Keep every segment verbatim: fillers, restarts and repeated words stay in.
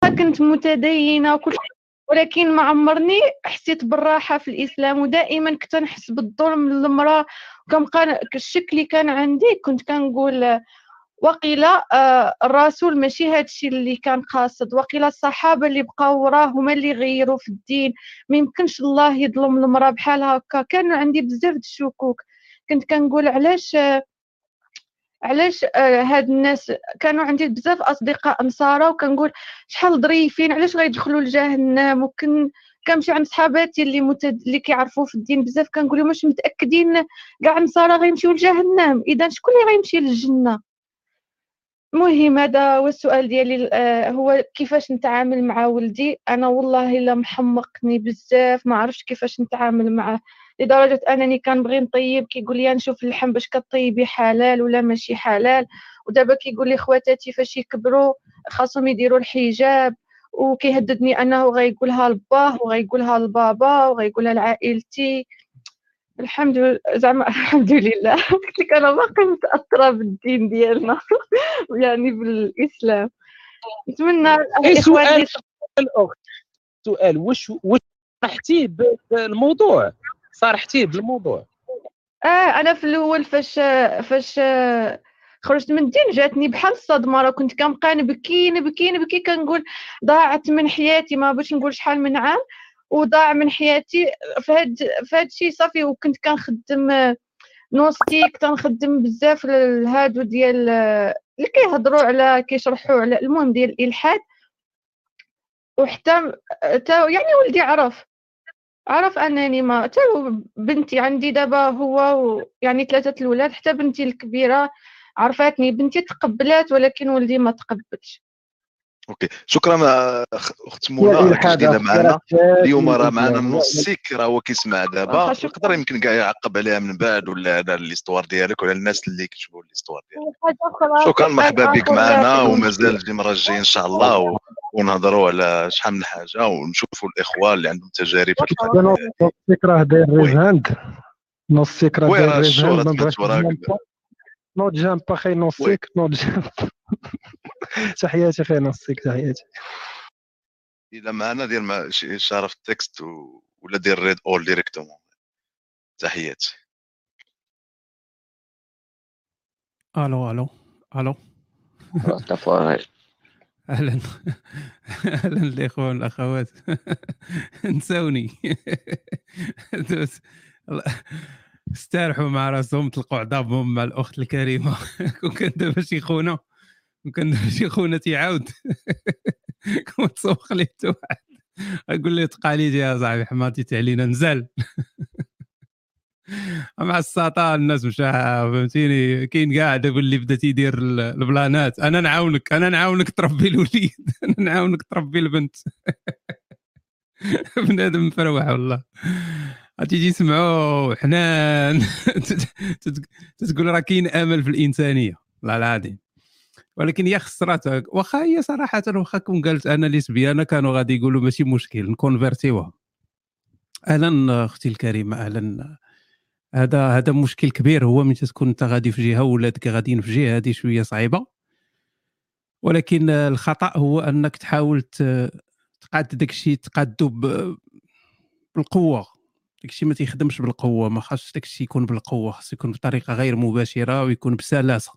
واخا كنت متدينه وكل شيء، ولكن ما عمرني حسيت بالراحه في الاسلام، ودائما كنت نحس بالظلم من المراه. وكنبقى الشك اللي كان عندي كنت كنقول وقيلا آه الرسول ماشي هادشي اللي كان قاصد، وقيلا الصحابه اللي بقاو وراه هما اللي غيروا في الدين. ما يمكنش الله يظلم المراه بحال هكا. كان عندي بزاف د الشكوك، كنت كنقول علاش آه علاش آه هاد الناس. كانوا عندي بزاف اصدقاء نصارى وكنقول شحال ظريفين، علاش غيدخلوا لجهنم. وكن كنمشي عند صحاباتي اللي متد... اللي كيعرفوا في الدين بزاف، كنقول لهم واش متاكدين كاع النصارى غيمشيو لجهنم؟ اذا شكون اللي غيمشي للجنه؟ المهم هذا هو السؤال ديالي. آه هو كيفاش نتعامل مع ولدي. انا والله الا محمقني بزاف، ما عرفتش كيفاش نتعامل معه، لدرجه انني كنبغي نطيب كيقول لي نشوف اللحم باش كطيبي حلال ولا ماشي حلال. ودابا كيقول لي خواتاتي فاش يكبروا خاصهم يديروا الحجاب، وكيهددني انه غيقولها لباه وغيقولها لبابا وغيقولها لعائلتي. الحمد لله زعما الحمد لله. قلت لك انا باقي متاثره بالدين ديالنا يعني بالاسلام. نتمنى اي الاخوان سؤال اللي الاخت، سؤال واش واش صرحتي بالموضوع؟ صرحتي بالموضوع؟ اه انا في الاول فاش فاش خرجت من الدين جاتني بحال الصدمه. راه كنت كنبقى نبكي نبكي نبكي كنقول ضاعت من حياتي، ما باش نقول شحال من عام وضاع من حياتي في هاد في هاد الشيء صافي. وكنت كنخدم نوستيك، تنخدم بزاف الهادو ديال اللي كيهضروا على كيشرحوا على المهم ديال الالحاد. وحتى تا يعني ولدي عرف عرف انني ما حتى بنتي عندي دابا هو يعني ثلاثه الاولاد، حتى بنتي الكبيره عرفاتني. بنتي تقبلات ولكن ولدي ما تقبلش. اوكي شكرا اخت منى جديده معنا اليوم. راه معنا نوسيك، راه هو كيسمع دابا، يقدر يمكن كاع يعقب عليها من بعد ولا هذا ليستوار ديالك ولا الناس اللي كتبوا ليستوار ديالك. شكرا مرحبا بك معنا، ومازال الجمره الجايه ان شاء الله و... ونهضروا على شحال من حاجه ونشوفوا الاخوان اللي عندهم تجارب في نوسيك راه داير ريفاند. نوسيك راه داير ريفاند. ما بغاش نوض جامب اخي نوسيك نوض جامب. تحياتي اخي نوسيك تحياتي. الا معنا دير مع اشاره في التكست و... ولا دير ريد اول ديريكتومون. تحياتي. الو الو الو اهلا اهلا الاخوان والاخوات. نساوني استارحوا مع راسهم، تلقوا عضابهم مع الاخت الكريمه. كون كان دابا شي خونا كون كان دابا شي خونا تيعاود كون تسوق ليه حتى واحد اقول له تقاليد يا صاحبي حماتي علينا نزل. مع الساطا الناس مشى فهمتيني. كاين كاع دابا اللي بدا تيدير البلانات. انا نعاونك انا نعاونك تربي الوليد، انا نعاونك تربي البنت. بنادم مفروح والله. تيجي يسمعوا حنان تتقول راه كاين امل في الانسانيه والله العظيم. ولكن هي خسرات. واخا هي صراحه واخا كون قالت انا ليسبيانه كانوا غادي يقولوا ماشي مشكل نكونفيرتيوها. اهلا اختي الكريمه اهلا. هذا هذا مشكل كبير. هو من تكون انت غادي في جهه وولادك غاديين في جهه هذه شويه صعيبه، ولكن الخطا هو انك تحاول تقاد داك الشيء تقادو بالقوه. داك الشيء ما تيخدمش بالقوه، ما خاصش داك الشيء يكون بالقوه، خاص يكون بطريقه غير مباشره ويكون بسلاسه.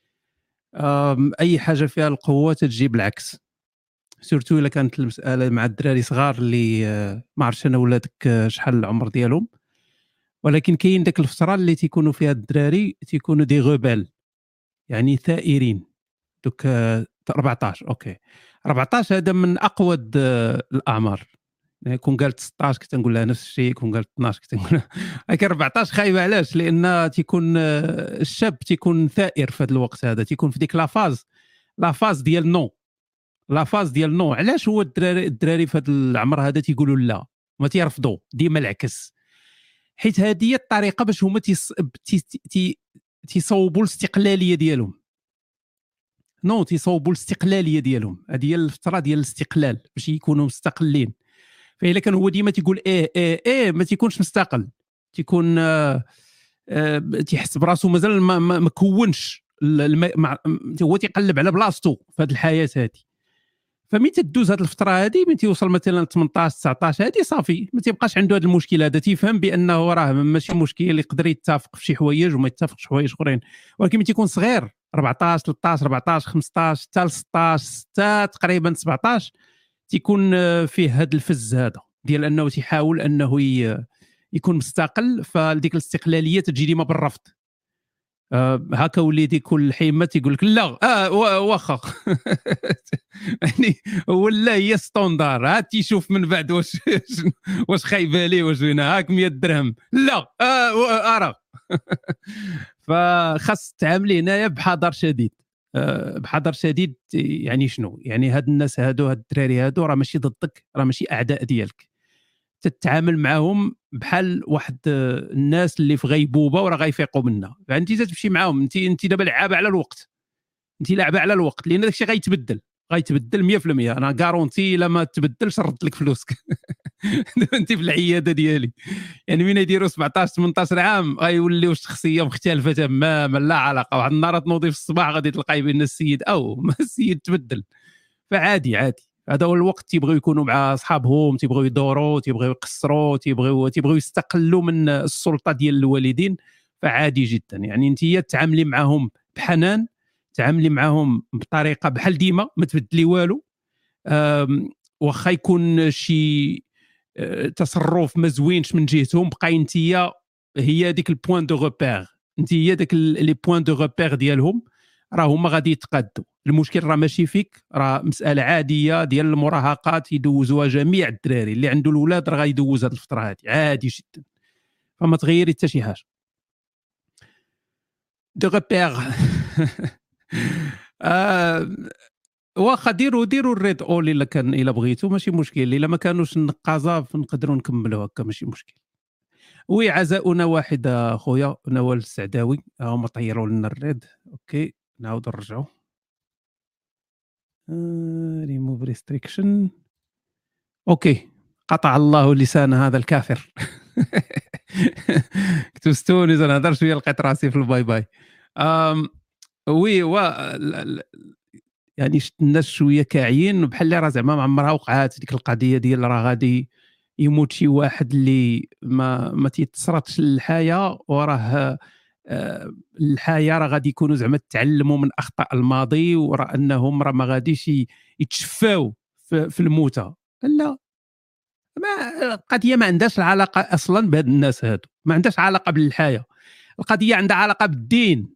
اي حاجه فيها القوه تجيب العكس، سورتو الا كانت المساله مع الدراري صغار اللي ما عرفتش انا ولادك شحال العمر ديالهم، ولكن كاين داك الفتره اللي تيكونوا فيها الدراري تيكونوا دي غوبال يعني ثائرين. دوك أربعطاش اوكي أربعطاش هذا من اقود الاعمار. كون قالت ستطاش كنت نقول لها نفس الشيء، كون قالت اثناش كنت نقول لها لكن أربعطاش خايبه. علاش؟ لان تيكون الشاب تيكون ثائر في هذا الوقت هذا، تيكون في ديك لافاز لافاز ديال نو لافاز ديال نو. علاش هو الدراري الدراري في هذا العمر هذا تيقولوا لا ما تيرفضوا ديما العكس؟ حيت هذه هي الطريقه باش هما تيص... تي... تي... تيصوبوا الاستقلاليه ديالهم. نو تيصوبوا الاستقلاليه ديالهم. هذه هي الفتره ديال الاستقلال باش يكونوا مستقلين. فإلا كان هو ديما تيقول ايه ايه ايه ما تيكونش مستقل، تيكون آه آه تيحس براسو مازال ما, ما, ما كونش الم... مع... هو تيقلب على بلاصتو في هذه الحياه هذه. فمن تدوز هذه الفتره هذه من تيوصل مثلا ثمنطاش تسعطاش هذه صافي ما تيبقاش عنده هذا المشكل هذا، تيفهم بانه راه ماشي مشكل اللي يقدر يتفق في شي حوايج وما يتفقش في حوايج اخرين. ولكن ملي تيكون صغير أربعطاش ثلاثطاش أربعطاش خمسطاش حتى ستطاش ستة تقريبا سبعطاش تيكون فيه هذا الفز هذا ديال انه تيحاول انه يكون مستقل، فديك الاستقلاليه تجي ديما بالرفض. آه هكا وليدي كل حيمه تيقول لك لا اه واخا يعني ولا هي ستوندار ها تيشوف من بعد واش واش خايبه ليه واش هنا هاك مية درهم لا اه ارى فخاص تعاملي هنايا بحذر شديد. آه بحذر شديد يعني شنو يعني هاد الناس هادو هاد الدراري هادو راه ماشي ضدك، راه ماشي اعداء ديالك، تتعامل معهم بحال واحد الناس اللي في غيبوبه وراه غيفيقوا منها. فانت تمشي معاهم انت انت دابا لعابه على الوقت، انت لعبه على الوقت لان داكشي غيتبدل غيتبدل مية في المية. انا كارونتي الا ما تبدلش نرد لك فلوسك انت في العياده ديالي يعني من يديروا سبعطاش ثمنطاش عام غيوليو الشخصيه مختلفه تماما لا علاقه. واحد النهار تنوضي في الصباح غادي تلقاي بان السيد او ما السيد تبدل، فعادي عادي. هذا هو الوقت تيبغيو يكونوا مع اصحابهم، تيبغيو يدوروا، تيبغيو يقصروا، تيبغيو تيبغيو يستقلوا من السلطه ديال الوالدين، فعادي جدا. يعني انت تعاملي معهم بحنان، تعاملي معهم بطريقه بحال ديما ما تبدلي والو. واخا يكون شي تصرف ما زوينش من جهتهم بقاي انت هي ديك البوين دو روبير، انت هي داك لي بوين دو روبير ديالهم، راه هما غادي يتقادوا. المشكل راه ماشي فيك، راه مساله عاديه ديال المراهقات يدوزوها جميع الدراري اللي عنده الاولاد راه غيدوز هذه الفتره هذه عادي جدا، فما تغيري حتى شي حاجه. دو روبير آه واخا ديروا ديروا الريد اول الا كان الا بغيتوا ماشي مشكل، الا ما كانوش النقازه نقدروا نكملوا هكا ماشي مشكل. وي عزاؤنا واحده خويا نوال السعداوي هما طيروا لنا الريد. اوكي نعاود نرجعوا ريموف ريستريكشن. اوكي قطع الله لسان هذا الكافر كنت مستونس انا نهضر شويه لقيت راسي في الباي باي. أم وي و يعني شفت الناس شويه كاعيين بحال راه زعما ما عمرها وقعات ديك القضيه ديال راه غادي يموت شي واحد اللي ما ما تيتصرتش للحياه وراه أه الحياه راه غادي يكونوا زعما تعلموا من اخطاء الماضي وراه انهم راه ما غاديش يتشفاو في, في الموتى. لا ما القضيه ما عندهاش علاقه اصلا بهاد الناس هادو، ما عندهاش علاقه بالحياه، القضيه عندها علاقه بالدين.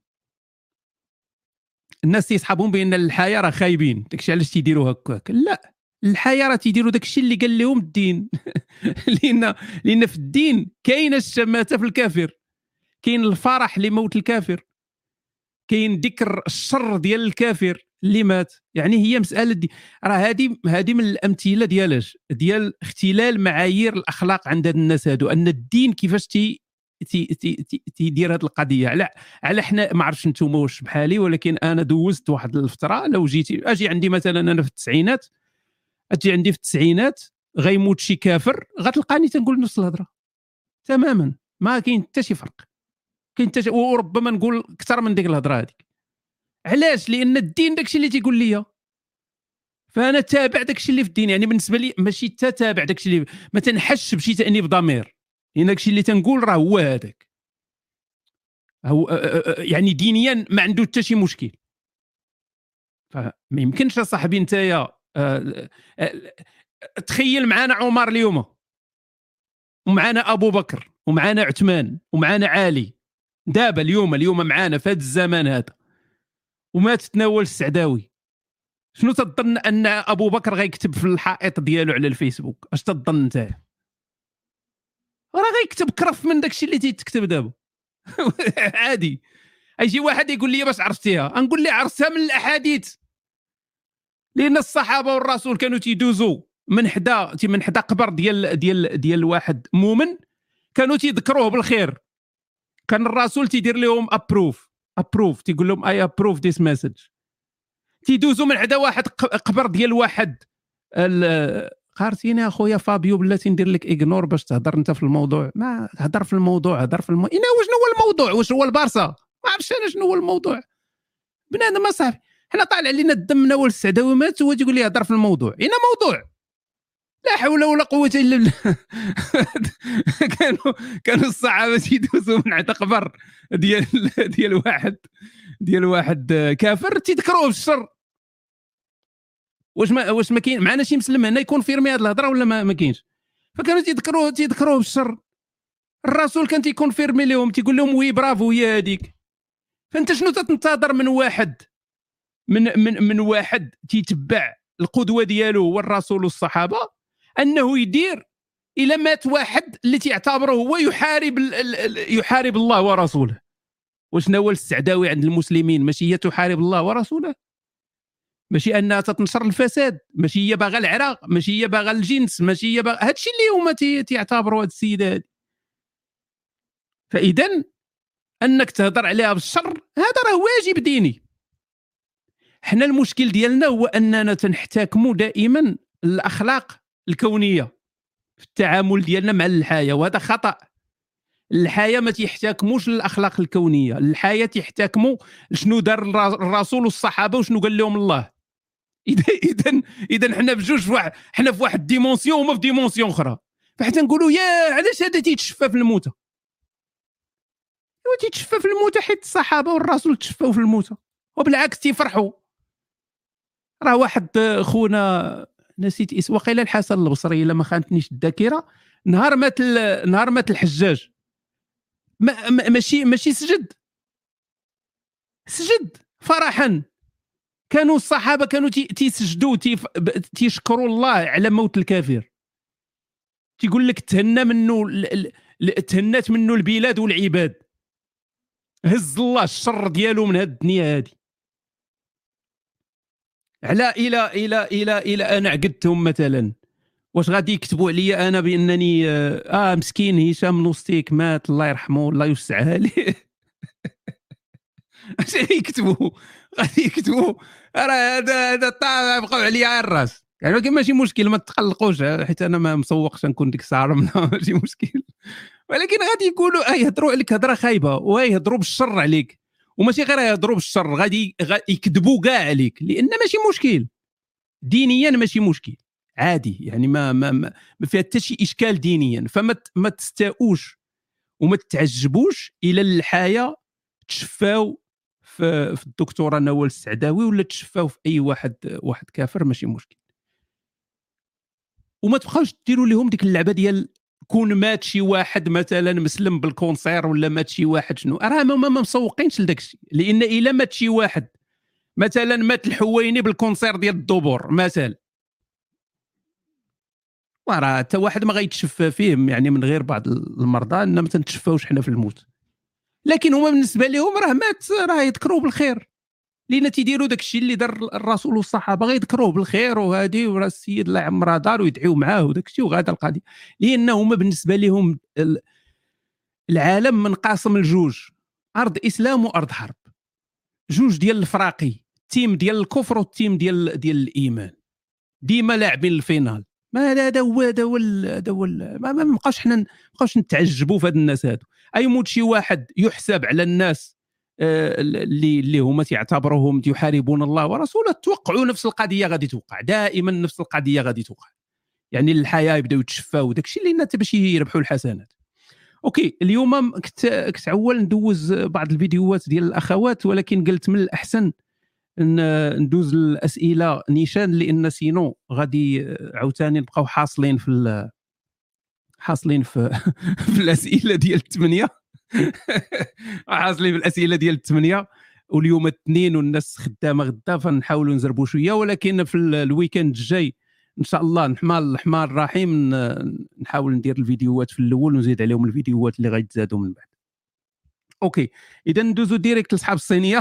الناس تيسحبون بان الحياه راه خايبين داكشي علاش تيديروا هكاك. لا الحياه راه تيديروا داكشي اللي قال لهم الدين لان لان في الدين كاينه الشماته في الكافر، كاين الفرح لموت الكافر، كاين ذكر الشر ديال الكافر اللي مات. يعني هي مساله دي راه هذه هذه من الامثله ديالاش ديال اختلال معايير الاخلاق عند الناس هادو، ان الدين كيفاش تي تي تي تيدير هذه القضيه. على على حنا ما عرفتش نتوما واش بحالي، ولكن انا دوزت واحد الفتره لو جيتي اجي عندي مثلا انا في التسعينات، اجي عندي في التسعينات غيموت شي كافر غتلقاني تنقول نفس الهضره تماما، ما كاين حتى شي فرق، كاين حتى وربما نقول اكثر من ديك الهضره هذيك. علاش؟ لان الدين داكشي اللي تيقول لي، فانا تابع داكشي اللي في الدين. يعني بالنسبه لي ماشي تتابع داكشي اللي ما تنحش بشي تانيب ضمير، لان داكشي اللي تنقول راه هو هذاك، هو يعني دينيا ما عنده حتى شي مشكل. فما يمكنش صاحبي نتايا تخيل معنا عمر اليوم ومعنا ابو بكر ومعنا عثمان ومعنا علي دابا اليوم اليوم معنا في هذا الزمان هذا، وما تتناول السعداوي، شنو تظن ان ابو بكر غيكتب في الحائط ديالو على الفيسبوك؟ اش تظن انت؟ راه غيكتب كرف من داكشي اللي تيتكتب دابا عادي. ايجي واحد يقول لي باش عرفتيها، نقول لي عرفتها من الاحاديث، لان الصحابه والرسول كانوا تيدوزوا من حدا من حدا قبر ديال ديال ديال واحد مؤمن، كانوا تيذكروه بالخير، كان الرسول تيدير لهم ابروف ابروف تيقول لهم اي ابروف ذيس مسج. تيدوزوا من حدا واحد قبر ديال واحد قارتيني اخويا فابيو بلاتي ندير لك اغنور باش تهضر انت في الموضوع. ما هضر في الموضوع، هضر في الموضوع. انا واش هو الموضوع؟ واش هو البارسا؟ ما عرفتش انا شنو هو الموضوع. بنادم اصاحبي حنا طالع علينا الدم من اول السعداوي مات هو تيقول لي هضر في الموضوع. هنا موضوع لا حول ولا قوه الا بالله. كانوا كانوا الصحابه تيدوزوا من عند قبر ديال ديال واحد ديال واحد كافر تيذكروه بالشر. واش ما واش ما كاين معنا شي مسلم هنا يكون فيرمي هذه الهضره ولا ما, ما كاينش؟ فكانوا تيذكروه تيذكروه بالشر. الرسول كان تيكون فيرمي لهم تيقول لهم وي برافو هي هذيك. فانت شنو تنتظر من واحد من من من واحد تيتبع القدوه ديالو هو الرسول والصحابه انه يدير الى مات واحد اللي تيعتبره هو يحارب يحارب الله ورسوله؟ وشنو هو السعداوي عند المسلمين؟ ماشي هي تحارب الله ورسوله، ماشي انها تنشر الفساد، ماشي هي باغا العراق، ماشي هي باغا الجنس، ماشي هي باغا هادشي اللي هما تيعتبروا هاد السيده هادي. فاذا انك تهضر عليها بالشر هذا راه واجب ديني. حنا المشكل ديالنا هو اننا تنحتكموا دائما الاخلاق الكونيه في التعامل ديالنا مع الحياه، وهذا خطا. الحياه ما تيحتكموش للاخلاق الكونيه، الحياه تيحتكموا شنو دار الرسول والصحابه وشنو قال لهم الله. اذا اذا اذا حنا بجوج في واحد، حنا في واحد ديمونسيون وما في ديمونسيون اخرى. فحتى نقولوا يا علاش هذا تيتشفى في الموتى؟ هو تيتشفى في الموتى حيت الصحابه والرسول تشفاو في الموتى، وبالعكس تيفرحوا. راه واحد خونا نسيت اسمه وقيل الحسن البصري الا ما خانتنيش الذاكره، نهار مات نهار مات الحجاج ما ماشي ماشي سجد سجد فرحا. كانوا الصحابه كانوا تيسجدوا تيشكروا الله على موت الكافر. تيقول لك تهنى منه تهنات منه البلاد والعباد، هز الله الشر ديالو من هاد الدنيا هذه. على الى الى الى الى انا عقدتهم مثلا، واش غادي يكتبوا عليا انا بانني اه مسكين هشام نوستيك مات الله يرحمه الله يوسعها عليه؟ اش يكتبوا؟ غادي يكتبوا راه هذا هذا طالع بقاو عليا على الراس. يعني ولكن ماشي مشكل ما تقلقوش حيت انا ما مسوقش نكون ديك الساعه ماشي مشكل. ولكن غادي يقولوا اي يهضروا عليك هضره خايبه ويهضروا بالشر عليك، وماشي غير يهضروا بالشر غادي يكذبوا كاع عليك، لان ماشي مشكل دينيا، ماشي مشكل عادي. يعني ما ما ما فيها حتى شي اشكال دينيا. فما ما تستاؤوش وما تتعجبوش الى الحياه تشفاو في, في الدكتوره نوال السعداوي ولا تشفاو في اي واحد واحد كافر، ماشي مشكل. وما تبقاوش ديروا لهم ديك اللعبه ديال كون مات شي واحد مثلا مسلم بالكونسير ولا مات شي واحد شنو، راه ما, ما مسوقينش لداك الشيء. لان الا مات شي واحد مثلا مات الحويني بالكونسير ديال الدبور مثلا، وراه حتى واحد ما غيتشفى فيه. يعني من غير بعض المرضى ان ما تنتشفاوش حنا في الموت، لكن هما بالنسبه لهم راه مات راه يذكروه بالخير، لان تيديروا داك الشيء اللي دار الرسول والصحابه غيذكروه بالخير وهادي، وراه السيد الله يعمرها دار ويدعيو معاه وداك الشيء وغادا القضيه. لان هما بالنسبه لهم العالم منقسم لجوج، ارض اسلام وارض حرب، جوج ديال الفراقي، تيم ديال الكفر والتيم ديال ديال الايمان، ديما لاعبين الفينال. ما هذا هو هذا هو هذا هو ما نبقاوش حنا نبقاوش نتعجبوا في هاد الناس هادو. اي موت شي واحد يحسب على الناس اللي اللي هما تعتبروهم يحاربون الله ورسوله، توقعوا نفس القضيه غادي توقع، دائما نفس القضيه غادي توقع. يعني الحياه يبداو يتشفاو داكشي اللي الناس باش يربحوا الحسنات. اوكي اليوم كنت كنت عول ندوز بعض الفيديوهات ديال الاخوات، ولكن قلت من الاحسن ندوز الاسئله نيشان، لان سينو غادي عاوتاني نبقاو حاصلين في حاصلين في, في الاسئله ديال الثمانيه حاصلين في الاسئله ديال الثمانيه. واليوم الاثنين والناس خدامه غدا، فنحاولوا نزربوا شويه. ولكن في الويكند الجاي ان شاء الله الرحمن الرحمن الرحيم نحاول ندير الفيديوهات في الاول ونزيد عليهم الفيديوهات اللي غيتزادوا من بعد. اوكي اذا ندوزو ديريكت لاصحاب الصينيه.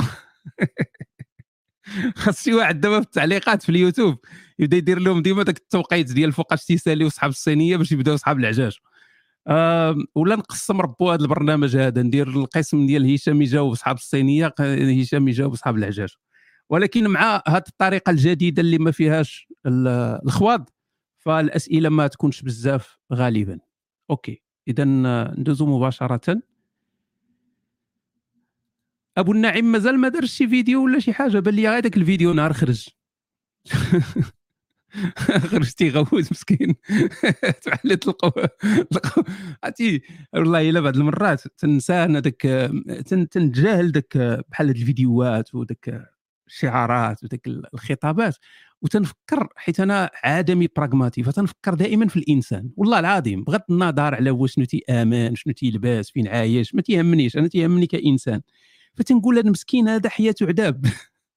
خاص شي واحد دابا في التعليقات في اليوتيوب يبدا يدير لهم ديما داك التوقيت ديال فوقاش تيساليو صحاب الصينيه باش يبداو صحاب العجاج. أه ولا نقسم ربو هذا البرنامج هذا، ندير القسم ديال هشام يجاوب صحاب الصينيه، هشام يجاوب صحاب العجاج. ولكن مع هذه الطريقه الجديده اللي ما فيهاش الخواض فالاسئله ما تكونش بزاف غالبا. اوكي اذا ندوزو مباشره. ابو النعيم مازال ما دارش شي فيديو ولا شي حاجه، بان لي هذاك الفيديو نهار خرج خرج تيغوت مسكين تحل تلقوا عرفتي والله الا بعض المرات تنسى انا داك تنتجاهل داك بحال هاد الفيديوهات وداك الشعارات وداك الخطابات، وتنفكر حيت انا عدمي براغماتي، فتنفكر دائما في الانسان والله العظيم، بغض النظر على واش شنو تيامن شنو تيلبس فين عايش ما تيهمنيش، انا تيهمني كانسان. فتنقول هذا المسكين هذا حياته عذاب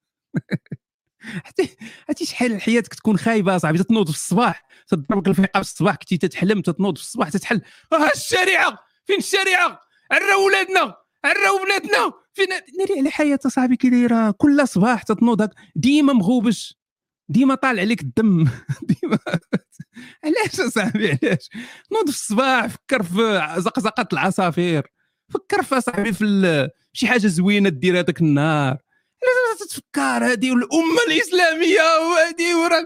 حتى حتى شحال حياتك تكون خايبه صاحبي، تتنوض في الصباح تضربك الفيقه في الصباح، كنتي تتحلم تتنوض في الصباح تتحل اه الشريعه فين الشريعه، عراو ولادنا عراو بلادنا فين ناري على حياتها صاحبي كي دايره، كل صباح تتنوض ديما مغوبش ديما طالع عليك الدم ديما علاش صاحبي علاش؟ نوض في الصباح فكر في زقزقه العصافير، فكر في صاحبي في شي حاجه زوينه دير هذاك النهار، تتفكر هذه والامه الاسلاميه وهذه ورا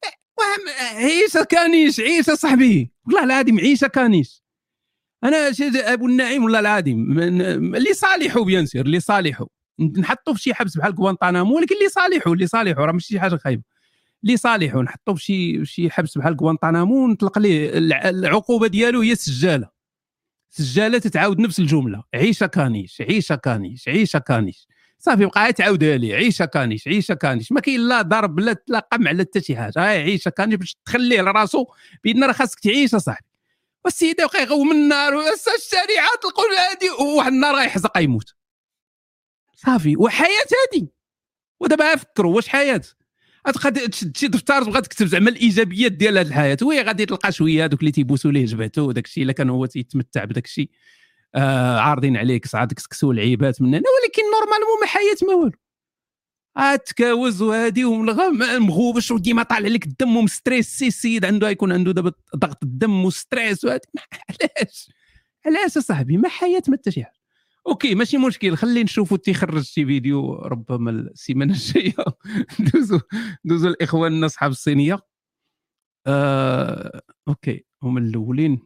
عيشه كانيش عيشه صاحبي والله العظيم عيشه كانيش. انا ابو النعيم والله العظيم اللي صالحوا بيان سير اللي صالحوا نحطوا في شي حبس بحال غوانطانامو، ولكن اللي صالحوا اللي صالحوا راه ماشي شي حاجه خايبه، اللي صالحوا نحطوا في شي شي حبس بحال غوانطانامو ونطلق ليه العقوبه ديالو هي السجاله، سجاله تتعاود نفس الجمله عيشه كانيش عيشه كانيش عيشه كانيش صافي بقى تعاودها لي عيشه كانيش عيشه كانيش، ما كاين لا ضرب لا لا قمع لا حتى شي حاجه، هاي عيشه كانيش باش تخليه لراسو بان راه خاصك تعيش صاحبي. والسيده بقى يغوم النار والشريعه تلقوا هادي وواحد النهار غيحزق يموت صافي، وحياه هادي. ودابا فكروا واش حياه غتقد تشد شي دفتر تبغى تكتب زعما الايجابيات ديال هذه الحياه، وي غادي تلقى شويه هذوك اللي تيبوسوا ليه جبهته وداك الشيء الا كان هو تيتمتع بداك الشيء آه عارضين عليك صعاد كسكسوا العيبات من هنا، ولكن نورمالمون ما حياه ما والو، عاد تكاوز وهادي ومغوبش وديما طالع عليك الدم ومستريس. السيد عنده يكون عنده دابا ضغط الدم وستريس وهادي، علاش علاش صاحبي ما حياه ما حتى شي حاجه. اوكي ماشي مشكل، خلي نشوفوا تيخرج شي فيديو ربما السيمانه الجايه دوزوا دوزوا الاخواننا اصحاب الصينيه. آه، اوكي هما الاولين.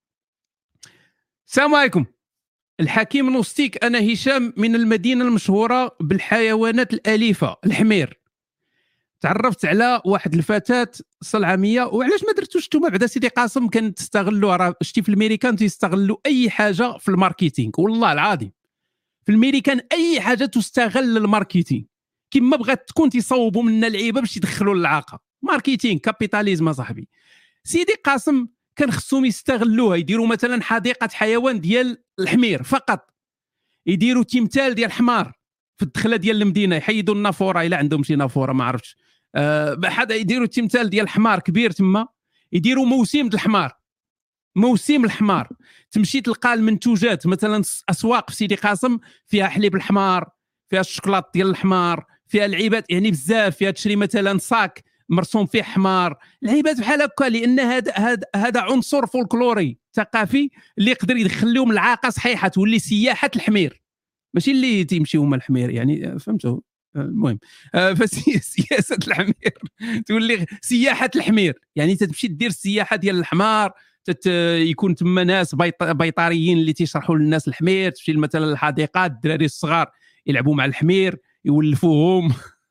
السلام عليكم الحكيم نوستيك، انا هشام من المدينه المشهوره بالحيوانات الاليفه الحمير. تعرفت على واحد الفتاه صلعميه، وعلاش ما درتوش نتوما بعدا سيدي قاسم؟ كان تستغلوا راه شتي في الميريكان تيستغلوا اي حاجه في الماركتينغ، والله العظيم في الميريكان اي حاجه تستغل الماركتينغ كما بغات تكون، تيصوبوا منا العيبه باش يدخلوا للعاقه. ماركتينغ كابيتاليزم صاحبي. سيدي قاسم كان خصهم يستغلوها، يديروا مثلا حديقه حيوان ديال الحمير فقط، يديروا تمثال ديال الحمار في الدخله ديال المدينه، يحيدوا النافوره الا عندهم شي نافوره ما عرفتش، أه حدا يديروا تمثال ديال الحمار كبير تما، يديروا موسم ديال الحمار، موسم الحمار، تمشي تلقى المنتوجات مثلا اسواق في سيدي قاسم فيها حليب الحمار، فيها الشوكولات ديال الحمار، فيها العيبات يعني بزاف، فيها تشري مثلا صاك مرسوم فيه حمار، العيبات بحال هكا، لان هذا هذا هذا عنصر فولكلوري ثقافي اللي يقدر يدخل لهم العاقه صحيحه، تولي سياحه الحمير، ماشي اللي تيمشيو هما الحمير يعني فهمتوا. المهم فسياسه الحمير تولي سياحه الحمير، يعني تمشي دير السياحه ديال الحمار، تت يكون تما ناس بيط... بيطاريين اللي تيشرحوا للناس الحمير، تمشي مثلا للحديقات الدراري الصغار يلعبوا مع الحمير يولفوهم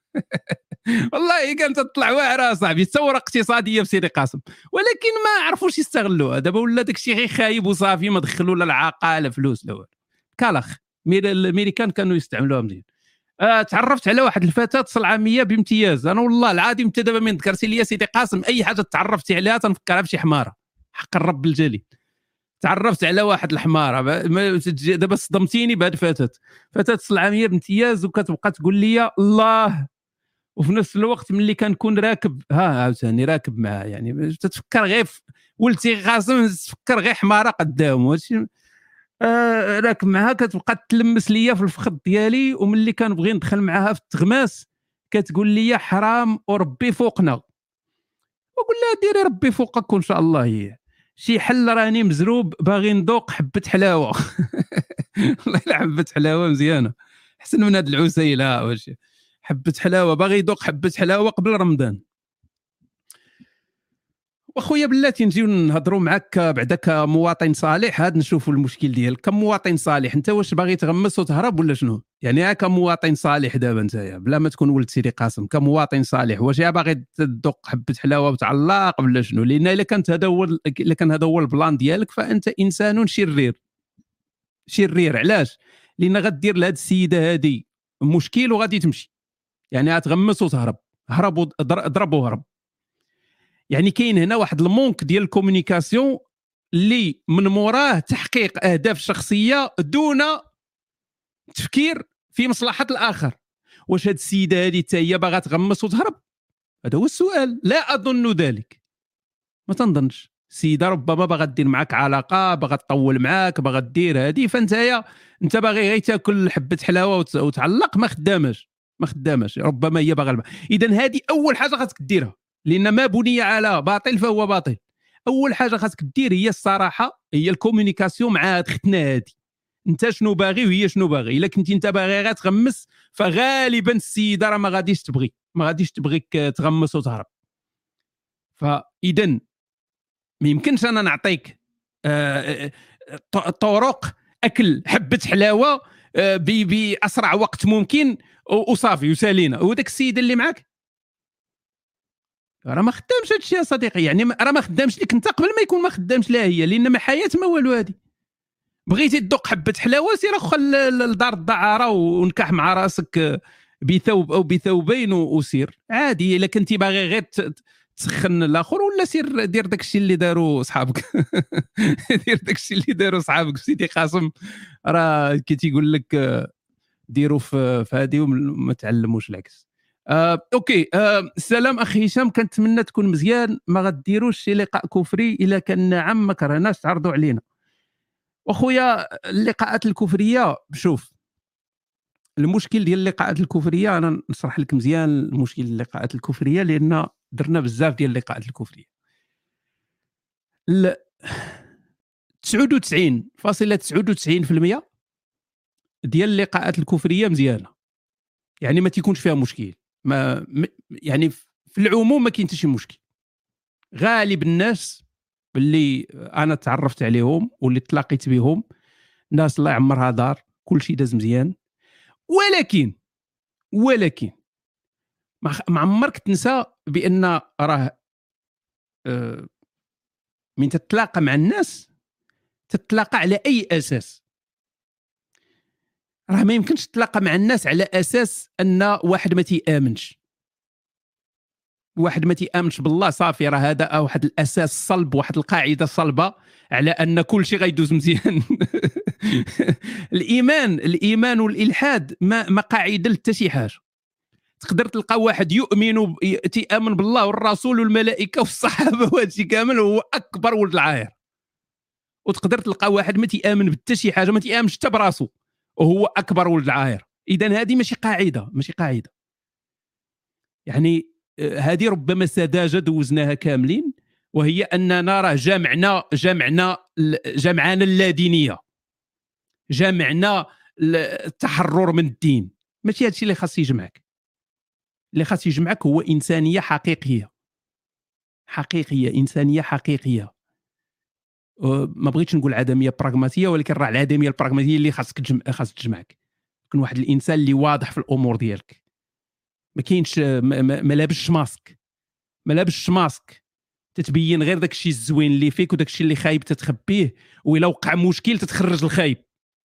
والله كانت تطلع واعره صاحبي، ثوره اقتصاديه في سيدي قاسم، ولكن ما عرفوش يستغلوها. دابا ولا داكشي غير خايب وصافي، ما دخلوا لا العاقه لا فلوس لا والو، كالخ. الامريكان كانوا يستعملوها مزيان. آه تعرفت على واحد الفتاه صلعميه بامتياز، انا والله العظيم انت دابا من ذكرتي لي سيدي قاسم اي حاجه تعرفتي عليها تنفكرها بشي حماره، حق الرب الجليل. تعرفت على واحد الحماره دابا صدمتيني بهاد الفتاه، فتاه صلعميه بامتياز، وكتبقى تقول لي الله، وفي نفس الوقت ملي كنكون راكب ها عاوتاني راكب معاه، يعني تتفكر غير ولتي قاسم تفكر غير حماره قدام هادشي. آه راكب معها كتبقى تلمس ليا في الفخذ ديالي، وملي كنبغي ندخل معها في التغماس كتقول لي حرام وربي فوقنا، وقول لها ديري ربي فوقك وان شاء الله هي شي حل، راني مزروب باغي ندوق حبه حلاوه والله الا حبه حلاوه مزيانه احسن من هاد العسيله، واش حبه حلاوه باغي يدوق حبه حلاوه قبل رمضان. واخويا بلاتي نجيو نهضروا معاك بعدا كمواطن صالح، هاد نشوفوا المشكل ديالك كمواطن صالح. انت واش باغي تغمس وتهرب ولا شنو؟ يعني ها كمواطن صالح دابا انت بلا ما تكون ولد سيدي قاسم، كمواطن صالح واش باغي تذوق حبه حلاوه وتعلق ولا شنو؟ لان الا كانت هذا هو الا كان هذا هو البلان ديالك فانت انسان شرير شرير. علاش؟ لان غدير لهاد السيده هذه مشكل وغادي تمشي، يعني غتغمس وتهرب، هرب اضرب وهرب. يعني كاين هنا واحد المونك ديال الكومونيكاسيون اللي من موراه تحقيق اهداف شخصيه دون تفكير في مصلحه الاخر. واش هاد السيده هذه حتى هي باغا تغمس وتهرب؟ هذا هو السؤال. لا اظن ذلك، ما تنظنش. السيده ربما باغا دير معاك علاقه، باغا تطول معاك، باغا دير هذه، فانت انت باغي غير تاكل حبه حلاوه وتعلق، ما خداماش ما خداماش ربما هي باغا. اذا هذه اول حاجه خاصك ديرها، لان ما بني على باطل فهو باطل. اول حاجه خاصك دير هي الصراحه، هي الكومونيكاسيون مع هاد ختنا هذه. انت شنو باغي وهي شنو باغي. الا كنتي انت باغي غير تغمس فغالبا السيده راه ما غاديش تبغي ما غاديش تبغيك تغمس وتهرب. فاذا ما يمكنش انا نعطيك طرق اكل حبه حلاوه باسرع وقت ممكن وصافي وسالينا. وداك السيد اللي معاك راه ما خدامش هذا الشيء يا صديقي، يعني راه ما خدامش لك انت قبل ما يكون ما خدامش لا هي، لان ما حياه ما والو. هذه بغيتي تذوق حبه حلاوه سير اخا لدار الدعاره ونكح مع راسك بثوب او بثوبين وسير عادي. الا كنتي باغي غير تسخن الاخر ولا سير دير داك الشيء اللي داروا صحابك دير داك الشيء اللي داروا صحابك. سيدي قاسم راه كي تيقول لك ديروا في هذه وما تعلموش العكس. آه، اوكي. آه، السلام اخي هشام، كنتمنى تكون مزيان، ما غديروش شي لقاء كفري، الا كان نعم ما كرهناش تعرضوا علينا. واخويا اللقاءات الكفريه، شوف المشكل ديال اللقاءات الكفريه، انا نشرح لك مزيان المشكل ديال اللقاءات الكفريه، لان درنا بزاف ديال اللقاءات الكفريه. تسعة وتسعين فاصلة تسعة وتسعين بالمئة ديال اللقاءات الكفريه مزيانه، يعني ما تيكونش فيها مشكل. ما يعني في العموم ما كاين حتى شي مشكل. غالب الناس اللي انا تعرفت عليهم واللي تلاقيت بهم ناس الله يعمرها دار، كل شيء داز مزيان. ولكن ولكن ما عمرك تنسى بان راه آه من تتلاقى مع الناس تتلاقى على اي اساس. راه ما يمكنش تتلاقى مع الناس على اساس ان واحد ما تيامنش واحد ما تيامنش بالله، صافي راه هذا واحد الاساس صلب، واحد القاعده صلبه على ان كل شيء غيدوز مزيان. الايمان الايمان والالحاد ما ما قاعده لتا شي حاجه. تقدر تلقى واحد يؤمن تيامن بالله والرسول والملائكه والصحابه وهادشي كامل وهو اكبر ولد العاير، وتقدر تلقى واحد ما تيامن بتا شي حاجه، ما تيامنش حتى براسو وهو اكبر ولد العاير. اذا هذه ماشي قاعده ماشي قاعده يعني هذه ربما سذاجه دوزناها كاملين، وهي اننا راه جمعنا جمعنا جمعنا اللادينيه، جمعنا التحرر من الدين. ماشي هادشي اللي خاص يجمعك. اللي خاص يجمعك هو انسانيه حقيقيه حقيقيه انسانيه حقيقيه. ما بغيتش نقول عدميه براغماتيه، ولكن راه العدميه البراغماتيه اللي خاصك تجمع خاص تجمعك. تكون واحد الانسان اللي واضح في الامور ديالك، ما كاينش ما, ما لابسش ماسك ما لابسش ماسك تتبين غير داك الشيء الزوين اللي فيك وداك الشيء اللي خايب تتخبيه، وإلا وقع مشكل تتخرج الخايب.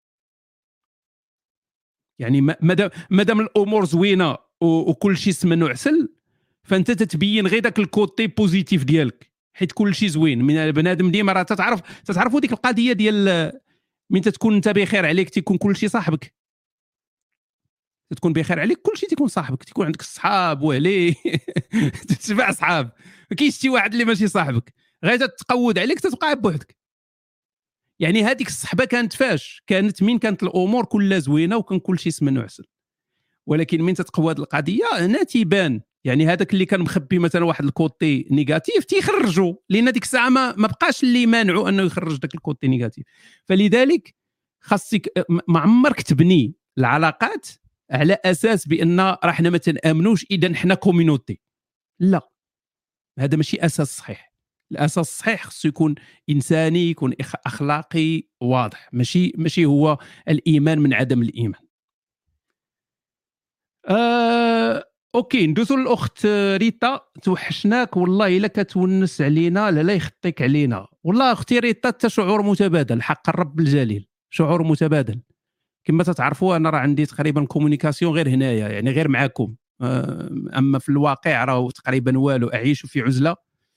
يعني مادام مادام الامور زوينه وكل شيء سمن وعسل، فانت تتبين غير داك الكوتي بوزيتيف ديالك، حيت كل شيء زوين. من البنادم ديما راه تتعرف تتعرفوا ديك القضيه ديال من تتكون انت بخير عليك تيكون كل شيء صاحبك، تكون بخير عليك كل شيء تيكون صاحبك، تيكون عندك الصحاب وهلي تتبع صحاب. ما كاينش شي واحد اللي ماشي صاحبك، غير تتقود عليك تتبقى بوحدك. يعني هذيك الصحبه كانت فاش كانت من كانت الامور كلها زوينه وكان كل شيء سمن وعسل. ولكن من تتقوى هذه القضيه هنا تيبان، يعني هذاك اللي كان مخبي مثلا واحد الكوتي نيجاتيف تيخرجوا، لان ديك الساعه ما, ما بقاش اللي مانعوا انه يخرج داك الكوتي نيجاتيف. فلذلك خاصك ما عمرك تبني العلاقات على اساس بان راه حنا ما تنامنوش اذا حنا كوميونيتي. لا، هذا ماشي اساس صحيح. الاساس الصحيح خصو يكون انساني، يكون اخلاقي واضح، ماشي ماشي هو الايمان من عدم الايمان. أه... اوكي ندوزو للاخت ريتا. توحشناك والله الا كتونس علينا، لا لا يخطيك علينا والله اختي ريتا. حتى شعور متبادل حق الرب الجليل، شعور متبادل. كما تتعرفوا انا راه عندي تقريبا كومونيكاسيون غير هنايا، يعني غير معكم، اما في الواقع راه تقريبا والو. اعيش في عزله،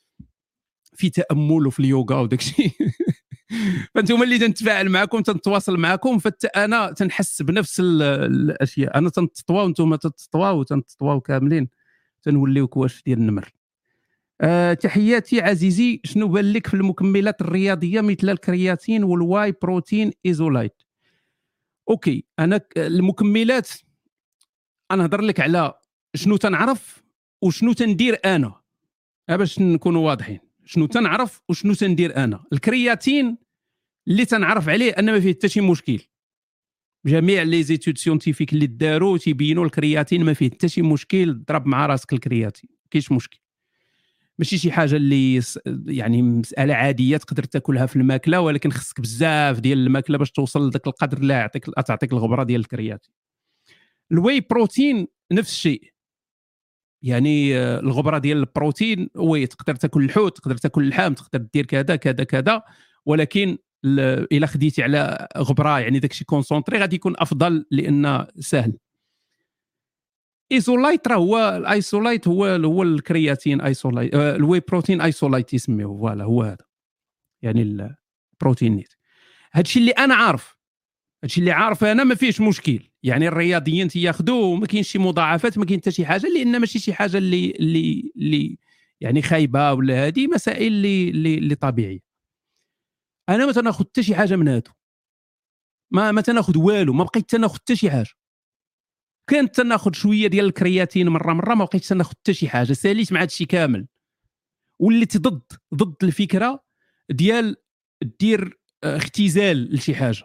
في تامل وفي اليوغا وداك الشيء. فانتم اللي تنتفاعل معكم تنتواصل معكم، فت انا تنحس بنفس الاشياء. انا تنتطوا وانتم تتطواو وتنتطواو كاملين، تنوليو كواش ديال النمر. أه تحياتي عزيزي. شنو بان لك في المكملات الرياضيه مثل الكرياتين والواي بروتين ايزولايت؟ اوكي انا المكملات انا نهضر لك على شنو تنعرف وشنو تندير انا باش نكونوا واضحين. شنو تنعرف وشنو تندير انا. الكرياتين اللي تنعرف عليه ان ما فيه حتى شي مشكل. جميع لي زيتود سيونتيفيك اللي داروا تيبينوا الكرياتين ما فيه حتى شي مشكل. ضرب مع راسك الكرياتين كاينش مشكل، ماشي شي حاجه اللي يعني مساله عاديه تقدر تاكلها في الماكله، ولكن خصك بزاف ديال الماكله باش توصل لذاك القدر اللي يعطيك تعطيك الغبره ديال الكرياتين. الواي بروتين نفس الشيء، يعني الغبره ديال البروتين وي تقدر تاكل الحوت، تقدر تاكل اللحم، تقدر دير كذا كذا كذا، ولكن الا خديتي على غبره يعني داكشي كونسونطري غادي يكون افضل لان سهل. ايزولايت راه هو الايسولايت هو هو الكرياتين ايسولايت، الواي بروتين ايسولايت يسميوه، فوالا هو هذا يعني البروتينيت. هادشي اللي انا عارف، هادشي اللي عارف انا ما فيهش مشكل. يعني الرياضيين تياخذوه وما كاينش شي مضاعفات، ما كاين حتى شي حاجه، لان ماشي شي حاجه اللي اللي اللي يعني خايبه ولا هذه مسائل اللي اللي, اللي طبيعيه. انا ما تناخذ حتى شي حاجه من هادو، ما ما تناخذ والو، ما بقيت تناخذ حتى شي حاجه. كنت تناخذ شويه ديال الكرياتين مره مره، ما بقيتش تناخذ حتى شي حاجه، ساليت مع هادشي كامل. وليت ضد ضد الفكره ديال دير اختزال لشي حاجه.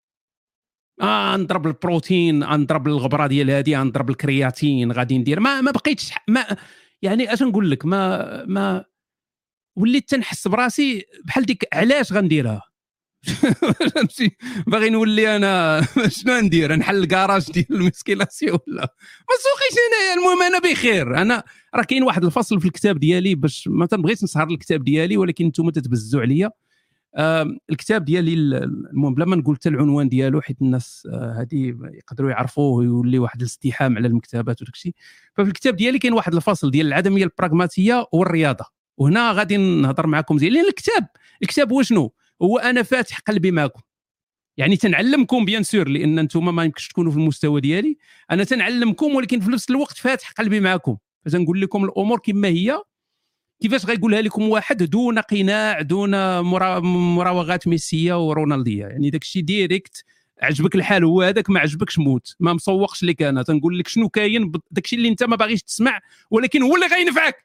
اه نضرب البروتين، نضرب الغبره ديال هذه، نضرب الكرياتين، غادي ندير ما ما بقيتش ما يعني اش نقول لك، ما ما وليت تنحس براسي بحال ديك علاش غنديرها. باغي نولي انا شنو ندير؟ نحل الكراج ديال المسكيلاسيون ولا ما سوقيش انايا؟ المهم انا بخير. انا راه كاين واحد الفصل في الكتاب ديالي باش ما تنبغيش نسهر الكتاب ديالي، ولكن نتوما تتبزوا عليا. آه الكتاب ديالي المهم بلا ما نقول حتى العنوان ديالو حيت الناس هذه آه يقدروا يعرفوه ويولي واحد الاستحام على المكتبات وداك الشيء. ففي الكتاب ديالي كاين واحد الفصل ديال العدميه البراغماتيه والرياضه، وهنا غادي نهضر معكم زين. لان الكتاب الكتاب هو شنو؟ هو انا فاتح قلبي معكم، يعني تنعلمكم بيان سور، لان انتم ما يمكنش تكونوا في المستوى ديالي. انا تنعلمكم ولكن في نفس الوقت فاتح قلبي معكم، فتنقول لكم الامور كما هي، كيفاش غيقولها لكم واحد دون قناع، دون مراوغات ميسيه ورونالديه. يعني داك الشيء ديريكت، عجبك الحال هو هذاك، ما عجبكش موت، ما مسوقش لك. انا تنقول لك شنو كاين، داك الشيء اللي انت ما باغيش تسمع ولكن هو اللي غينفعك.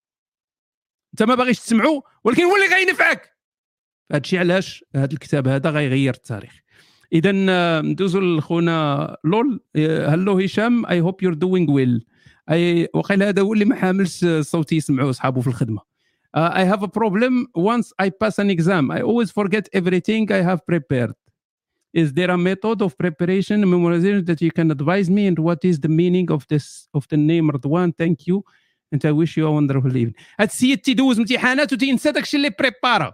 انت ما باغيش تسمعه ولكن هو اللي غينفعك. هذا الشيء علاش هذا الكتاب هذا غيغير التاريخ. اذا ندوزو لخونا لول. هلو هشام، اي هوب يور دوينغ ويل. اي وقيل هذا هو اللي ما حاملش صوتي يسمعوه اصحابه في الخدمه. uh, I have a problem once I pass an exam I always forget everything I have prepared. Is there a method of preparation and memorization that you can advise me, and what is the meaning of this of the name Ridwan? Thank you and I wish you a wonderful evening. هاد السيد تيدوز امتحانات وتينسى داكشي اللي بريبارا.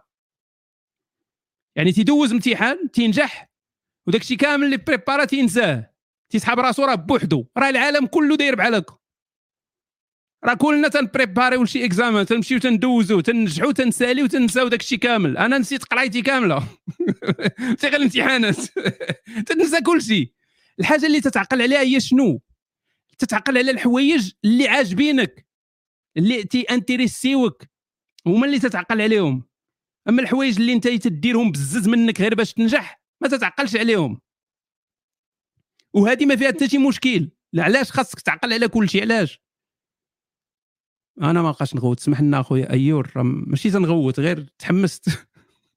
يعني تيدوز امتحان تينجح وداكشي كامل اللي بريبارا تينساه، تيسحب راسو راه بوحدو. راه العالم كله داير بحال هكا، راه كلنا تنبريباريو لشي اكزامان، تنمشيو تندوزو تنجحو تنساليو تنساو داكشي كامل. انا نسيت قرايتي كامله حتى غير الامتحانات تنسى كلشي. الحاجه اللي تتعقل عليها هي شنو؟ تتعقل على الحوايج اللي عاجبينك، اللي تي انتريسيوك، هما اللي تتعقل عليهم. اما الحوايج اللي انت تديرهم بزز منك غير باش تنجح ما تتعقلش عليهم، وهذه ما فيها حتى شي مشكل. علاش خاصك تعقل على كل شيء؟ علاش؟ انا ما بقاش نغوت، سمح لنا اخويا ايور، ماشي تنغوت غير تحمست.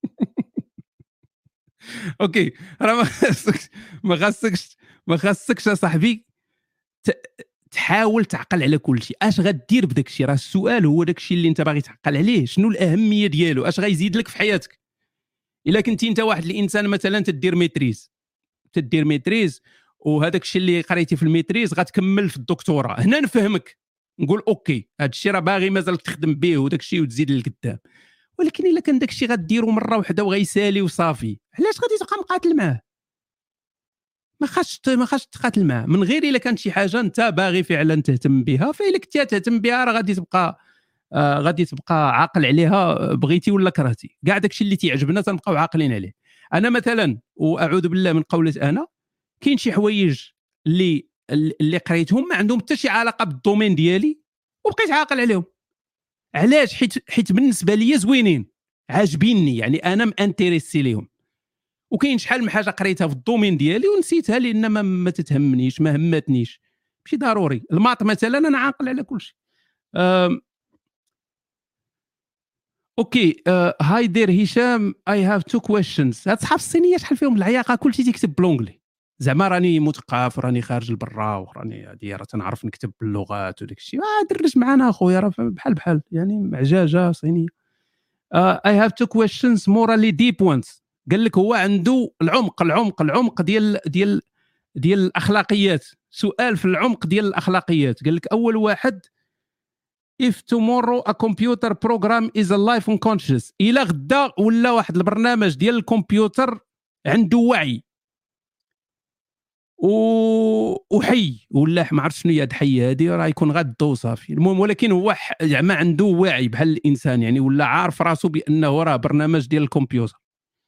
اوكي راه ما خاصكش ما خاصكش ما خاصكش يا صاحبي تحاول تعقل على كل شيء. اش غدير بداك الشيء؟ راه السؤال هو داك الشيء اللي انت باغي تعقل عليه، شنو الاهميه ديالو، اش غيزيد لك في حياتك. الا كنتي انت واحد الانسان مثلا تدير ميتريز تدير ميتريز وهذاك الشيء اللي قريتي في الميتريز غتكمل في الدكتوراه، هنا نفهمك نقول اوكي هذا الشيء راه باغي مازال تخدم به وداك الشيء وتزيد للقدام. ولكن الا كان داك الشيء غديرو مره واحده وغيسالي وصافي، علاش غادي تبقى مقاتل معاه؟ ما خاصش ما خاصش تقاتل معاه من غير الا كانت شي حاجه انت باغي فعلا تهتم بها. فالا كنتي تهتم بها راه غادي تبقى آه غادي تبقى عاقل عليها بغيتي ولا كرهتي. كاع داكشي اللي تيعجبنا تنبقاو عاقلين عليه. انا مثلا واعوذ بالله من قولة انا، كاين شي حوايج اللي اللي قريتهم ما عندهم حتى شي علاقه بالدومين ديالي وبقيت عاقل عليهم. علاش؟ حيت حيت بالنسبه لي زوينين عاجبيني، يعني انا مانتريسي ليهم. وكاين شحال من حاجه قريتها في الدومين ديالي ونسيتها لان ما, ما تتهمنيش ما همتنيش، ماشي ضروري. الماط مثلا انا عاقل على كل شيء. اوكي هاي دير هشام اي هاف تو كويشنز. هاد صحاب الصينيه شحال فيهم العياقه كلشي تيكتب بالونجلي، زعما راني مثقف راني خارج لبرا وراني هادي راه تنعرف نكتب باللغات وداك الشيء. اه درج معنا اخويا راه بحال بحال يعني معجاجه صينيه. اي هاف تو كويشنز مورالي ديب وانز. قال لك هو عنده العمق العمق العمق ديال ديال ديال الاخلاقيات، سؤال في العمق ديال الاخلاقيات. قال لك اول واحد if tomorrow a computer program is alive and conscious. الى غدا ولا واحد البرنامج ديال الكمبيوتر عنده وعي وحي ولا ما عرفت شنو هي هاد حي هادي، راه يكون غدو صافي. المهم ولكن هو زعما عنده وعي بحال الانسان يعني، ولا عارف راسو بانه راه برنامج ديال الكمبيوتر،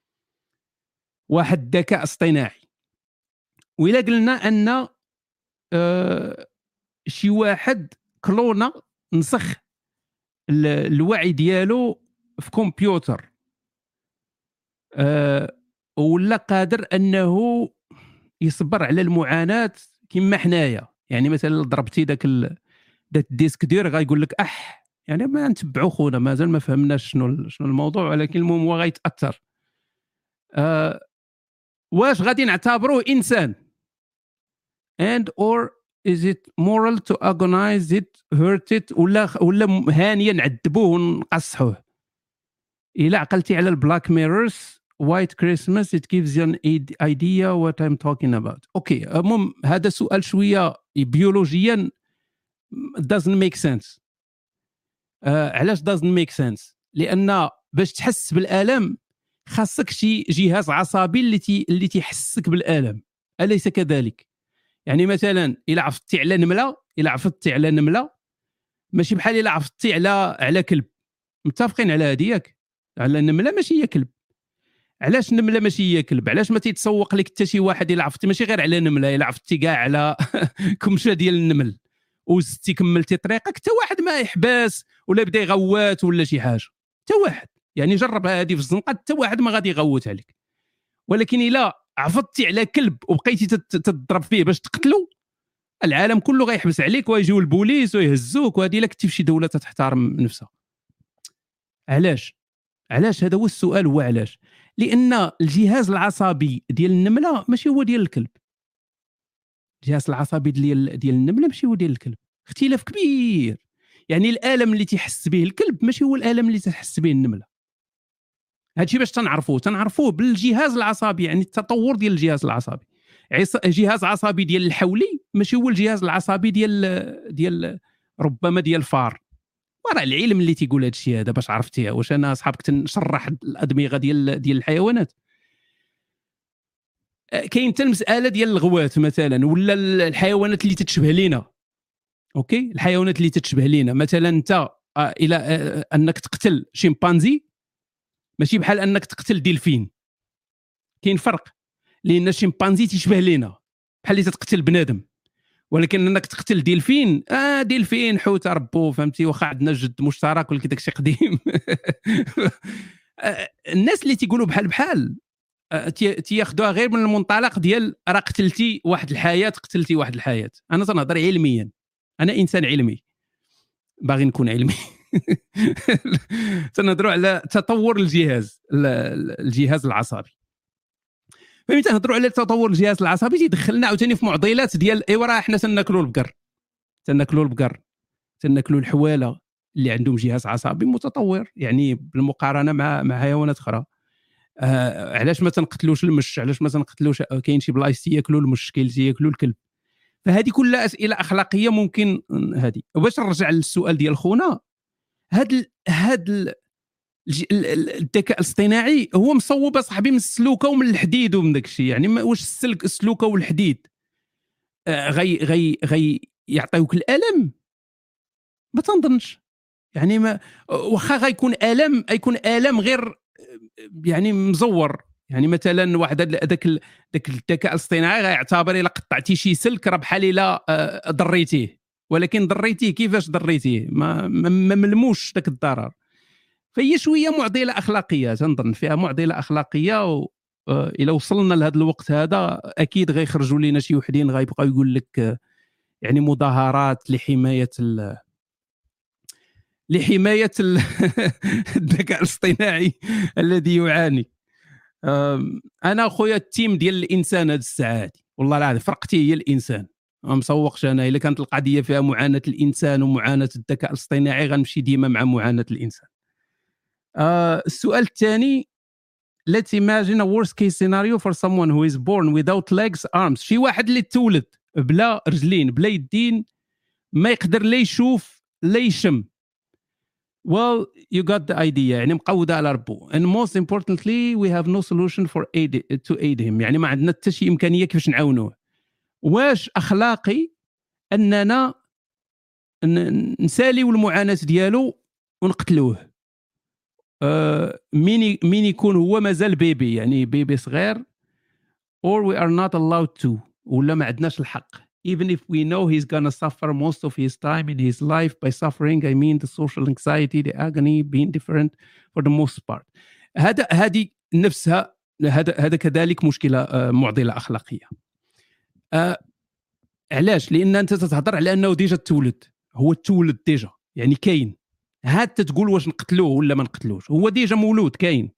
واحد الذكاء اصطناعي. وإلا قلنا ان آه شي واحد كلونا نسخ الوعي ديالو في كمبيوتر أه ولا قادر انه يصبر على المعاناه كما حنايا. يعني مثلا ضربتي داك داك الديسك دير غايقول لك اح يعني ما نتبعوا خونا مازال ما فهمناش شنو شنو الموضوع، ولكن المهم هو غيتاثر. أه واش غادي نعتبروه انسان and or is it moral to agonize it hurt it ولا ولا هانيه نعذبوه ونقصحوه؟ الا عقلتي على البلاك ميرورز وايت كريسماس it gives you an idea what I'm talking about. اوكي المهم هذا سؤال شويه بيولوجيا doesn't make sense. آه علاش doesn't make sense؟ لان باش تحس بالالم خاصك شي جهاز عصبي اللي تي اللي تيحسك بالالم، اليس كذلك؟ يعني مثلا الا عفطتي على نمله الا عفطتي على نمله ماشي بحال الا عفطتي على على كلب. متفقين على هذه ياك؟ على النمله ماشي هي كلب. علاش النمله ماشي هي كلب؟ علاش ما تيتسوق لك حتى شي واحد الا عفطتي ماشي غير على نمله، الا عفطتي كاع على كمشه ديال النمل وزتي كملتي طريقك حتى واحد ما يحبس ولا بدا يغوت ولا شي حاجه، حتى واحد. يعني جرب هذه في الزنقه حتى واحد ما غادي يغوت عليك. ولكن الا عفطتي على كلب وبقيتي تضرب فيه باش تقتلو، العالم كله غيحبس عليك ويجيو البوليس ويهزوك. وهذه الا كنتي في شي دوله تحترم نفسها. علاش؟ علاش؟ هذا هو السؤال، هو علاش؟ لان الجهاز العصبي ديال النمله ماشي هو ديال الكلب. الجهاز العصبي ديال ديال النمله ماشي هو ديال الكلب، اختلاف كبير. يعني الالم اللي تيحس به الكلب ماشي هو الالم اللي تحس به النمله. هادشي باش تنعرفوه تنعرفوه بالجهاز العصبي، يعني التطور ديال الجهاز العصبي. جهاز عصبي ديال الحولي ماشي هو الجهاز العصبي ديال ديال ربما ديال الفار. وراه العلم اللي تيقول هذا الشيء هذا باش عرفتيها. واش انا اصحابك تنشرح الادمغه ديال ديال الحيوانات؟ كاين حتى المساله ديال الغوات مثلا ولا الحيوانات اللي تتشبه لينا. اوكي الحيوانات اللي تتشبه لينا مثلا انت الى انك تقتل شيمبانزي ماشي بحال انك تقتل ديلفين. كاين فرق، لان الشيمبانزي تيشبه لينا بحال اللي تقتل بنادم، ولكن انك تقتل ديلفين اه ديلفين حوت ربو فهمتي، واخا عندنا جد مشترك ولكن داكشي قديم. الناس اللي تيقولوا بحال بحال تياخذوها غير من المنطلق ديال راه قتلتي واحد الحياه قتلتي واحد الحياه. انا تنهضر علميا، انا انسان علمي باغي نكون علمي. تنهضروا على تطور الجهاز الجهاز العصبي. فهمتي تنهضروا على تطور الجهاز العصبي تيدخلنا عاوتاني في معضلات ديال ايوا راه حنا تناكلوا البقر. تناكلوا البقر، تناكلوا الحواله اللي عندهم جهاز عصبي متطور يعني بالمقارنه مع مع حيوانات اخرى. آه علاش ما تنقتلوش المش؟ علاش ما تنقتلوش؟ كاين شي بلايص ياكلوا المش، كاين اللي ياكلوا الكلب. فهذه كلها اسئله اخلاقيه ممكن هذه. وباش نرجع للسؤال ديال خونا، هاد هاد الذكاء الاصطناعي هو مصوب اصاحبي من السلوكه ومن الحديد ومن داك الشيء. يعني واش السلك السلوكه والحديد آه غي غي غي يعطيوك الالم؟ ما تنظنش. يعني ما واخا غيكون الم غيكون الم غير يعني مزور. يعني مثلا واحد هذاك ذاك الذكاء الاصطناعي غيعتبر الا قطعتي شي سلك راه بحال الا ضريتيه، ولكن ضريتيه كيفاش ضريتيه؟ ما, ما ملموش ذاك الضرر. فهي شويه معضله اخلاقيه، تنظن فيها معضله اخلاقيه. و الى وصلنا لهذا الوقت هذا اكيد غيخرجوا لنا شي وحدين غيبقاو يقول لك يعني مظاهرات لحمايه ال لحمايه الذكاء الاصطناعي الذي يعاني. انا اخويا التيم ديال الانسان هذه الساعه هذه والله العظيم فرقتي هي الانسان، ما مسوقش انا. الا كانت القضيه فيها معاناه الانسان ومعاناه الذكاء الاصطناعي غنمشي ديما مع معاناه الانسان. أه السؤال الثاني، let's imagine a worst case scenario for someone who is born without legs arms. شي واحد اللي تولد بلا رجلين بلا يدين، ما يقدر لا يشوف لا يشم. Well, you got the idea. يعني مقودة على ربو. And most importantly, we have no solution for aid to aid him. يعني ما عندنا حتى شي إمكانية كيفاش نعاونوه. واش أخلاقي أننا نساليو المعاناة ديالو ونقتلوه؟ uh, مين مين يكون هو مازال بيبي، يعني بيبي صغير، or we are not allowed to، ولا ما عندناش الحق. Even if we know he's gonna suffer most of his time in his life by suffering, I mean the social anxiety, the agony, being different for the most part. هذا هذه نفسها هذا هذا كذلك مشكلة معضلة أخلاقية. أه علاش؟ لأن أنت تتهضر على أنه ديجا تولد، هو تولد ديجا يعني كاين. هاد تتقول واش نقتلوه ولا ما نقتلوش؟ هو ديجا مولود كاين.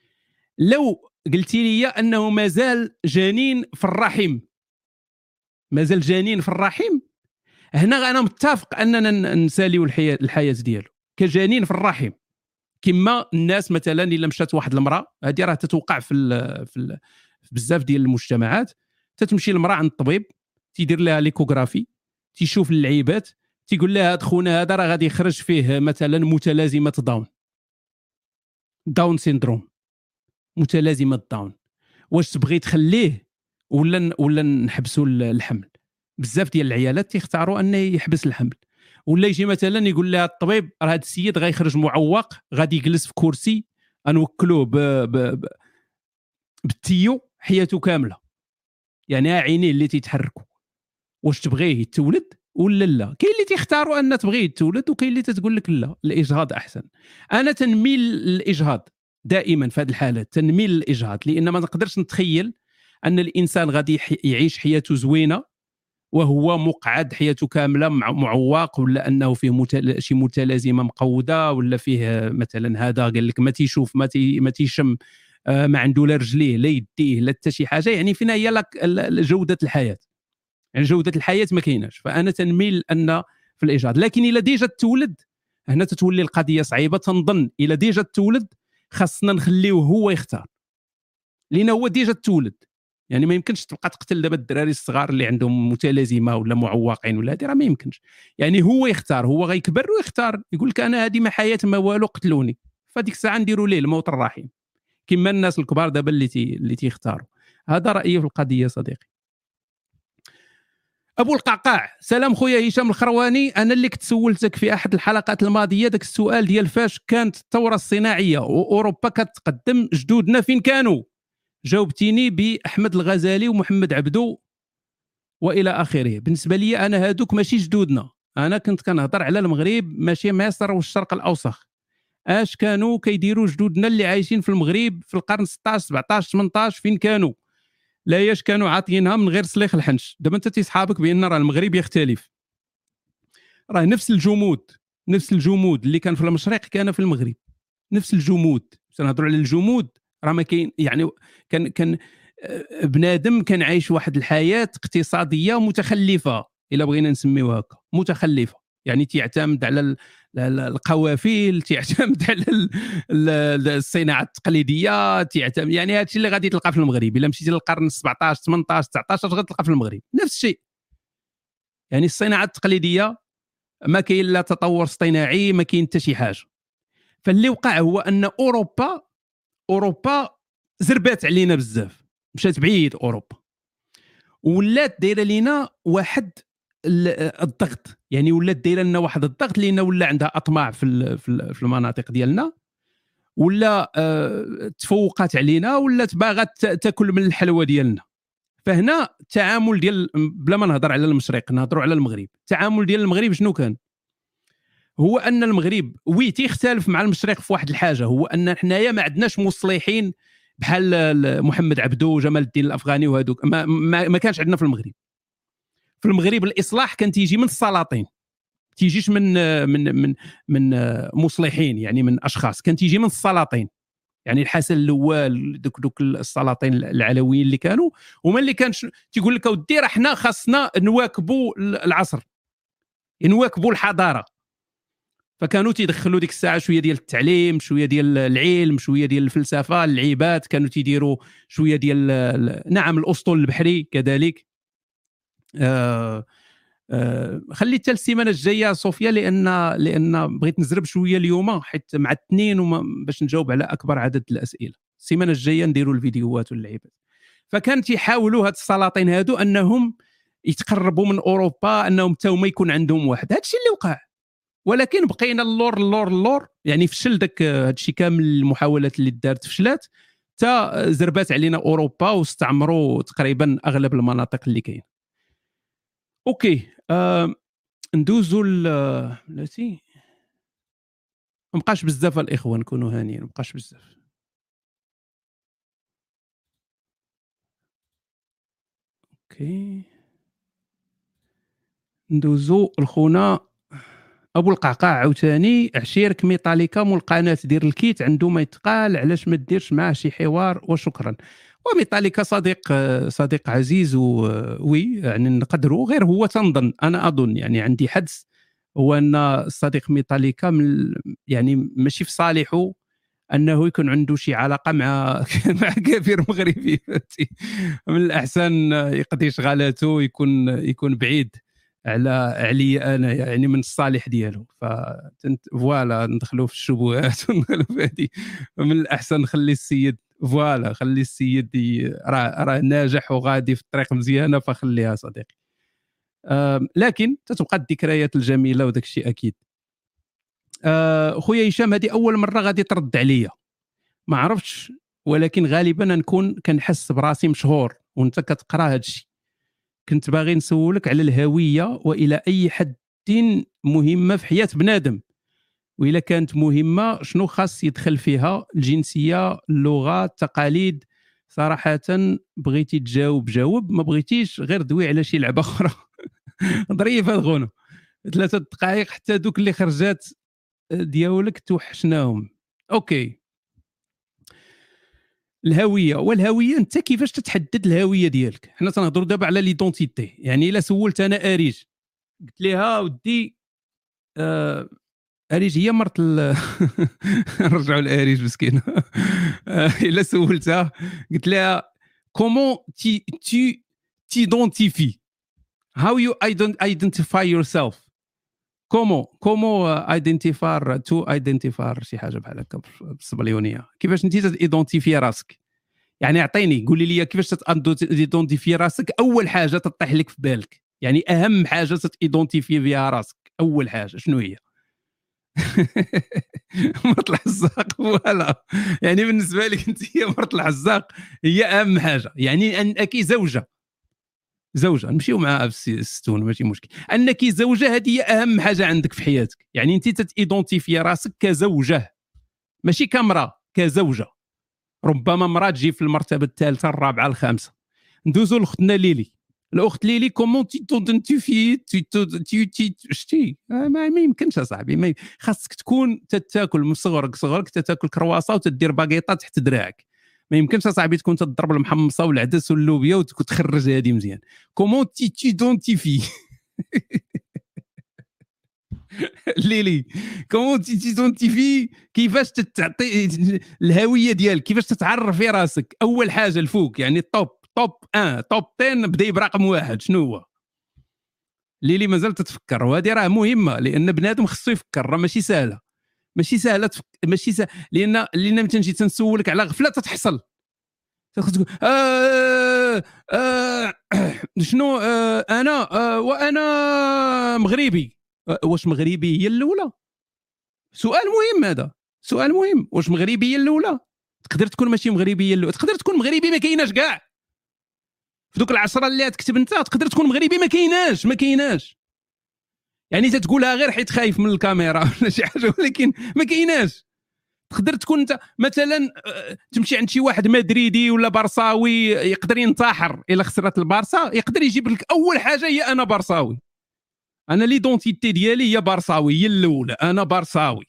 لو قلتي لي أنه مازال جنين في الرحم، مازال جنين في الرحم، هنا انا متفق اننا نساليو الحياه الحياه ديالو كجنين في الرحم. كما الناس مثلا الا مشات واحد المراه، هذه راه تتوقع في ال في, ال في بزاف ديال المجتمعات، تتمشي المراه عند الطبيب تيدير لها ليكوغرافي، تيشوف اللعيبات، تيقول لها هاد خونا هذا راه غادي يخرج فيه مثلا متلازمه داون داون سيندروم، متلازمه داون. واش تبغي تخليه ولا ولا نحبسوا الحمل؟ بزاف ديال العيالات تيختاروا انه يحبس الحمل. ولا يجي مثلا يقول لها الطبيب راه هذا السيد غيخرج معوق، غادي يجلس في كرسي انوكلوه ب... ب... ب... بالتيو حياته كامله، يعني عينيه اللي تيتحركوا. واش تبغيه يتولد ولا لا؟ كاين اللي تيختاروا ان تبغيه يتولد، وكاين اللي تتقول لك لا، الاجهاض احسن. انا تنميل للاجهاض دائما في هذه الحالات، تنميل للاجهاض، لان ما نقدرش نتخيل ان الانسان غادي يعيش حياته زوينه وهو مقعد حياته كامله معوق، ولا انه فيه متل... شي متلازمه مقوده، ولا فيه مثلا هذا قال لك ما تيشوف ما تي... ما تيشم، آه ما عنده لا رجليه لا يديه لا حتى شي حاجه. يعني فينا هي لك جوده الحياه، يعني جوده الحياه ما كايناش. فانا تنميل ان في الايجاد. لكن الا ديجا تولد هنا تتولي القضيه صعيبه. تنظن الا ديجا تولد خاصنا نخليوه هو يختار، لأنه هو ديجا تولد. يعني ما يمكنش تبقى تقتل دابا الدراري الصغار اللي عندهم متلازمه ولا معوقين ولا هذه، راه ما يمكنش. يعني هو يختار، هو غيكبر ويختار، يقول لك انا هذه ما حياه ما والو، قتلوني. فديك الساعه نديروا ليه الموت الرحيم كما الناس الكبار دابا اللي تي اللي تيختاروا. هذا رايي في القضيه صديقي. ابو القعقاع، سلام خويا هشام الخرواني. انا اللي كنت سولتك في احد الحلقات الماضيه داك السؤال ديال فاش كانت الثوره الصناعيه واوروبا كتقدم، جدودنا فين كانوا؟ جاوبتيني باحمد الغزالي ومحمد عبدو والى اخره. بالنسبه لي انا هادوك ماشي جدودنا، انا كنت كنهضر على المغرب ماشي مصر والشرق الاوسط. اش كانوا كيديروا جدودنا اللي عايشين في المغرب في القرن ستطاش سبعطاش ثمنطاش؟ فين كانوا؟ لا ياش كانوا عاطينها من غير سليخ الحنش. دابا انت تيصحابك بان راه المغرب يختلف، راه نفس الجمود، نفس الجمود اللي كان في المشرق كان في المغرب، نفس الجمود. نهضروا على الجمود، راه ما كاين يعني كان كان بنادم كان عايش واحد الحياه اقتصاديه متخلفه، الا بغينا نسميوها هكا، متخلفه. يعني تعتمد على القوافل، تعتمد على الصناعه التقليديه، تعتمد يعني هذا الشيء اللي غادي تلقى في المغرب. الا مشيتي للقرن سبعطاش ثمنطاش تسعطاش غادي تلقى في المغرب نفس الشيء. يعني الصناعه التقليديه ما كاين لا تطور اصطناعي، ما كاين حتى شي حاجه. فاللي وقع هو ان اوروبا اوروبا زربات علينا بزاف، مشات بعيد اوروبا، ولات دايره لينا واحد الضغط. يعني ولات دايره لنا واحد الضغط لان ولا عندها اطماع في في المناطق ديالنا، ولا أه تفوقات علينا، ولا باغا تاكل من الحلوى ديالنا. فهنا التعامل ديال، بلا ما نهضر على المشرق نهضروا على المغرب، التعامل ديال المغرب شنو كان؟ هو ان المغرب وي تيختلف مع المشرق في واحد الحاجه، هو ان حنايا ما عندناش مصلحين بحال محمد عبدو وجمال الدين الافغاني وهذوك، ما, ما, ما كانش عندنا في المغرب. في المغرب الاصلاح كان تيجي من السلاطين، تيجيش من من من من مصلحين، يعني من اشخاص، كان تيجي من السلاطين. يعني الحسن الاول، دوك دوك السلاطين العلويين اللي كانوا هما اللي كان تيقول لك اودي راه حنا خاصنا نواكبوا العصر، نواكبوا الحضاره. فكانوا تيدخلوا ديك الساعه شويه ديال التعليم، شويه ديال العلم، شويه ديال الفلسفه، اللعيبات، كانوا تيديروا شويه ديال نعم الاسطول البحري كذلك. آه آه خليت حتى السيمانه الجايه صوفيا، لان لان بغيت نزرب شويه اليوم حيت مع الاثنين باش نجاوب على اكبر عدد الاسئله. السيمانه الجايه نديروا الفيديوهات واللعيبات. فكان تيحاولوا هاد السلاطين هادو انهم يتقربوا من اوروبا، انهم حتى هما يكون عندهم واحد. هذا الشيء اللي وقع، ولكن بقينا اللور اللور اللور. يعني فشل داك هادشي كامل، المحاولات اللي دارت فشلات، حتى زربات علينا اوروبا واستعمروا تقريبا اغلب المناطق اللي كاين. اوكي آه، ندوزو ل بلاتي مابقاش بزاف الاخوه، نكونوا هانيين، مابقاش بزاف. اوكي ندوزو لخونا ابو القعقاع عاوتاني. عشيرك ميطاليكا مول القناه دير الكيت عنده ما يتقال، علاش ما ديرش معاه شي حوار؟ وشكرا. وميطاليكا صديق صديق عزيز وي يعني نقدروا، غير هو تنظن انا اظن يعني عندي حدس هو ان الصديق ميطاليكا من يعني ماشي في صالحه انه يكون عنده شي علاقه مع مع كافر مغربي. من الاحسن يقضي شغالاته، يكون يكون بعيد على عليا انا، يعني من الصالح ديالو. ف فوالا ندخلوا في الشبهات وندخلوا في هذه. من الاحسن نخلي السيد فوالا خلي السيد راه راه ناجح وغادي في الطريق مزيانه، فخليها صديقي. لكن تتبقى الذكريات الجميله وداك الشيء اكيد. خويا هشام هذه اول مره غادي ترد عليا، ما عرفتش، ولكن غالبا نكون كنحس براسي مشهور وانت كتقرا هذا الشيء. كنت باغي نسولك على الهويه، والى اي حد مهمه في حياه بنادم، وإلا كانت مهمه شنو خاص يدخل فيها؟ الجنسيه، اللغه، التقاليد. صراحه بغيتي تجاوب جاوب، ما بغيتيش غير دوي على شي لعبه اخرى. ظريف هذا غونو، ثلاثه دقائق حتى دوك اللي خرجات ديالك توحشناهم. اوكي الهويه، والهويه انت كيفاش تتحدد الهويه ديالك؟ حنا تنهضروا دابا على ليدونتيتي. يعني الا سولت انا اريج قلت لها ودي آه اريج هي مرت ال... نرجعوا لاريج مسكينه. الا سولتها قلت لها كومون تي تي تيدونتيفي، هاو يو ايدنتيفاي يور سيلف، كومون كومون ايدنتيفار تو ايدنتيفار شي حاجه بحال هكا بالصبليونيه. كيفاش انت تيدونتيفي راسك؟ يعني اعطيني قولي لي كيفاش تيدونتيفي راسك. اول حاجه تطيح لك في بالك، يعني اهم حاجه تيدونتيفي فيها راسك اول حاجه شنو هي؟ مرت الحزاق. فوالا يعني بالنسبه لك انت هي مرت الحزاق هي اهم حاجه، يعني انك زوجه زوجه نمشيو معها في الستون ماشي مشكل. انك زوجه هذه هي اهم حاجه عندك في حياتك، يعني انت تتيدونتيفي راسك كزوجه ماشي كامراه، كزوجه. ربما امراه تجي في المرتبه الثالثه الرابعه الخامسه. ندوزو لاختنا ليلي. الاخت ليلي كومون تيدونتيفي تي شتي ما يمكنش اصاحبي، ما خاصك تكون تتاكل من صغرك صغرك تتاكل كرواسه وتدير باكيطه تحت دراعك. ما يمكنش اصاحبي تكون تضرب المحمصه والعدس واللوبيا وتخرج هذه مزيان. كومون تيدونتيفي ليلي كومون تيزونتيفي كيفاش تعطي الهويه ديالك، كيفاش تتعرف في راسك. اول حاجه الفوق يعني الطوب توب واحد توب عشرة بدا برقم واحد. شنو هو ليلي مازال تتفكر؟ وهذه راه مهمه لان بنادم خصو يفكر، راه ماشي سهله ماشي سهله تفك... ماشي سهله لان لان ملي تنجي تنسولك على غفله تتحصل تقول آه آه شنو آه انا آه وانا مغربي. آه واش مغربي هي الاولى؟ سؤال مهم هذا، سؤال مهم. واش مغربي هي الاولى؟ تقدر تكون ماشي مغربي هي الاولى، تقدر تكون مغربي ما كايناش كاع في دوك العشره اللي تكتب انت. تقدر تكون مغربي ما كايناش ما كايناش يعني تتقولها غير حيت خايف من الكاميرا ولا شي حاجه، ولكن ما كايناش. تقدر تكون انت مثلا تمشي عند شي واحد مدريدي ولا برصاوي يقدر ينتحر الا خسرت البارسا، يقدر يجيب لك اول حاجه هي انا برصاوي، انا ليدونتيتي ديالي هي برصاوي، هي الاولى انا برصاوي.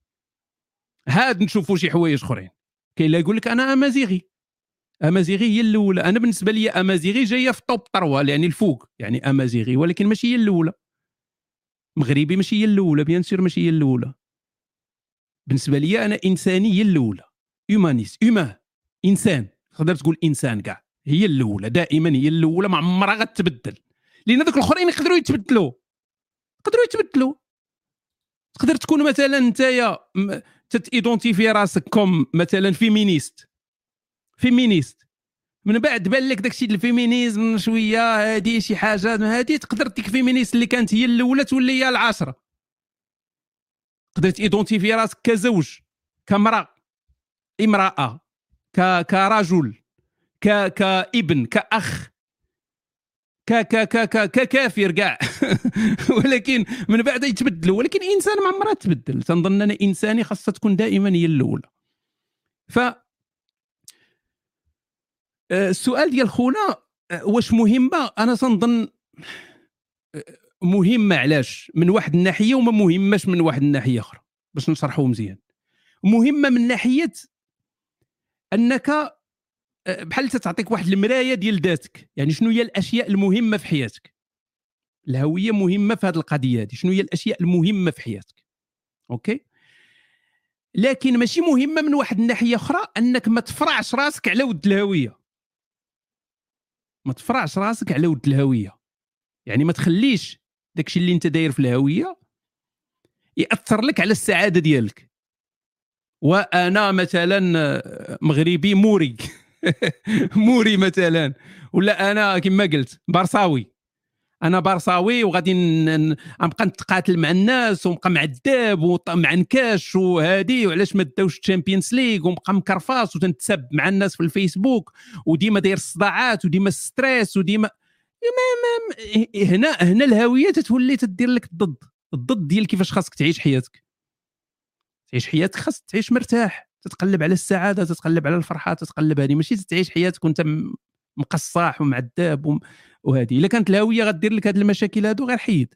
هاد نشوفوا شي حوايج اخرين. كاين اللي يقول لك انا امازيغي، امازيغي هي الاولى. انا بالنسبه لي امازيغي جايه في توب ثلاثة يعني الفوق، يعني امازيغي، ولكن ماشي هي الاولى. مغربي ماشي هي الاولى، بيان سور ماشي هي الاولى. بالنسبه لي انا انساني هي الاولى، هيومانيست هيومان انسان، تقدر تقول انسان كاع هي الاولى، دائما هي الاولى، ما عمرها غتبدل. لان دوك الاخرين يقدروا يتبدلوا يقدروا يتبدلوا تقدر تكون مثلا نتايا تتيدونتيفي راسك كوم مثلا فيمينيست فيمينيست من بعد بان لك داكشي ديال الفيمينيزم شويه هذه شي حاجه هذه، تقدر ديك فيمينيست اللي كانت هي الاولى تولي هي العاشره. تقدر تيدونتيفي راسك كزوج، كامراه، امراه، ك كرجل، ك كابن، كاخ، ك ك ك ك ككافر كاع ولكن من بعد يتبدلوا. ولكن انسان ما عمرها تبدل. تنظن انا انساني خاصها تكون دائما هي الاولى. ف السؤال ديال خونا واش مهمه، انا تنظن مهمه. علاش؟ من واحد الناحيه وما مهماش من واحد الناحيه اخرى، باش نشرحوه مزيان. مهمه من ناحيه انك بحال تعطيك واحد المرايه ديال ذاتك، يعني شنو هي الاشياء المهمه في حياتك. الهويه مهمه في هذه القضيه هذه، شنو هي الاشياء المهمه في حياتك. اوكي، لكن ماشي مهمه من واحد الناحيه اخرى انك ما تفرعش راسك على ود الهويه، ما تفرعش راسك على ود الهويه. يعني ما تخليش داكشي اللي انت داير في الهويه ياثر لك على السعاده ديالك. وانا مثلا مغربي موري موري مثلا، ولا انا كما قلت بارصاوي، انا بارصاوي وغادي نبقى نتقاتل مع الناس ونبقى معذب ومع نكاش وهادي وعلاش ما داوش الشامبيونز ليغ، ونبقى مكرفاص وتنتسب مع الناس في الفيسبوك وديما داير الصداعات وديما ستريس وديما ما ما هنا هنا الهويه تتولي تدير لك الضد الضد ديال كيفاش خاصك تعيش حياتك. تعيش حياتك خاص تعيش مرتاح، تتقلب على السعاده، تتقلب على الفرحه، تتقلب هذه، ماشي تعيش حياتك وانت مقصاح ومعذب وهذه. الا كانت الهويه غدير لك هذه المشاكل هادو غير حيد.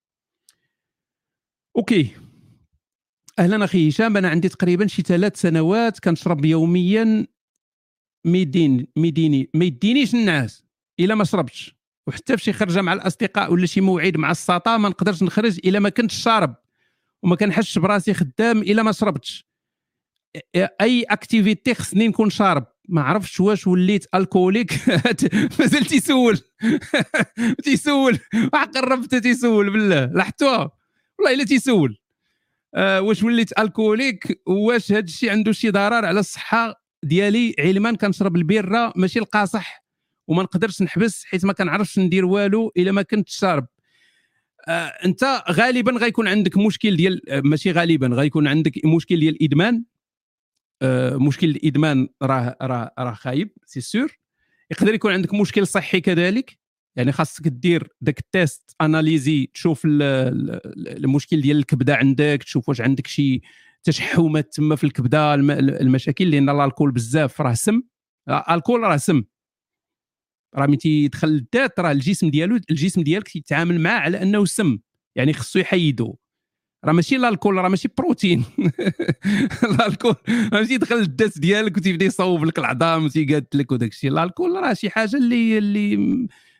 اوكي، اهلا اخي هشام. انا عندي تقريبا شي ثلاث سنوات كنشرب يوميا ميدين ميديني ما يدينيش النعاس الا ما شربتش، وحتى في شي خرجه مع الاصدقاء ولا شي موعد مع الساطا ما نقدرش نخرج الا ما كنتش شارب، وما كنحسش براسي خدام الا ما شربتش. اي اكتيفيتي خصني نكون شارب. ما عرفتش واش وليت الكوليك مازال تيسول تيسول قربت تيسول بالله لاحظتوها والله الا تيسول. آه واش وليت الكوليك، واش هذا الشيء عنده شي ضرر على الصحه ديالي؟ علما كنشرب البيره ماشي القاصح وما نقدرش نحبس حيت ما كنعرفش ندير والو الا ما كنتش شارب. آه انت غالبا غيكون عندك مشكل ديال، ماشي غالبا غيكون عندك مشكل ديال الادمان. آه مشكل الادمان راه راه راه خايب سي سور. يقدر يكون عندك مشكل صحي كذلك، يعني خاصك دير داك التيست اناليزي تشوف المشكل ديال الكبده عندك، تشوف واش عندك شي تشحمات تما في الكبده، المشاكل. لان الكول بزاف راه سم، الكول راه سم، راه ملي تيدخل للذات راه الجسم ديالو الجسم ديالك يتعامل معاه على انه سم، يعني خصو يحيدو. راه ماشي الكول، راه ماشي بروتين الكول ماشي يدخل للذات ديالك وتيبدا يصوب لك العظام وتيقاد لك وداك الشيء. الكول راه شي حاجه اللي اللي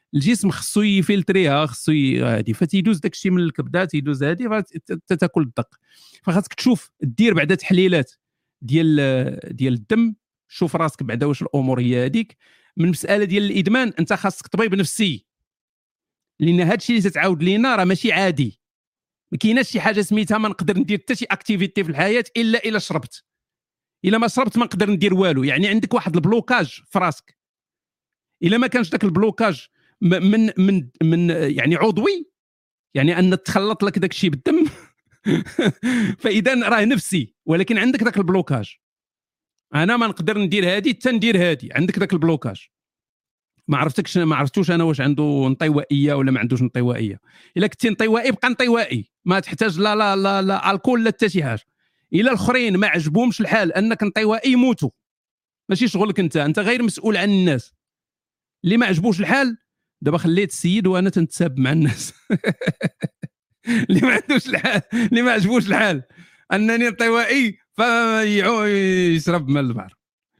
الجسم خصو يفلتريها، خصو هادي، فتيدوز داكشي من الكبده، تيدوز هادي تاكل الدق. فخاصك تشوف دير بعدا تحليلات ديال ديال الدم، شوف راسك بعدا واش الامور هي هذيك. من المساله ديال الادمان انت خاصك طبيب نفسي، لان هادشي اللي تتعاود لينا راه ماشي عادي. ما كايناش شي حاجه سميتها ما نقدر ندير حتى شي اكتيفيتي في الحياه الا الا شربت. الا ما شربت ما نقدر ندير والو. يعني عندك واحد البلوكاج في راسك، الا ما كانش داك البلوكاج من من من يعني عضوي، يعني ان تخلط لك داك الشيء بالدم فاذا راه نفسي، ولكن عندك داك البلوكاج. انا ما نقدر ندير هادي حتى ندير هادي، عندك داك البلوكاج. ما عرفتكش ما عرفتوش انا واش عنده انطوائيه ولا ما عندوش انطوائيه. الا كنتي انطوائي بقى انطوائي، ما تحتاج لا لا لا, لا الكول لا حتى شي حاجه. الا الاخرين ما عجبهمش الحال انك انطوائي يموتوا، ماشي شغلك انت، انت غير مسؤول عن الناس. اللي ما عجبوش الحال دابا خليت السيد وانا تنتساب مع الناس اللي ما عندوش الحال، اللي ما عجبوش الحال انني انطوائي فيشرب من البحر.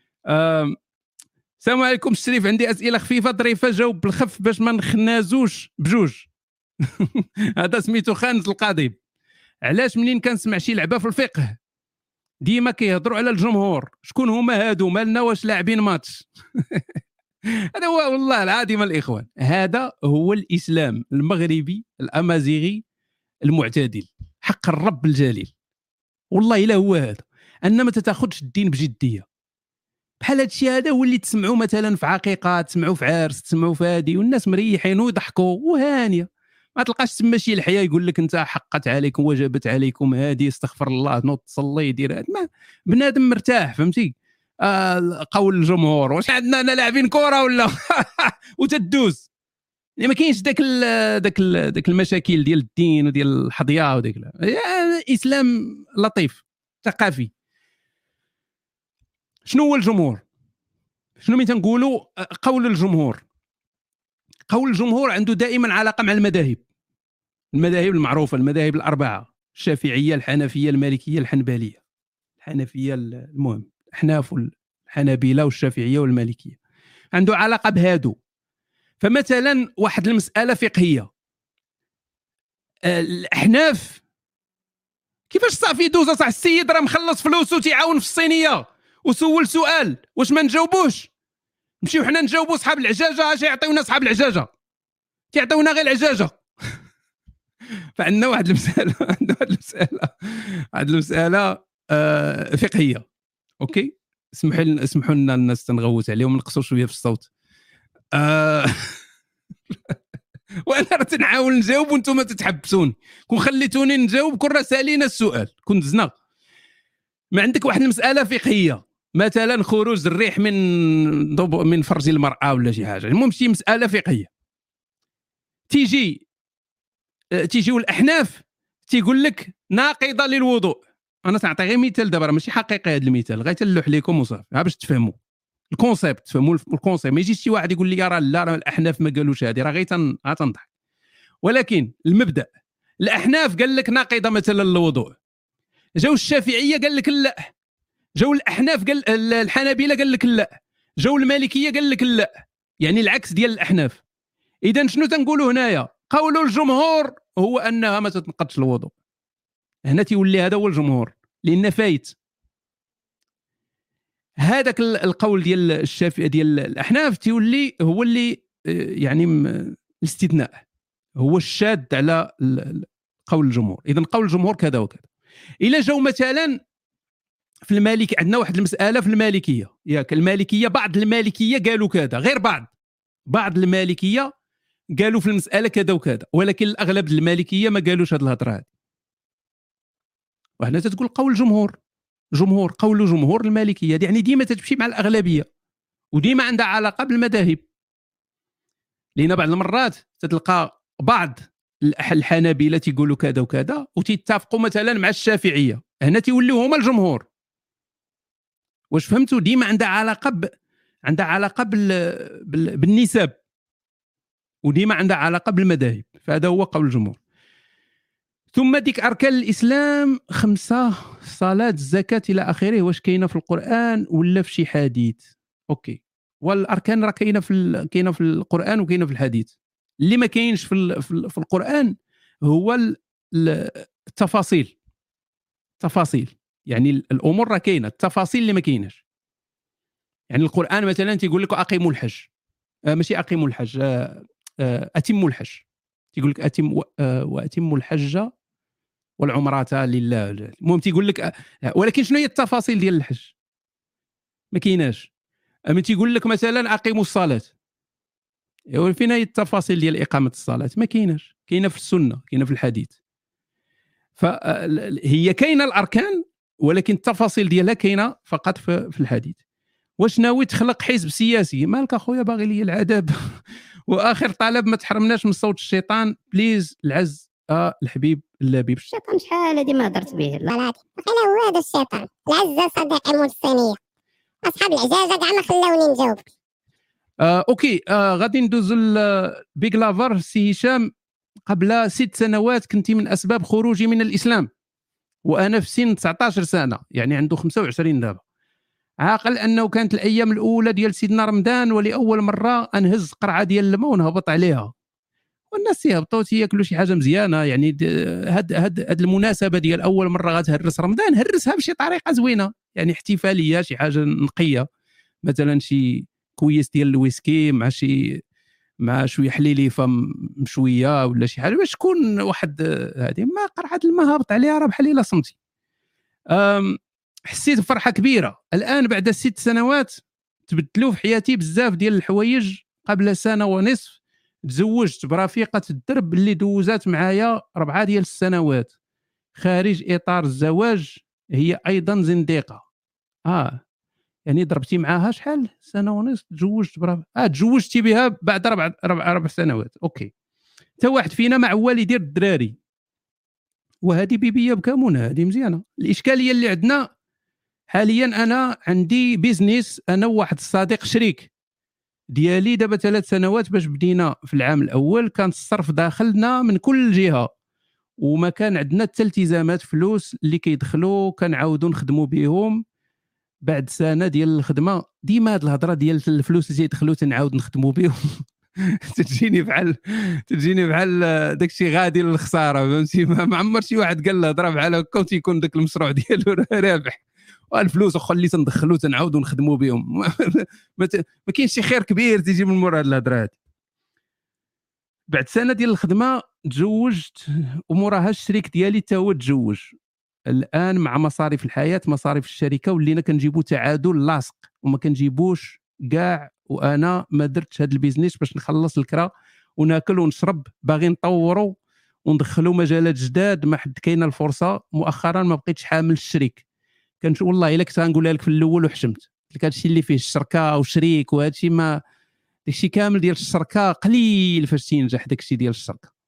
السلام عليكم الشريف، عندي اسئله خفيفه ظريفه، جاوب بالخف باش ما نخنازوش بجوج هذا سميتو خانز القضيب. علاش منين كنسمع شي لعبه في الفقه ديما كيهضروا على الجمهور؟ شكون هما هادو؟ مالنا واش لاعبين ماتش؟ هذا هو والله العظيم الاخوان، هذا هو الاسلام المغربي الامازيغي المعتدل حق الرب الجليل. والله الا هو هذا، ان ما تاخذش الدين بجديه. بحال هذا الشيء هذا هو اللي تسمعوا مثلا في عقيقه، تسمعوا في عرس، تسمعوا في هادي، والناس مريحين ويضحكوا وهانيه. ما تلقاش تما شي الحياه يقول لك انت حقت عليكم وجبت عليكم هادي، استغفر الله، نوض تصلي دير هاد. ما بنادم مرتاح، فهمتي؟ آه قول الجمهور واش عندنا انا لاعبين كره ولا وتدوز. يعني ما كاينش داك ال داك ال داك المشاكل ديال الدين وديال الحظيه وديك الاسلام لطيف ثقافي. شنو هو الجمهور؟ شنو ملي تنقولوا قول الجمهور؟ قول الجمهور عنده دائما علاقه مع المذاهب، المذاهب المعروفه، المذاهب الاربعه: الشافعيه، الحنفيه، المالكيه، الحنبليه. الحنفيه المهم الاحناف والحنابله والشافعيه والمالكيه، عنده علاقه بهادو. فمثلا واحد المساله فقهيه، الاحناف كيفاش صافي يدوز صح السيد راه مخلص فلوسه تيعاون في الصينيه وسول سؤال واش ما نجاوبوش؟ نمشيو حنا نجاوبوا صحاب العجاجه، اش يعطيونا صحاب العجاجه؟ تيعطيونا غير العجاجه. فعندنا واحد المساله عندنا واحد المساله واحد المساله آه فقهيه. اوكي، اسمحوا لنا اسمحوا لنا الناس تنغوت عليهم، نقصوا شويه في الصوت. آه وانا راه تنحاول نجاوب وانتم تتحبسوني. كون خليتوني نجاوب كون راه سالينا السؤال كنت زنا. ما عندك واحد المساله فقهيه، مثلا خروج الريح من من فرج المراه ولا شي حاجه، المهم شي مساله فقهيه، تيجي تيجيو الاحناف تيقول لك ناقضه للوضوء. انا سنعطي غير مثال دابا، ماشي حقيقي هذا المثال، غير تلوح لكم وصافي باش تفهموا الكونسيبت، تفهموا الكونسيبت. ما يجيش شي واحد يقول لي راه لا راه الاحناف ما قالوش هذه، راه غير تنضحك. ولكن المبدا، الاحناف قال لك ناقضه مثلا للوضوء، جاو الشافعيه قال لك لا، جاو الاحناف قال الحنابله قال لك لا، جاو المالكيه قال لك لا، يعني العكس ديال الاحناف. اذا شنو تنقولوا هنايا؟ قول الجمهور هو انها ما تتنقضش الوضوء. هنا تيولي هذا هو الجمهور لان فايت. هذاك القول ديال الشافعي ديال الاحناف تيولي هو اللي يعني الاستثناء، هو الشاذ على قول الجمهور. اذا قول الجمهور كذا وكذا. الا جاو مثلا في المالك، عندنا واحد المساله في المالكيه، ياك المالكيه بعض المالكيه قالوا كذا، غير بعض بعض المالكيه قالوا في المساله كذا وكذا، ولكن الاغلب المالكيه ما قالوش هذه الهضره هذه. وهنا تتقول قول الجمهور، جمهور قول جمهور المالكيه، يعني ديما تتمشي مع الاغلبيه وديما عندها علاقه بالمذاهب. لان بعض المرات تتلقى بعض الحنابلة تيقولوا كذا وكذا وتتفقوا مثلا مع الشافعيه، هنا تيوليو هما الجمهور. واش فهمتوا؟ ديما عندها علاقه ب... عندها علاقه بال... بال... بالنسب، وديما عندها علاقه بالمذاهب. فهذا هو قول الجمهور. ثم ديك اركان الاسلام خمسه: الصلاه، الزكاه الى اخره، واش كاينه في القران ولا في شي حديث؟ اوكي، والاركان راه كاينه في كاينه في القران وكاينه في الحديث. اللي ما كاينش في في القران هو التفاصيل. تفاصيل يعني الامور راه كاينه، التفاصيل اللي ما كايناش. يعني القران مثلا تيقول لك اقيموا الحج، آه ماشي اقيموا الحج، آه آه اتموا الحج، تيقول لك اتم آه واتموا الحج والعمره لله. المهم تيقول لك آه ولكن شنو هي التفاصيل ديال الحج؟ ما كايناش. اما تيقول لك مثلا اقيموا الصلاه، فين هي التفاصيل ديال اقامه الصلاه؟ ما كايناش، كاينه في السنه، كاينه في الحديث. فهي كاينه الاركان ولكن التفاصيل ديالها كاينه فقط في الحديث. واش ناوي تخلق حزب سياسي؟ مالك اخويا باغي لي العذاب. واخر طلب ما تحرمناش من صوت الشيطان بليز. العز اه الحبيب اللبيب. الشيطان شحال هادي ما هضرت به لا العادي، واقيلا هو هذا الشيطان. العزه صديقي مرسانيه، اصحاب العجاجه كاع ما خلاوني نجاوب. آه اوكي آه غادي ندوز البيج لافر. سي هشام، قبل ست سنوات كنتي من اسباب خروجي من الاسلام وانا في سن تسعطاش سنه، يعني عنده خمسة وعشرين دابا. عاقل انه كانت الايام الاولى ديال سيدنا رمضان ولاول مره انهز قرعه ديال الماء ونهبط عليها، والناس يهبطوا تياكلوا شي حاجه مزيانه. يعني هاد هاد هاد المناسبه ديال اول مره غتهرس رمضان هرسها بشي طريقه زوينه، يعني احتفاليه، شي حاجه نقيه، مثلا شي كويس ديال الويسكي مع شي مع شويه حليليفه مشويه ولا شي حاجه باش تكون واحد هذه. ما قرعه الماء هابط عليها راه بحال الا صمتي. حسيت بفرحه كبيره. الان بعد ست سنوات تبدلوا في حياتي بزاف ديال الحوايج. قبل سنه ونصف تزوجت برفيقه الدرب اللي دوزات معايا ربعه ديال السنوات خارج اطار الزواج. هي ايضا زنديقه. اه يعني ضربتي معاها شحال؟ سنه ونصف. تزوجت برا اه تزوجتي بها بعد ربع ربع ربع سنوات. اوكي. حتى واحد فينا مع والدي الدراري، وهذه بيبيه بكمونه، هذه مزيانه. الاشكاليه اللي عندنا حاليا، انا عندي بيزنس انا وواحد الصديق شريك ديالي دابا ثلاث سنوات باش بدينا في العام الاول. كان الصرف داخلنا من كل جهه وما كان عندنا حتى التزامات فلوس اللي كيدخلوا كنعاودوا نخدموا بهم. بعد سنه ديال الخدمه ديما هاد الهضره ديال الفلوس اللي تيدخلوا تنعاود نخدموا بهم تجيني بحال تجيني بحال داكشي غادي للخساره، فهمتي؟ ما عمر شي واحد قال له هضره بحال هكا وتيكون داك المشروع ديالو رابح. والفلوس وخا اللي تندخلوا تنعاودوا نخدموا بهم. ما كاينش شي خير كبير تيجي من مور هاد الهضره هادي. بعد سنه ديال الخدمه تزوجت وموراها الشريك ديالي تا هو تزوج. الان مع مصاريف الحياه مصاريف الشركه ولينا كنجيبوا تعادل لاصق وما كنجيبوش كاع. وانا ما درتش هذا البيزنس باش نخلص الكرا وناكل ونشرب، باغي نطوروا وندخلوا مجالات جداد. ما حد كاينه الفرصه. مؤخرا ما بقيتش حامل الشريك. كنت والله الا كنت غنقولها لك في الاول وحشمت. قلت لك هادشي اللي فيه الشركه وشريك وهادشي، ما داكشي كامل ديال الشركه قليل فاش تينجح داكشي ديال الشركه.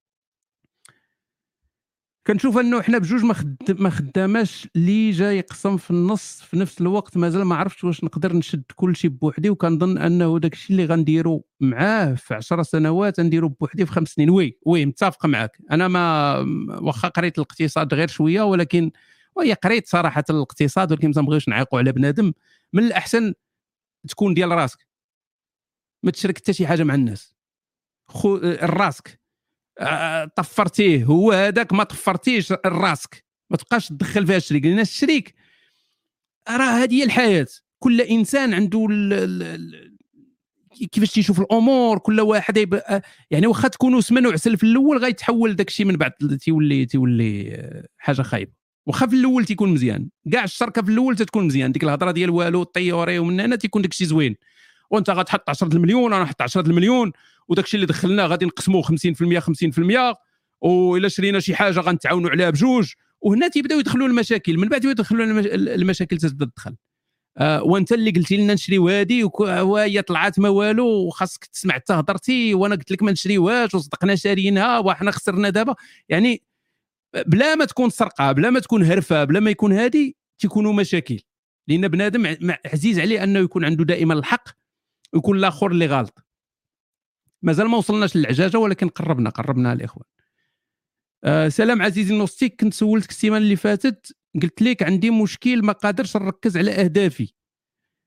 كنشوف انه حنا بجوج ما خد... ما خداماش اللي جاي يقسم في النص. في نفس الوقت مازال ما عرفتش واش نقدر نشد كل شيء بوحدي، وكنظن انه داكشي اللي غنديرو معاه في عشر سنوات نديرو بوحدي في خمس سنين. وي وي متفق معك. انا ما واخا قريت الاقتصاد غير شويه، ولكن وهي قريت صراحه الاقتصاد، ولكن ما نبغيوش نعيقوا على بنادم. من الاحسن تكون ديال راسك، ما تشرك حتى شي حاجه مع الناس. خو راسك طفرتيه هو هذاك، ما طفرتيش راسك ما تبقاش تدخل فيها الشريك، لان الشريك راه هذه هي الحياه. كل انسان عنده ال ال كيفاش تيشوف الامور. كل واحد يبقى يعني واخا تكونوا سمن وعسل في الاول غيتحول داك الشيء من بعد تيولي تيولي حاجه خايبه. واخا في الاول تيكون مزيان، كاع الشركه في الاول تتكون مزيان. ديك الهضره ديال والو طيوري ومن هنا تيكون داك الشيء زوين، وانت غتحط عشرة المليون انا نحط عشرة المليون وداك الشيء اللي دخلنا غادي نقسموه خمسين بالمئة خمسين بالمئة، والا شرينا شي حاجه غنتعاونوا عليها بجوج. وهنا تيبداو يدخلوا المشاكل. من بعد يدخلوا المشاكل تتبدا تدخل. آه وانت اللي قلتي لنا نشريو هادي وهي طلعت ما والو وخاصك تسمع حتى هضرتي، وانا قلت لك ما نشريوهاش وصدقنا شاريينها وحنا خسرنا دابا. يعني بلا ما تكون سرقه، بلا ما تكون هرفه، بلا ما يكون هادي، تيكونوا مشاكل. لان بنادم عزيز عليه انه يكون عنده دائما الحق ويكون الاخر اللي غلط. مازال ما وصلناش للعجاجه ولكن قربنا قربنا الاخوان. أه سلام عزيزي النوستيك، كنت سولتك السيمانه اللي فاتت قلت لك عندي مشكل ما قادرش نركز على اهدافي.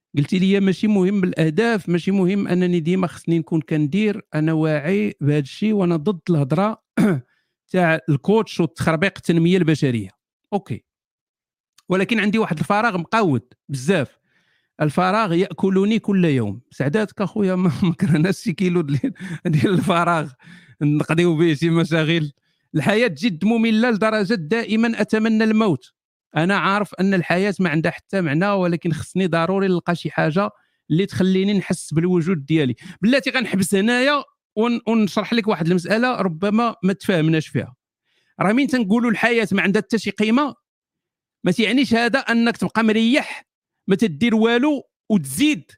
قلتي لي ماشي مهم الاهداف، ماشي مهم انني ديما خصني نكون كندير، انا واعي بهذا الشيء وانا ضد الهضره تاع الكوتش والتخربيق التنميه البشريه. اوكي، ولكن عندي واحد الفراغ مقود بزاف، الفراغ ياكلني كل يوم. سعداتك اخويا ما كرهناش شي كيلو ديال الفراغ نقضيو به شي مشاغل. الحياه جد ممله لدرجه دائما اتمنى الموت. انا عارف ان الحياه ما عندها حتى معنى، ولكن خصني ضروري نلقى شي حاجه اللي تخليني نحس بالوجود ديالي. بلاتي غنحبس هنايا ونشرح لك واحد المساله ربما ما تفاهمناش فيها. راه مين تنقولوا الحياه ما عندها حتى شي قيمه، ما تعنيش هذا انك تبقى مريح ما تدير والو وتزيد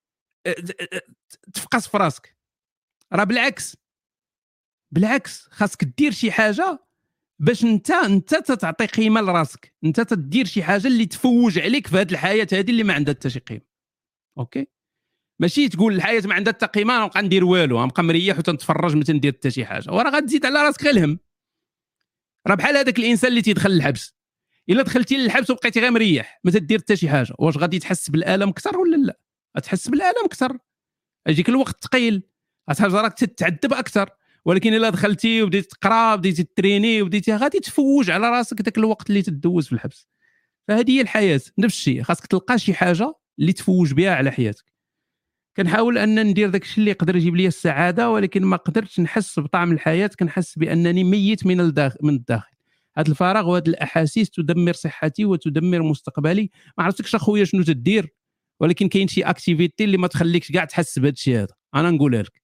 تفقس في راسك. راه بالعكس بالعكس خاصك دير شي حاجه باش انت انت تعطي قيمه لراسك، انت تدير شي حاجه اللي تفوج عليك في هذه الحياه هذه اللي ما عندها حتى شي قيمه. اوكي، ماشي تقول الحياه ما عندها حتى قيمه نبقى ندير والو، نبقى مريح وتنتفرج ما تندير حتى شي حاجه، وراه غتزيد على راسك غير الهم. راه بحال هذاك الانسان اللي تيدخل للحبس، الا دخلتي للحبس وبقيتي غير مريح ما تدير حتى شي حاجه، واش غادي تحس بالالم اكثر ولا لا؟ غتحس بالالم اكثر، يجيك الوقت ثقيل، غتحس راك تتعذب اكثر. ولكن الا دخلتي وبديتي تقرا بديتي تريني وبديتي غادي تفوج على راسك داك الوقت اللي تدوز في الحبس. فهذه هي الحياه، نفس الشيء خاصك تلقى شي حاجه اللي تفوج بها على حياتك. كنحاول ان ندير داك الشيء اللي يقدر يجيب لي السعاده، ولكن ما قدرتش نحس بطعم الحياه، كنحس بانني ميت من الداخل من الداخل. هذا الفراغ وهذه الاحاسيس تدمر صحتي وتدمر مستقبلي. ما عرفتكش اخويا شنو تدير، ولكن كاين شي اكتيفيتي اللي ما تخليكش كاع تحس بهذا الشيء هذا. انا نقولها لك،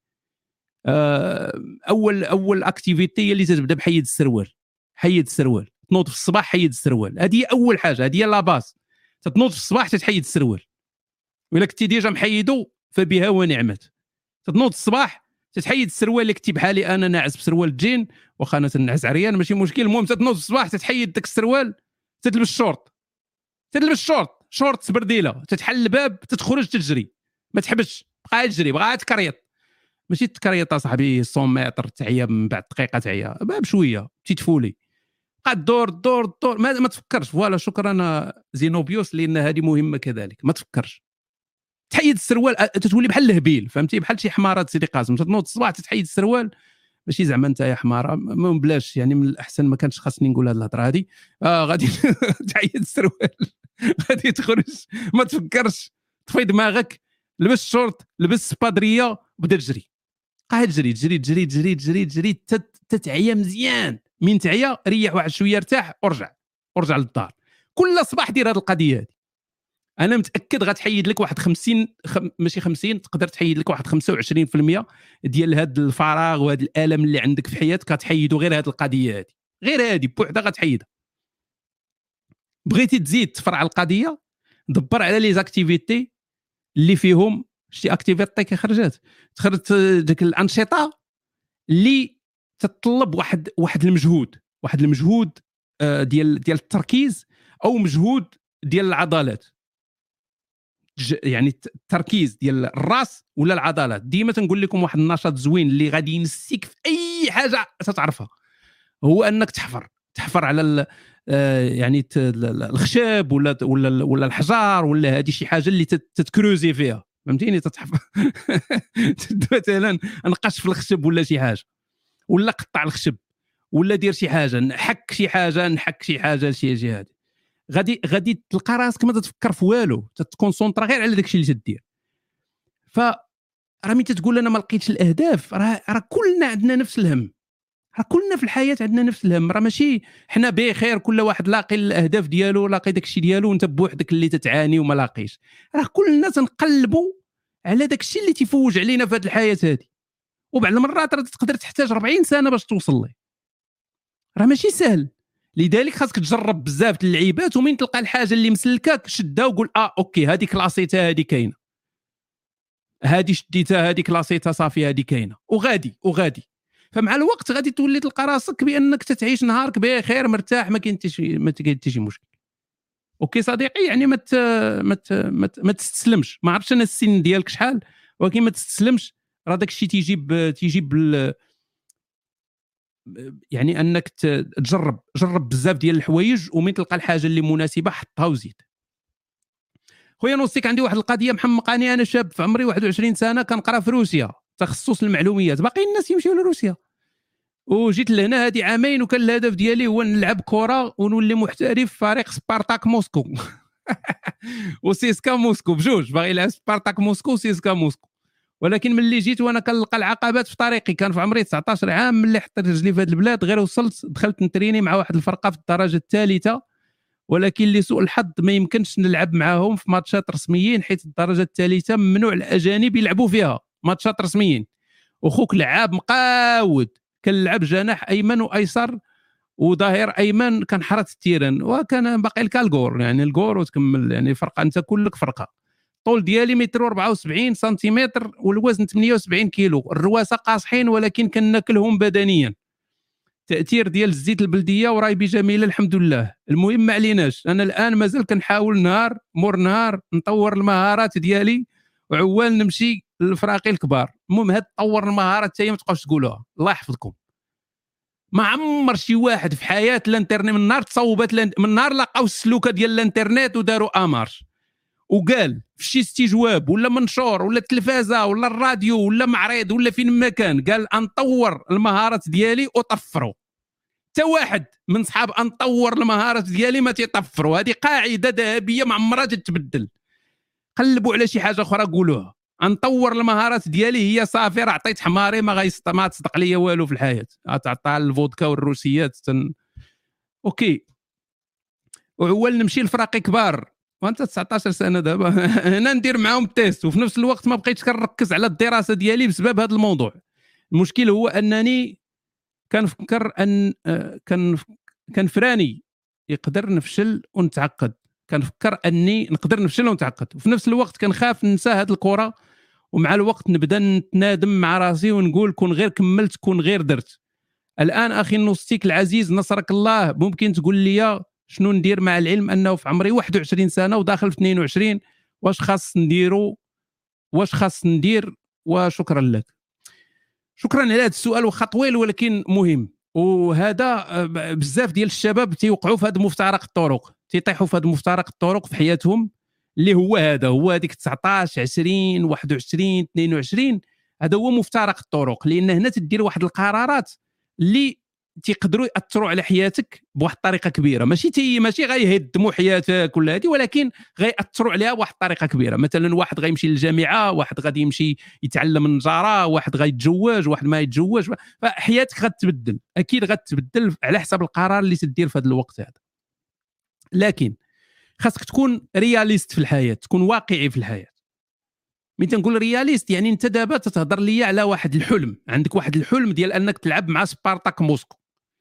اول اول اكتيفيتي هي اللي تبدا بحيد السروال. حيد السروال، تنوض في الصباح حيد السروال، هذه اول حاجه، هذه هي لا باس. تنوض في الصباح تتحيد السروال، ولا كنتي ديجا محيدو فبها ونعمت. تنوض الصباح تتحيد السروال اللي كنتي بحالي انا ناعس بسروال الجين، واخا انا تنعس عريان ماشي مشكل. المهم تنوض الصباح تتحيد داك السروال، تلبس شورت، تلبس شورت شورت برديله، تتحل الباب تتخرج تجري، ما تحبسش، بقى تجري، بقى تكريط، ماشي تكريط اصاحبي مية متر تعيا من بعد دقيقه تعيا باب شويه تيتفولي، بقى الدور الدور الدور ما, ما تفكرش. فوالا شكرا زينوبيوس، لان هذه مهمه كذلك، ما تفكرش. تحيد السروال تتولي بحال الهبيل، فهمتي، بحال شي حمارات سيدي قاسم. تنوض الصباح تتحيد السروال، ماشي زعما انت يا حماره، ما بلاش يعني، من الاحسن ما كانش خاصني نقول هذه الهضره هذه. اه غادي تحيد السروال غادي تخرج، ما تفكرش، طفي دماغك، لبس شورت، لبس سبادريه، بدا تجري، قاعد تجري تجري تجري تجري تجري تجري تتعيا مزيان. من تعيا ريح واحد شويه، ارتاح، ورجع ورجع للدار. كل صباح دير هذه القضيه هذه، انا متاكد غتحيد لك واحد خمسين خم... ماشي خمسين، تقدر تحيد لك واحد خمسة وعشرين بالمئة ديال هذا الفراغ وهذا الالم اللي عندك في حياتك. غتحيدوا غير هذه القضيه هذه، غير هذه بوحدها غتحيدها. بغيتي تزيد تفرع القضيه، دبر على لي زاكتيفيتي اللي فيهم شتي اكتيفيتي كخرجات، تخرج ديك الانشطه اللي تتطلب واحد واحد المجهود، واحد المجهود ديال ديال التركيز او مجهود ديال العضلات. يعني التركيز ديال الراس ولا العضلات. ديما تنقول لكم واحد النشاط زوين اللي غادي ينسيك في اي حاجه تتعرفها، هو انك تحفر تحفر على يعني الخشب ولا ولا ولا الحجار ولا هذه شي حاجه اللي تتكروزي فيها، فهمتيني، تتحفر مثلا نقش في الخشب ولا شي حاجه، ولا قطع الخشب، ولا دير شي حاجه، نحك شي حاجه نحك شي حاجه شي جهه. غادي غادي تلقى راسك ما تتفكر في والو، تتكونسونطرا غير على داكشي اللي تدير. ف راه ملي تتقول انا ما لقيتش الاهداف، راه راه كلنا عندنا نفس الهم، راه كلنا في الحياه عندنا نفس الهم. راه ماشي حنا بخير كل واحد لاقي الاهداف ديالو، لاقي داكشي ديالو، وانت بوحدك اللي تتعاني وما لاقيش. راه كلنا تنقلبوا على داكشي اللي تيفوج علينا في هذه الحياه هذه، وبعض المرات راه تقدر تحتاج أربعين سنه باش توصل ليه. راه ماشي سهل، لذلك خاصك تجرب بزاف د اللعيبات، ومن تلقى الحاجه اللي مسلكاك شدها وقول اه اوكي هذه كلاسيتها، هذه كاينه، هذه شديتها، هذه كلاسيتها، صافي هذه كاينه، وغادي وغادي. فمع الوقت غادي تولي تلقى راسك بانك تتعيش نهارك بخير مرتاح، ما كاين حتى شي ما كاين حتى شي مشكل. اوكي صديقي، يعني ما ما ما تستسلمش. ما عرفتش انا السن ديالك شحال، ولكن ما تستسلمش. راه داك الشيء تيجيب تيجيب يعني انك تجرب جرب بزاف ديال الحوايج، ومن تلقى الحاجه اللي مناسبه حطها وزيد. خويا نوصيك عندي واحد القضيه محمقاني. انا شاب في عمري واحد وعشرين سنه كنقرا في روسيا تخصص المعلوميات، باقي الناس يمشيو لروسيا، وجيت لهنا هذه عامين وكان الهدف ديالي هو نلعب كره ونولي محترف في فريق سبارتاك موسكو وسيسكا موسكو بجوج، باغي يلعب سبارتاك موسكو وسيسكا موسكو. ولكن ملي جيت وانا كنلقى العقبات في طريقي، كان في عمري تسعطاش عام ملي حطيت رجلي في هذه البلاد، غير وصلت دخلت نتريني مع واحد الفرقه في الدرجه الثالثه، ولكن لسوء الحظ ما يمكنش نلعب معاهم في ماتشات رسميين، حيت الدرجه الثالثه ممنوع الاجانب يلعبوا فيها ماتشات رسميين. وخوك لعاب مقاود، كنلعب جناح ايمن وايسر وظهير ايمن، كان حرس التيران وكان باقي لك الكور، يعني الكور وتكمل، يعني فرقه انت كلك فرقه. الطول ديالي متر وأربعة وسبعين سنتيمتر والوزن ثمانية وسبعين كيلو، الرواسه قاصحين ولكن كناكلهم بدنيا. تاثير ديال الزيت البلديه ورايبي جميله الحمد لله. المهم ما عليناش، انا الان مازال كنحاول نهار مور نهار نطور المهارات ديالي وعوال نمشي للفراقي الكبار. المهم هاد تطور المهارات حتى ما تبقاوش تقولوها، الله يحفظكم. ما عمر شي واحد في حياه الانترنت من نهار تصوبات من نهار لقاو السلوكه ديال الانترنت وداروا امارش وقال في شي استجواب ولا منشور ولا التلفازه ولا الراديو ولا معرض ولا فين ما كان، قال انطور المهارات ديالي وطفروا. حتى واحد من صحاب انطور المهارات ديالي ما تيطفروا. هذه قاعده ذهبيه ما عمرها تتبدل. قلبوا على شي حاجه اخرى قولوها. انطور المهارات ديالي هي صافي، راه عطيت حماري ما غيصدق ما تصدق ليا والو في الحياه، تعطى الفودكا والروسيات تن... اوكي. وعوال نمشي لفراقي كبار وانت تسعطاش سنه دابا هنا ندير معاهم التيست، وفي نفس الوقت ما بقيتش كنركز على الدراسه ديالي بسبب هذا الموضوع. المشكل هو انني كنفكر ان كان كان فراني يقدر نفشل ونتعقد، كنفكر اني نقدر نفشل ونتعقد، وفي نفس الوقت كنخاف ننسى هذه الكره، ومع الوقت نبدا نتنادم مع راسي ونقول كون غير كملت كون غير درت. الان اخي النوستيك العزيز نصرك الله، ممكن تقول لي شنو ندير مع العلم انه في عمري واحد وعشرين سنه وداخل في اثنين وعشرين؟ واش خاص نديرو؟ واش خاص ندير؟ وشكرا لك. شكرا على هذا السؤال، واخا طويل ولكن مهم. وهذا بزاف ديال الشباب تيوقعوا في هذا مفترق الطرق، تيطيحوا في هذا مفترق الطرق في حياتهم، اللي هو هذا هو هذيك تسعطاش عشرين واحد وعشرين اثنين وعشرين. هذا هو مفترق الطرق، لان هنا تدير واحد القرارات اللي تيقدروا ياثروا على حياتك بواحد الطريقه كبيره، ماشي تي ماشي غيهدموا حياتك ولا هذه، ولكن غياثروا عليها بواحد الطريقه كبيره. مثلا واحد غيمشي للجامعه، واحد غادي يمشي يتعلم النجاره، واحد غيتزوج، واحد ما يتزوج، فحياتك غتبدل، اكيد غتبدل على حسب القرار اللي تدير في هذا الوقت هذا. لكن خاصك تكون رياليست في الحياه، تكون واقعي في الحياه. ملي تنقول رياليست يعني انت دابا تتهضر لي على واحد الحلم، عندك واحد الحلم ديال انك تلعب مع سبارتاك موسكو.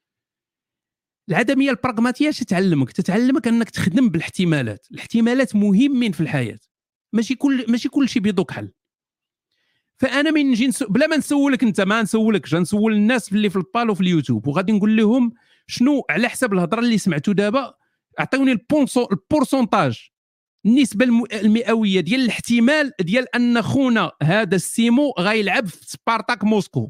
العدميه البراغماتيه اش تتعلمك؟ تتعلمك انك تخدم بالاحتمالات. الاحتمالات مهمين في الحياه، ماشي كل ماشي كل شيء بيض وكحل. فانا من نجي نسو... بلا ما نسولك انت، ما نسولكش، نسول الناس اللي في البال وفي اليوتيوب، وغادي نقول لهم شنو على حسب الهضره اللي سمعتوا دابا، اعطيوني البونسو البورسونتاج، النسبه المئويه ديال الاحتمال ديال ان خونا هذا السيمو غيلعب في سبارتاك موسكو.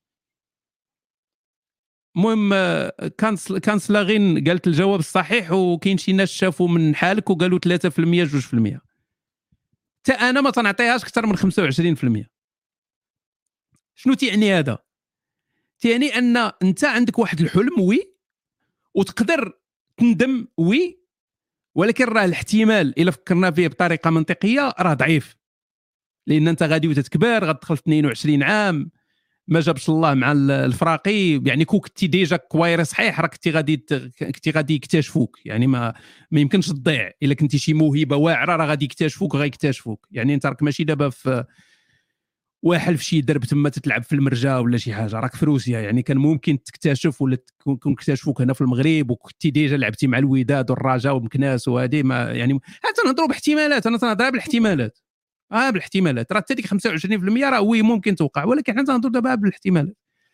المهم كانسلاغين قالت الجواب الصحيح، وكاين شي ناس شافوا من حالك وقالوا ثلاثة بالمئة جوج بالمئة. حتى انا ما تنعطيهاش اكثر من خمسة وعشرين بالمئة. شنو تعني هذا؟ تعني ان انت عندك واحد الحلم وي، وتقدر تندم وي، ولكن راه الاحتمال الا فكرنا فيه بطريقه منطقيه راه ضعيف، لان انت غادي وتتكبر، غتدخل في اثنين وعشرين عام، ما جابش الله مع الفراقي، يعني كون كنتي ديجا كويري صحيح راه كنتي غادي كنتي غادي يكتشفوك، يعني ما ما يمكنش تضيع. الا كنتي شي موهبه واعره راه غادي يكتشفوك غيكتشفوك، يعني انت راك ماشي دابا في واحد في شي درب تما تتلعب في المرجا ولا شي حاجه، راك في روسيا، يعني كان ممكن تكتشف ولا تكون اكتشفوك هنا في المغرب، وكنتي ديجا لعبتي مع الوداد والرجاء ومكناس وهذه، ما يعني حتى نهضروا باحتمالات، انا تنهضر بالاحتمالات، اه بالاحتمالات. راه حتى ديك خمسة وعشرين بالمئة راه وي ممكن توقع، ولكن حنا تنهضروا دابا بالاحتمالات.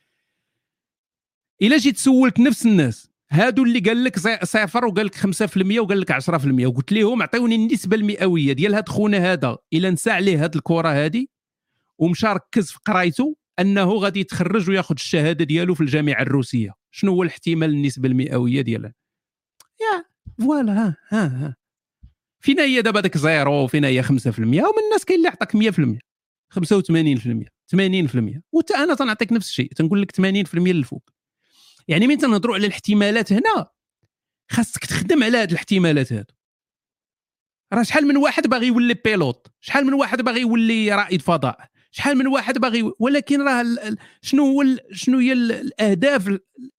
الا جيت سولت نفس الناس هادو اللي قال لك صفر وقال لك خمسة بالمئة وقال لك عشرة بالمئة، وقلت لهم عطيوني النسبه المئويه ديال هاد خونا هذا الا نسى عليه هاد الكره هذه ومشى ركز في قرايته انه غادي يتخرج وياخذ الشهاده ديالو في الجامعه الروسيه، شنو هو الاحتمال النسبه المئويه ديالها؟ يا فوالا ها ها ها فينا هي دابا داك زيرو، فينا هي خمسة في المية، ومن الناس كاين اللي يعطيك مية في المية، خمسة وثمانين في المية، ثمانين في المية، وتا انا تنعطيك نفس الشيء، تنقول لك ثمانين في المية للفوق. يعني من تنهضروا على الاحتمالات هنا خاصك تخدم على هاد الاحتمالات هادو. راه شحال من واحد باغي يولي بيلوت، شحال من واحد باغي يولي رائد فضاء، شحال من واحد باغي، ولكن راه شنو هو شنو هي الاهداف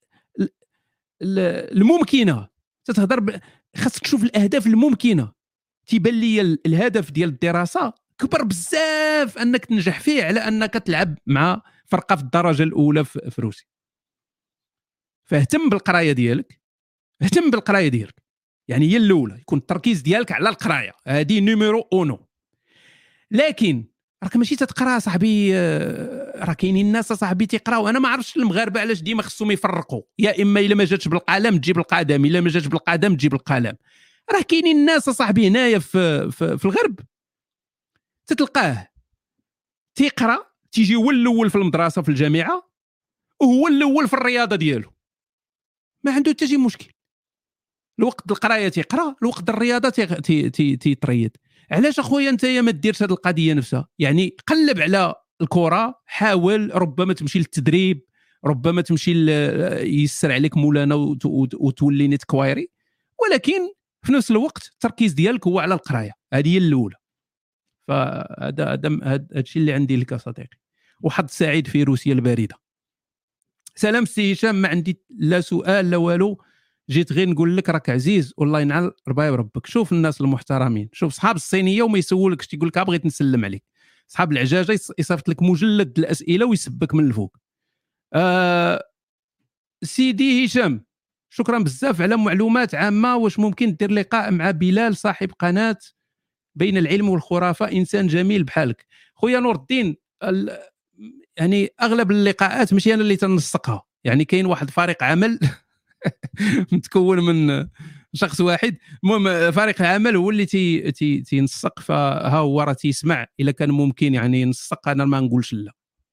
الممكنه. تتهضر ب... خاصك تشوف الاهداف الممكنه. تيبان لي الهدف ديال الدراسه كبر بزاف انك تنجح فيه على انك تلعب مع فرقه في الدرجه الاولى في روسيا. فاهتم بالقرايه ديالك، اهتم بالقرايه ديالك، يعني هي الاولى، يكون التركيز ديالك على القرايه، هذه نيميرو اونو. لكن راك ماشي تتقرا صاحبي، راه كاينين الناس صاحبي تيقراو. انا ما عرفتش المغاربه علاش ديما خصهم يفرقوا، يا اما الا ما جاتش بالقلم تجيب القدم، الا ما جاتش بالقدم تجيب القلم. راه كاينين الناس صاحبي هنايا في, في في الغرب تتلقاه تيقرا، تيجي هو الاول في المدرسه في الجامعه، وهو الاول في الرياضه ديالو، ما عنده حتى شي مشكل. الوقت القرايه تيقرا، الوقت الرياضه تي تي تيتريض. علاش اخويا انت ما ديرش هذه القضيه نفسها؟ يعني قلب على الكره، حاول ربما تمشي للتدريب، ربما تمشي يسر عليك مولانا وتولي نيت كوايري، ولكن في نفس الوقت التركيز ديالك هو على القرايه، هذه هي الاولى. فهذا هذا الشيء اللي عندي لك صديقي، وحظ سعيد في روسيا البارده. سلام سي هشام، ما عندي لا سؤال لا والو، جيت غير نقول لك راك عزيز والله ينعل رباي وربك. شوف الناس المحترمين، شوف صحاب الصينيه وما يسولكش، تيقول لك بغيت نسلم عليك. صحاب العجاجه يصيفط لك مجلد الاسئله ويسبك من الفوق. آه سيدي هشام، شكرا بزاف على معلومات عامه. واش ممكن دير لقاء مع بلال صاحب قناه بين العلم والخرافه، انسان جميل بحالك؟ خويا نور الدين، يعني اغلب اللقاءات ماشي انا اللي تنسقها، يعني كاين واحد فريق عمل متكون من شخص واحد. المهم فريق العمل هو اللي تي تي تينسق، فها هو راه تيسمع الا كان ممكن يعني ينسق، انا ما نقولش لا.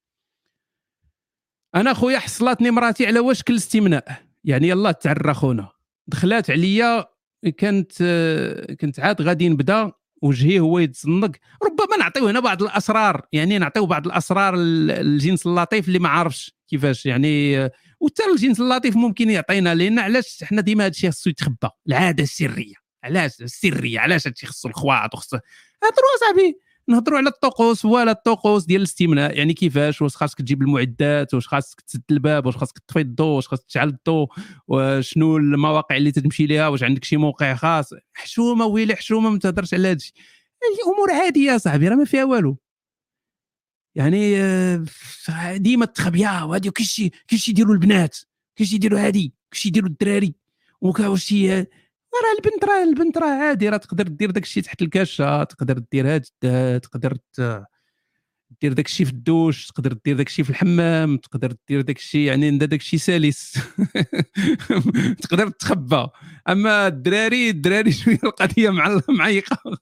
انا خويا حصلتني مراتي على وشك الاستمناء، يعني يلا تعرى خونا، دخلات عليا، كانت كنت عاد غادي نبدا وجهي هو يتزنق. ربما نعطيو هنا بعض الاسرار، يعني نعطيو بعض الاسرار الجنس اللطيف اللي ما عارفش كيفاش، يعني وحتى الجنس اللطيف ممكن يعطينا، لان علاش حنا ديما هادشي خصو يتخبى، العاده السريه. علاش السريه؟ علاش هادشي خصو الخواط وخصو هضروا صاحبي، نهضروا على الطقوس، ولا الطقوس ديال الاستمناء، يعني كيفاش، واش خاصك تجيب المعدات، واش خاصك تسد الباب، واش خاصك تطفي الضوء، واش خاصك تشعل الضوء، وشنو المواقع اللي تمشي ليها، واش عندك شي موقع خاص. حشومه ويلي حشومه، ما تهضرش على هادشي، الامور عاديه يا صاحبي، راه ما فيها والو. يعني ديما التخبيه، وهادي كلشي كلشي يديروا البنات، كلشي يديروا هادي، كلشي يديروا الدراري، وكلشي راه البنت راه البنت راه عادي، راه تقدر دير داك الشيء تحت الكاشه، تقدر دير هاد، تقدر دير داك الشيء في الدوش، تقدر دير داك الشيء في الحمام، تقدر دير داك الشيء، يعني داك الشيء سلس تقدر تخبى. اما الدراري الدراري شويه القضيه معيقه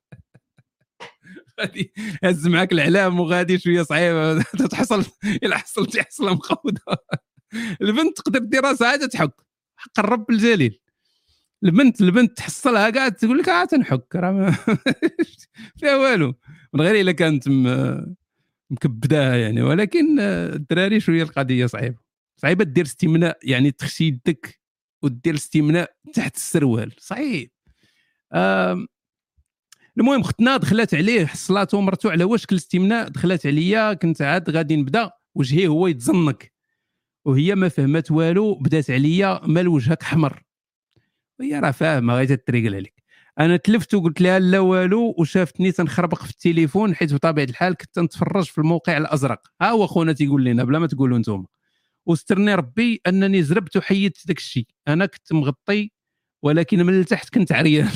غادي هز معاك الاعلام وغادي شويه صعيبه تحصل، الا حصلتي حصله مخوضه. البنت تقدر دير راسها عاد تحك، حق الرب الجليل. البنت البنت تحصلها قاعد تقول لك اه تنحك، راه فيها والو، من غير الا كانت مكبداها يعني. ولكن الدراري شويه القضيه صعيبه، صعيبه دير استمناء، يعني تخشي يدك ودير استمناء تحت السروال، صعيب. آه المهم اختنا دخلت عليه، حصلاتو مرتو على وشك الاستمناء، دخلت عليا، كنت عاد غادي نبدا، وجهي هو يتزنق، وهي ما فهمت والو، بدات عليا مال وجهك حمر، هي راه فاهمه غير تريقل عليك. انا تلفت وقلت لها لا والو، وشافتني تنخربق في التليفون، حيت بطبيعه الحال كنت نتفرج في الموقع الازرق. ها هو خونا تيقول لنا بلا ما تقولوا نتوما، واسترني ربي انني زربت وحيدت داك الشيء. انا كنت مغطي ولكن من التحت كنت عريان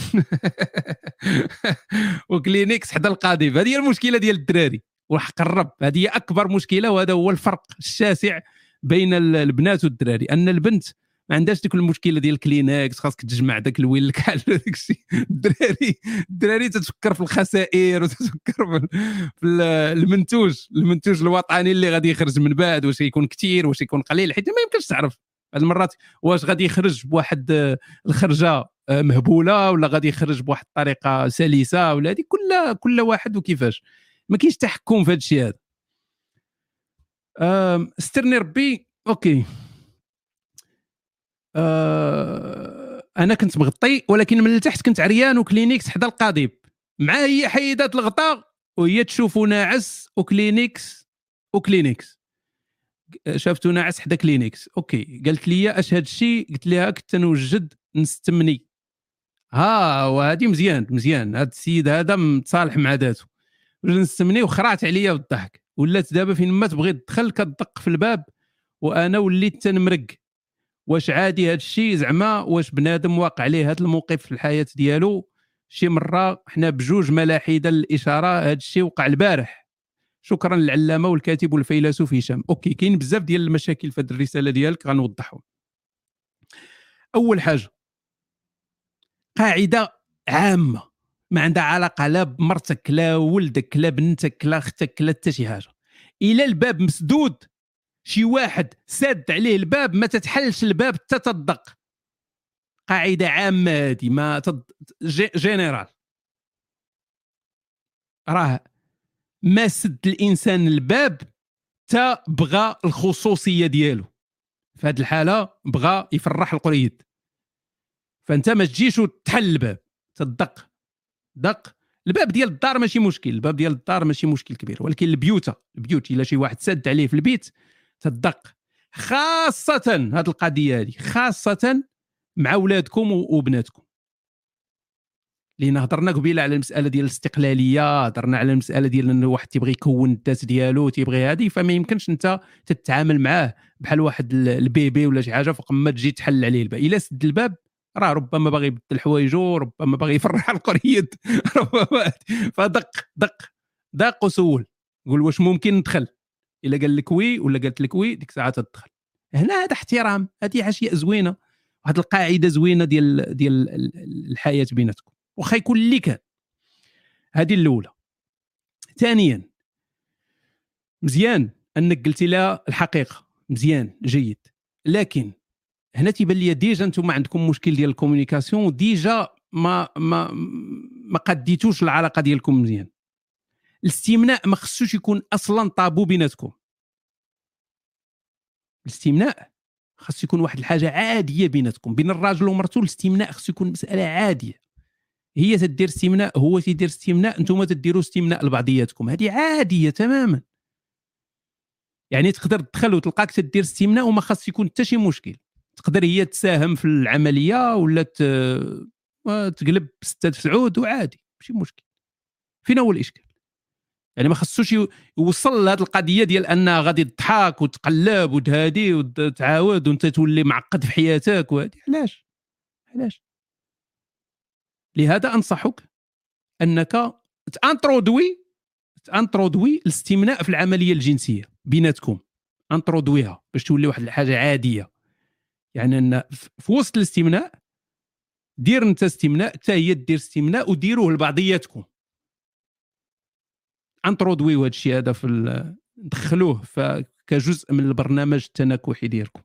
وكلينيكس حدا القاضي. هذه هي المشكله ديال الدراري، وحق الرب هذه هي اكبر مشكله، وهذا هو الفرق الشاسع بين البنات والدراري، ان البنت ما عندهاش ديك المشكله ديال الكلينكس، خاصك تجمع داك الويل كاع داك الشيء. الدراري الدراري تتفكر في الخسائر، وتتفكر في المنتوج المنتوج الوطني اللي غادي يخرج من بعد، واش يكون كثير واش يكون قليل، حيت ما يمكنش تعرف بعض المرات واش غادي يخرج بواحد الخرجه مهبوله ولا غادي يخرج بواحد الطريقه سلسه ولا هذه كل كل واحد وكيفاش. ما كاينش تحكم في هذا الشيء هذا. استرني ربي اوكي. أه انا كنت مغطي ولكن من التحت كنت عريان وكلينيكس حدا القضيب، مع هي حيدات الغطاء وهي تشوفوا ناعس وكلينيكس وكلينيكس شافتو ناعس حدا كلينيكس. اوكي قالت لي اش هاد الشيء؟ قلت لها كنت نوجد نستمني. ها وهذه مزيان مزيان هاد السيد هذا متصالح مع ذاته. نستمني وخرعت عليا بالضحك. ولات دابا فين ما تبغي تدخل كتدق في الباب وانا وليت تنمرق. واش عادي هاد الشيء زعما؟ واش بنادم واقع عليه هاد الموقف في الحياه ديالو؟ شي مره حنا بجوج ملاحده للاشاره هاد الشيء وقع البارح. شكرا للعلامه والكاتب والفيلسوف هشام. اوكي كاين بزاف ديال المشاكل في هاد الرساله ديالك غنوضحهم. اول حاجه قاعده عامه ما عندها علاقه لا بمرتك لا ولدك لا بنتك لا اختك لا حتى شي حاجه. الى الباب مسدود شي واحد ساد عليه الباب ما تتحلش الباب حتى تدق. قاعده عامه هذه ما تد... جينيرال. راه ما سد الانسان الباب تا بغى الخصوصيه ديالو. في هذه الحاله بغى يفرح القريد. فانت ما تجيش وتحل الباب تدق. دق الباب ديال الدار ماشي مشكل، الباب ديال الدار ماشي مشكل كبير، ولكن البيوت البيوت الا شي واحد سد عليه في البيت تدق. خاصه هذه القضيه هذه خاصه مع اولادكم وبناتكم. لان هضرنا قبيله على المساله ديال الاستقلاليه، هضرنا على المساله ديال ان واحد تيبغي يكون الذات ديالو تيبغي هذه، فما يمكنش انت تتعامل معاه بحال واحد البيبي ولا شي حاجه فوق ما تجي تحل عليه الباب. الا سد الباب راه ربما باغي يبدل حوايجو، ربما باغي يفرح القريد ربما. فدق دق دق وسول قول واش ممكن ندخل. الا قال لك وي ولا قالت لك وي ديك الساعه تدخل. هنا هذا احترام، هذه اشياء زوينه، واحد القاعده زوينه ديال ديال الحياه بيناتكم واخا يكون اللي كان. هذه الاولى. ثانيا مزيان انك قلتي لها الحقيقه، مزيان جيد، لكن هنا تيبان لي ديجا انتم عندكم مشكل ديال الكومونيكاسيون وديجا ما ما ما قديتوش العلاقه ديالكم مزيان. الاستمناء ما خصوش يكون اصلا طابو بيناتكم. الاستمناء خص يكون واحد الحاجه عاديه بيناتكم، بين الراجل ومرته. الاستمناء خص يكون مساله عاديه، هي تدير استمناء هو تيدير استمناء، انتم تديروا استمناء لبعضياتكم، هذه عاديه تماما. يعني تقدر تدخل وتلقاك تدير استمناء وما خص يكون حتى شي مشكل. تقدر هي تساهم في العمليه ولا تقلب ستة سعود وعادي ماشي مشكل. فين هو الاشكال؟ يعني ما خصوش يوصل لهذه القضيه ديال انها غادي تضحك وتقلب وتهادي وتعاود وانت تولي معقد في حياتك وهذه. علاش علاش لهذا انصحك انك تانترودوي تانترودوي الاستمناء في العمليه الجنسيه بيناتكم. انترودويها باش تولي واحد الحاجه عاديه. يعني ان في وسط الاستمناء دير انت استمناء حتى هي دير استمناء وديروه لبعضياتكم. انترودويو هذا الشيء هذا في دخلوه كجزء من البرنامج التناكحي ديالكم.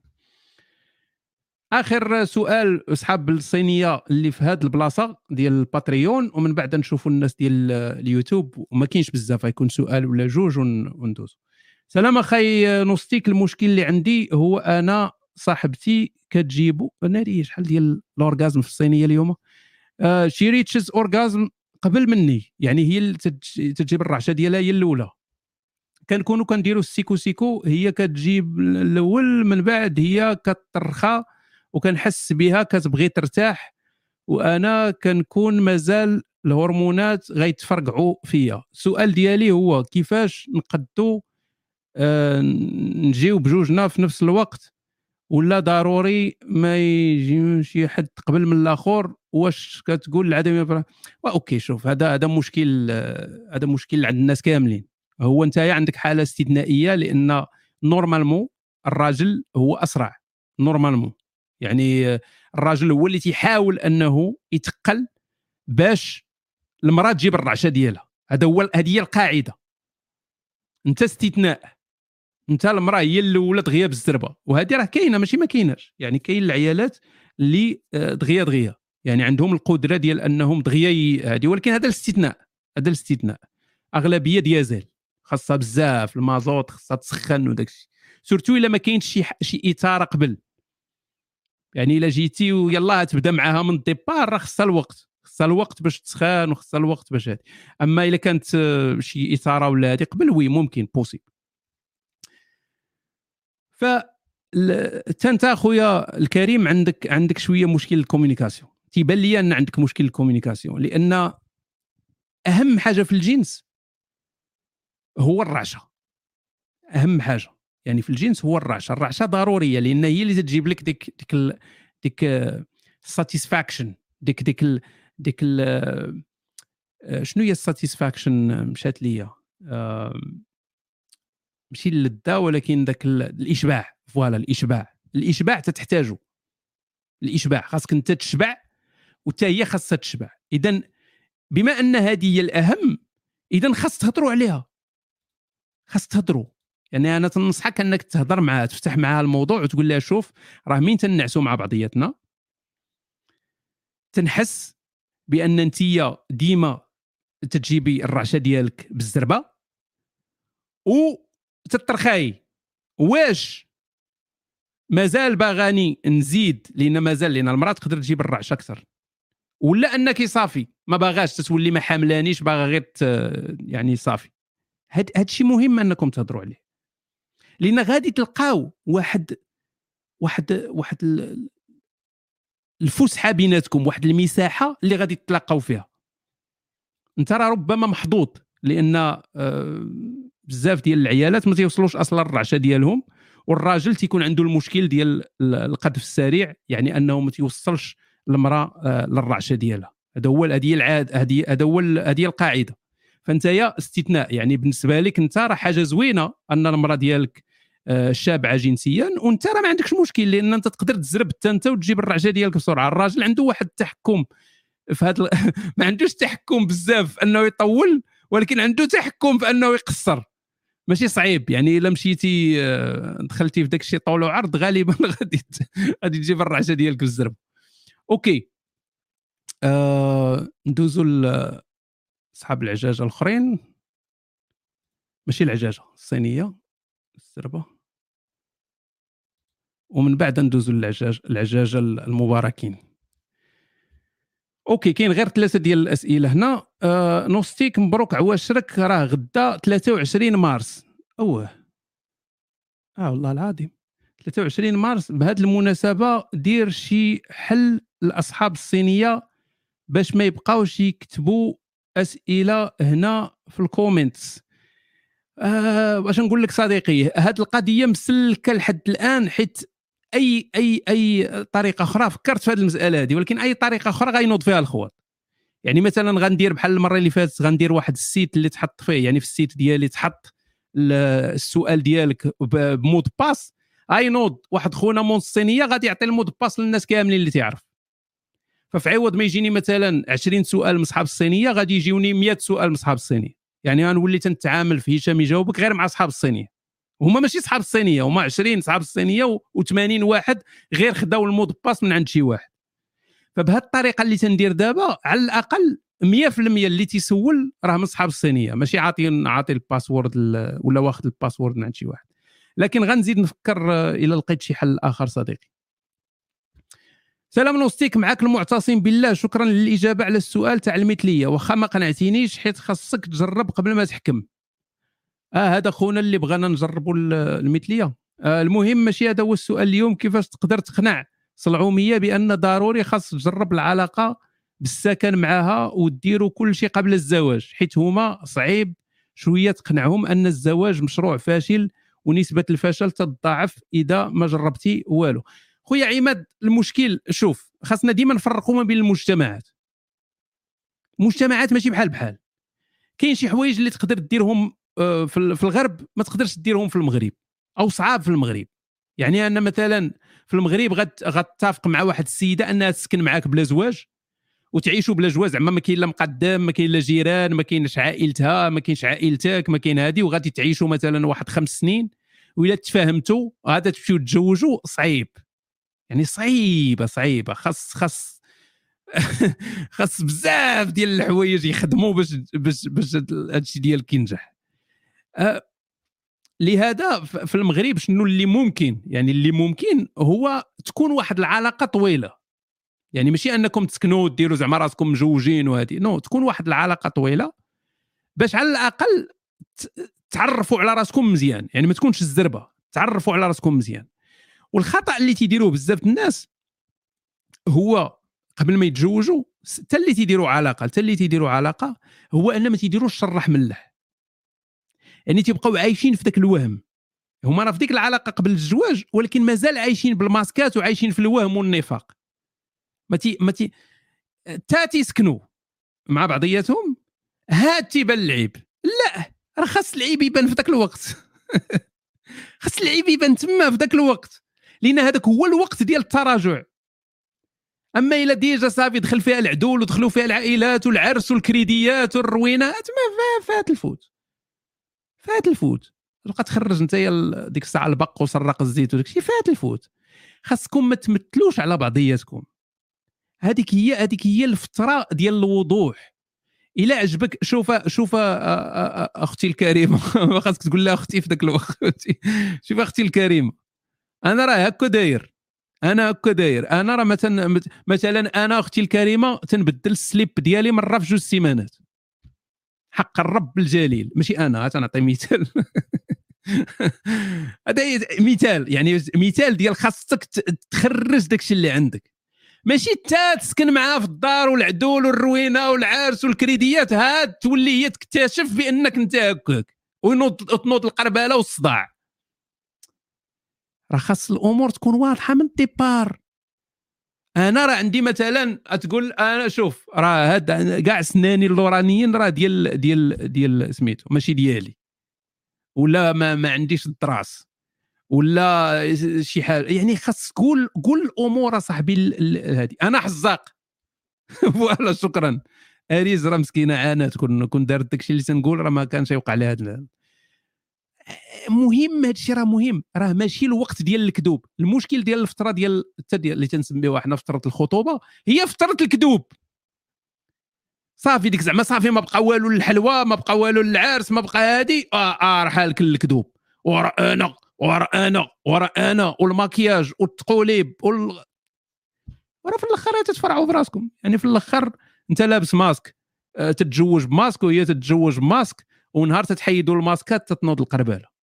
اخر سؤال اصحاب الصينيه اللي في هذه البلاصه ديال الباتريون، ومن بعد نشوفوا الناس ديال اليوتيوب، وما كاينش بزاف غيكون سؤال ولا جوج وندوز. سلام اخي نوستيك، المشكل اللي عندي هو انا صاحبتي كتجيبو ناري شحال ديال الاورغازم في الصينيه اليوم. آه شي ريتشز اورغازم قبل مني، يعني هي اللي تجيب الرعشه ديالها هي الاولى. كنكونوا كنديروا السيكو سيكو هي كتجيب الاول، من بعد هي كترخى وكنحس بها كتبغي ترتاح، وانا كنكون مازال الهرمونات غيتفرقعوا فيا. السؤال ديالي هو كيفاش نقدو آه نجيو بجوجنا في نفس الوقت، ولا ضروري ما يجي شي حد قبل من الاخر؟ واش كتقول العدم؟ اوكي شوف، هذا هذا مشكل، هذا مشكل عند الناس كاملين. هو انت عندك حاله استثنائيه، لان نورمالمون الراجل هو اسرع نورمالمون. يعني الراجل هو اللي تيحاول انه يتقل باش المراه تجيب الرعشه ديالها. هذا هو، هذه هي القاعده. انت استثناء انت المراه هي الاولى دغيا بالزربه، وهذه راه كاينه ماشي ما كايناش، يعني كاين العيالات اللي دغيا دغيا يعني عندهم القدره ديال انهم دغيا هذه، ولكن هذا الاستثناء، هذا الاستثناء اغلبيه ديازل خاصها بزاف المازوت، خاصها تسخن وداك الشيء، سورتو الا ما كاينش شي شي اثاره قبل، يعني الا جيتي ويلا تبدا معاها من الديبار راه خاصها الوقت، خاصها الوقت باش تسخن وخاصها الوقت باش هذه. اما الا كانت شي اثاره ولا هذه قبل وي ممكن بوسيبل. ف انت اخويا الكريم عندك عندك شويه مشكل الكوميونيكاسيون، تيبان لي ان عندك مشكل الكوميونيكاسيون، لان اهم حاجه في الجنس هو الرعشه، اهم حاجه يعني في الجنس هو الرعشه، الرعشه ضروريه لان هي اللي تجيب لك ديك ديك ديك ساتيسفاكشن، ديك ديك ال ديك ال شنو هي الساتيسفاكشن مشات ليا ماشي اللذه ولكن داك الاشباع، فوالا الاشباع، الاشباع تتحتاجه، الاشباع خاصك انت تشبع وتا هي خاصها تشبع. اذا بما ان هذه هي الاهم اذا خاص تهضروا عليها، خاص تهضروا، يعني انا تنصحك انك تهضر معها، تفتح معها الموضوع وتقول لها شوف راه مين تنعسوا مع بعضياتنا تنحس بان انتيا ديما تجيبي الرعشه ديالك بالزربه وتترخاي، واش مازال باغاني نزيد لان مازال لان المراه تقدر تجيب الرعشه اكثر، ولا انك صافي ما باغاش تتولي ما حاملانيش باغا غير يعني صافي. هاد هادشي مهم انكم تهضروا عليه، لان غادي تلقاو واحد واحد واحد الفسحه بيناتكم، واحد المساحه اللي غادي تتلاقاو فيها. انت راه ربما محظوظ لان بزاف ديال العيالات ما تيوصلوش اصلا الرعشه ديالهم، والراجل تيكون عنده المشكل ديال القذف السريع، يعني انه ما تيوصلش المراه للرعشه ديالها. هذا هو هذه العاد هذه هذا هو هذه القاعده. فانت يا استثناء، يعني بالنسبه لك انت راه حاجه زوينه ان المراه ديالك شابعه جنسيا وانت راه ما عندكش مشكل، لان انت تقدر تزرب حتى انت وتجيب الرعشه ديالك بسرعه. الراجل عنده واحد التحكم في هذا ال... ما عندوش تحكم بزاف انه يطول، ولكن عنده تحكم في انه يقصر، ماشي صعيب. يعني الا مشيتي دخلتي في داك الشيء طول وعرض غالبا غادي غادي تجيب الرعشه ديالك بالزرب. اوكي آه... ندوزو ل اصحاب العجاجه الاخرين، ماشي العجاجه الصينيه الزربه، ومن بعد ندوزو للعجاج العجاجه المباركين. اوكي كاين غير ثلاثه ديال الاسئله هنا. آه نوستيك مبروك عواشرك، راه غدا ثلاثة وعشرين مارس. اوه اه والله العظيم ثلاثة وعشرين مارس. بهذه المناسبه دير شي حل لاصحاب الصينيه باش ما يبقاوش يكتبوا اسئله هنا في الكومنتس. آه باش نقول لك صديقي، هذه القضيه مسلكه لحد الان، حيت اي اي اي طريقه اخرى فكرت في هذه المساله هذه، ولكن اي طريقه اخرى غينوض فيها الخوات. يعني مثلا غندير بحال المره اللي فاتت، غندير واحد السيت اللي تحط فيه، يعني في السيت ديالي تحط السؤال ديالك بمود باس، غينوض واحد خونا من الصينيه غادي يعطي المود باس للناس كاملين اللي تعرف. ففي عوض ما يجيني مثلا عشرين سؤال من اصحاب الصينيه غادي يجيوني مية سؤال من اصحاب الصينيه. يعني غنولي تنتعامل في هشام يجاوبك غير مع اصحاب الصينيه، هما ماشي اصحاب الصينيه، هما عشرين اصحاب الصينيه و80 واحد غير خداو المود باس من عند شي واحد. فبهذه الطريقه اللي تندير دابا على الاقل مية في المية اللي تيسول راه من اصحاب الصينيه، ماشي عاطي عاطي الباسورد ولا واخد الباسورد من عند شي واحد. لكن غنزيد نفكر الى لقيت شي حل اخر صديقي. سلام نوستيك، معك المعتصم بالله، شكرا للاجابه على السؤال تاع المثليه، واخا ما قنعتينيش حيت خاصك تجرب قبل ما تحكم. اه هذا خونا اللي بغانا نجربوا المثليه. آه المهم ماشي هذا هو السؤال اليوم، كيفاش تقدر تقنع صلعوميه بان ضروري خاص تجرب العلاقه بالسكن معها وديروا كل شيء قبل الزواج، حيت هما صعيب شويه تقنعهم ان الزواج مشروع فاشل ونسبه الفشل تتضاعف اذا ما جربتي والو. خويا عماد المشكل شوف، خاصنا ديما نفرقوا ما بين المجتمعات. المجتمعات ماشي بحال بحال، كاين شي حوايج اللي تقدر ديرهم في الغرب ما تقدرش ديرهم في المغرب، او صعاب في المغرب. يعني انا مثلا في المغرب غتتفق مع واحد السيده انها تسكن معاك بلا زواج وتعيشوا بلا جواز، زعما ما كاين لا مقدم، ما كاين لا جيران، ما كاينش عائلتها، ما كاينش عائلتك، ما كاين هذه، وغادي تعيشوا مثلا واحد خمس سنين وإلا تفاهمتوا غادا تمشيو تزوجوا صعيب، يعني صعيبه صعيبه خاص خاص خاص بزاف ديال الحوايج يخدموا باش باش باش هادشي ديال كينجح. أه لهذا في المغرب شنو اللي ممكن، يعني اللي ممكن هو تكون واحد العلاقه طويله، يعني ماشي انكم تسكنوا وديروا زعما راسكم مجوجين وهذه، نو تكون واحد العلاقه طويله باش على الاقل تعرفوا على راسكم مزيان، يعني ما تكونش الزربه، تعرفوا على راسكم مزيان. والخطا اللي تيديروه بزاف الناس هو قبل ما يتزوجوا حتى اللي تيديروا علاقه حتى اللي تيديروا علاقه هو ان ما تيديروش شرح ملح، يعني تيبقاو عايشين في ذاك الوهم، هما راه في ديك العلاقه قبل الزواج ولكن مازال عايشين بالماسكات وعايشين في الوهم والنفاق. ما تي ما تي تا تيسكنوا مع بعضياتهم هاد تيبان العيب، لا راه خاص العيب يبان في ذاك الوقت خاص العيب يبان تما في ذاك الوقت، لان هذاك هو الوقت ديال التراجع. اما الا ديجا صافي دخل فيها العدول ودخلوا فيها العائلات والعرس والكريديات والروينات ما فات الفوت فات الفوت تبقى تخرج انت ديك الساعه البق وسرق الزيت وداك الشيء، فات الفوت. خاصكم ما تمثلوش على بعضياتكم، هذيك هي هذيك هي الفتره ديال الوضوح. الا عجبك شوف شوف اختي الكريمه خاصك تقول لها اختي في ذاك الوقت شوف اختي الكريمه انا راه هكا داير انا هكا داير انا راه مثلا مثلا انا اختي الكريمه تنبدل السليب ديالي مره في جوج سيمانات حق الرب الجليل، ماشي انا تنعطي مثال هذا مثال، يعني مثال ديال خاصك تخرج داكشي اللي عندك، ماشي تا تسكن معاه في الدار والعدول والروينه والعرس والكريديات هاد تولي هي تكتشف بانك انت هكاك ونوض تنوض القرباله والصداع. راه خاص الامور تكون واضحه من الديبار. انا راه عندي مثلا تقول انا شوف راه هاد كاع سناني اللورانيين راه ديال ديال ديال سميتو ماشي ديالي، ولا ما, ما عنديش الدراس ولا شي حاجه، يعني خاص قول قول الامور اصاحبي هذه انا حزاق فوالا شكرا اريز راه مسكينه عانات كون كون دارت داكشي اللي تنقول راه ما كانش يوقع لها هذا. مهم هذا الشيء راه مهم، راه ماشي الوقت ديال الكذوب. المشكل ديال الفتره ديال التدير اللي تنسميوها حنا فتره الخطوبه هي فتره الكذوب. صافي ديك زعما صافي ما بقى والو للحلوى ما بقى والو للعرس ما بقى هادي اه اه راه حالك الكذوب ورا انا ورا انا ورا انا والماكياج والتقوليب وال... وراه في الاخر تتفرعوا براسكم، يعني في الاخر انت لابس ماسك أه تتزوج بماسك وهي تتزوج بماسك، ونهار تتحيدوا الماسكات تتنوض القرباله.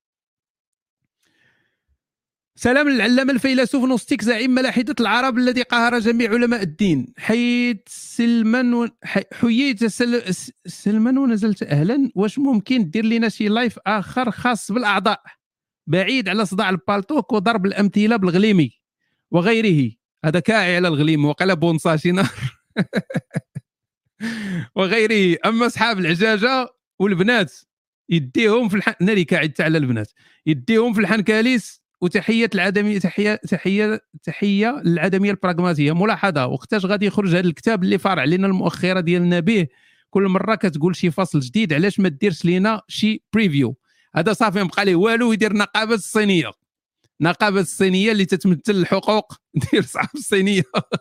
سلام للعلامه الفيلسوف نوستيك زعيم ملاحده العرب الذي قهر جميع علماء الدين، حييت سلمان و... حييت سل... سلمان ونزلت اهلا. واش ممكن دير لنا شي لايف اخر خاص بالاعضاء بعيد على صداع البالتوك وضرب الامثله بالغليمي وغيره؟ هذا كاعي على الغليم وقال بونصا شي نهار وغيره. اما اصحاب العجاجه والبنات يديهم في الح... ناري كاعي تاع على البنات يديهم في الحنكاليس. وتحيه العدميه تحيه تحيه تحيه للعدميه البراغماتيه. ملاحظه وقتاش غادي يخرج هذا الكتاب اللي فارع لنا المؤخره ديالنا به كل مره كتقول شي فصل جديد، علاش ما ديرش لينا شي بريفيو؟ هذا صافي ما بقى ليه والو يدير نقابه الصينيه نقابه الصينيه اللي تتمثل الحقوق ديال صاحب الصينيه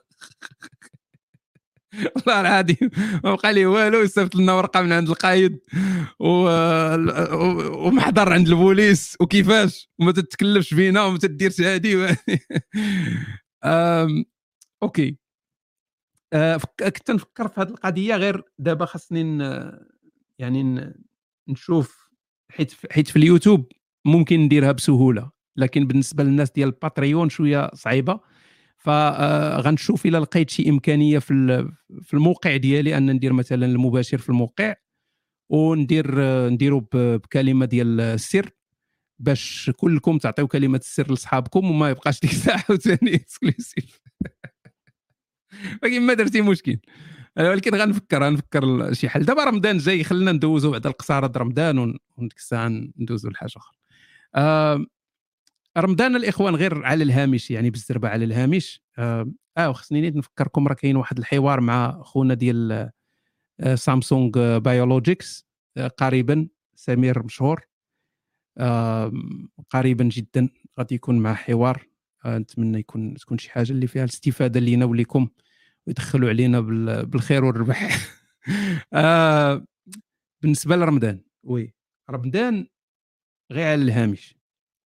والله العظيم ما بقى ليه والو، يصيفط لنا ورقه من عند القايد و... ومحضر عند البوليس وكيفاش وما تتكلفش فينا وما تديرش هادي و... أم... اوكي أه فك... كنت نفكر في هذه القضيه غير دابا خاصني ن... يعني ن... نشوف حيت حيت في اليوتيوب ممكن نديرها بسهوله، لكن بالنسبه للناس ديال الباتريون شويه صعيبه. فغنشوف الى لقيت شي امكانيه في في الموقع ديالي ان ندير مثلا المباشر في الموقع وندير نديرو بكلمه ديال السر باش كلكم تعطيو كلمه السر لصحابكم وما يبقاش ديك الساعه ثاني اكسكلوسيف ولكن ما درتي مشكل. ولكن غنفكر غنفكر شي حل. دابا رمضان جاي خلينا ندوزو بعد القصاره د رمضان وديك الساعه ندوزو لحاجه اخرى. آه رمضان الاخوان غير على الهامش، يعني بالزربه على الهامش. اه, آه خصني نفكركم راه كاين واحد الحوار مع خونا ديال آه سامسونج بيولوجيكس آه قريبا، سمير مشهور. آه قريبا جدا غادي يكون مع حوار. آه نتمنى يكون تكون شي حاجه اللي فيها الاستفاده لينا وليكم ويدخلوا علينا بالخير والربح. آه بالنسبه لرمضان، وي رمضان غير على الهامش.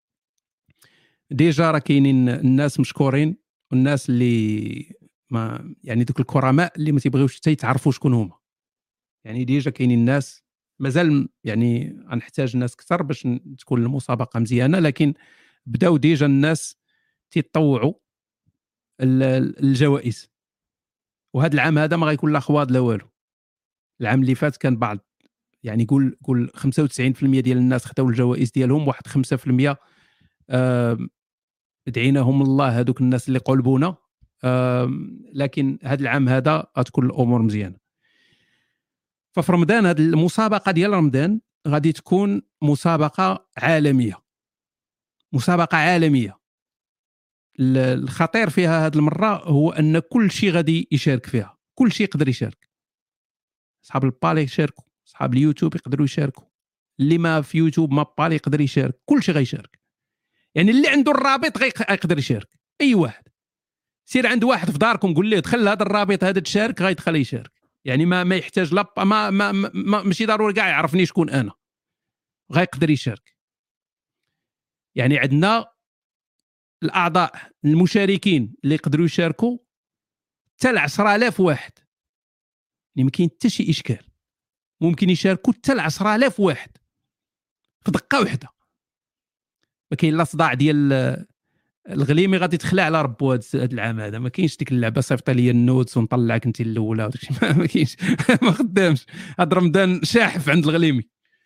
ديجا راه كاينين الناس مشكورين والناس اللي ما يعني دوك الكرماء اللي ما تيبغيوش حتى يتعرفوا شكون هما. يعني ديجا كاينين الناس مازال يعني غنحتاج ناس كثر باش تكون المسابقه مزيانه، لكن بداو ديجا الناس تيطوعوا الجوائز. وهذا العام هذا ما غيكون لا خواد لا والو. العام اللي فات كان بعض يعني قول قول خمسة وتسعين بالمئة ديال الناس خداو الجوائز ديالهم، واحد خمسة بالمئة آه دعيناهم الله هذوك الناس اللي قلبونا. آه لكن هذا العام هذا غتكون الامور مزيانه. ففي رمضان هذه المسابقه ديال رمضان غادي تكون مسابقه عالميه، مسابقه عالميه. الخطير فيها هذه المره هو ان كل شيء غادي يشارك فيها، كل شيء يقدر يشارك. اصحاب البالي يشاركوا، اصحاب اليوتيوب يقدروا يشاركوا، اللي ما في يوتيوب ما بالي يقدر يشارك، كل شيء غيشارك. يعني اللي عنده الرابط غيقدر يشارك، اي واحد. سير عند واحد في داركم قول له دخل هذا الرابط هذا تشارك، غيدخل يشارك. يعني ما ما يحتاج لا ما, ما, ما ماشي ضروري كاع يعرفني شكون انا، غيقدر يشارك. يعني عندنا الاعضاء المشاركين اللي يقدروا يشاركوا حتى ل عشرة آلاف واحد. يعني ما كاين حتى شي اشكال، ممكن يشاركوا حتى ل عشرة آلاف واحد في دقه واحده. ما كاين لا صداع ديال الغليمي غادي تخلع على ربو هذا العام هذا. ما كاينش ديك اللعبه صيفط لي النوتس ونطلعك انت الاولى وداكشي. ما كاينش ما خدامش. هذا رمضان شاحف عند الغليمي.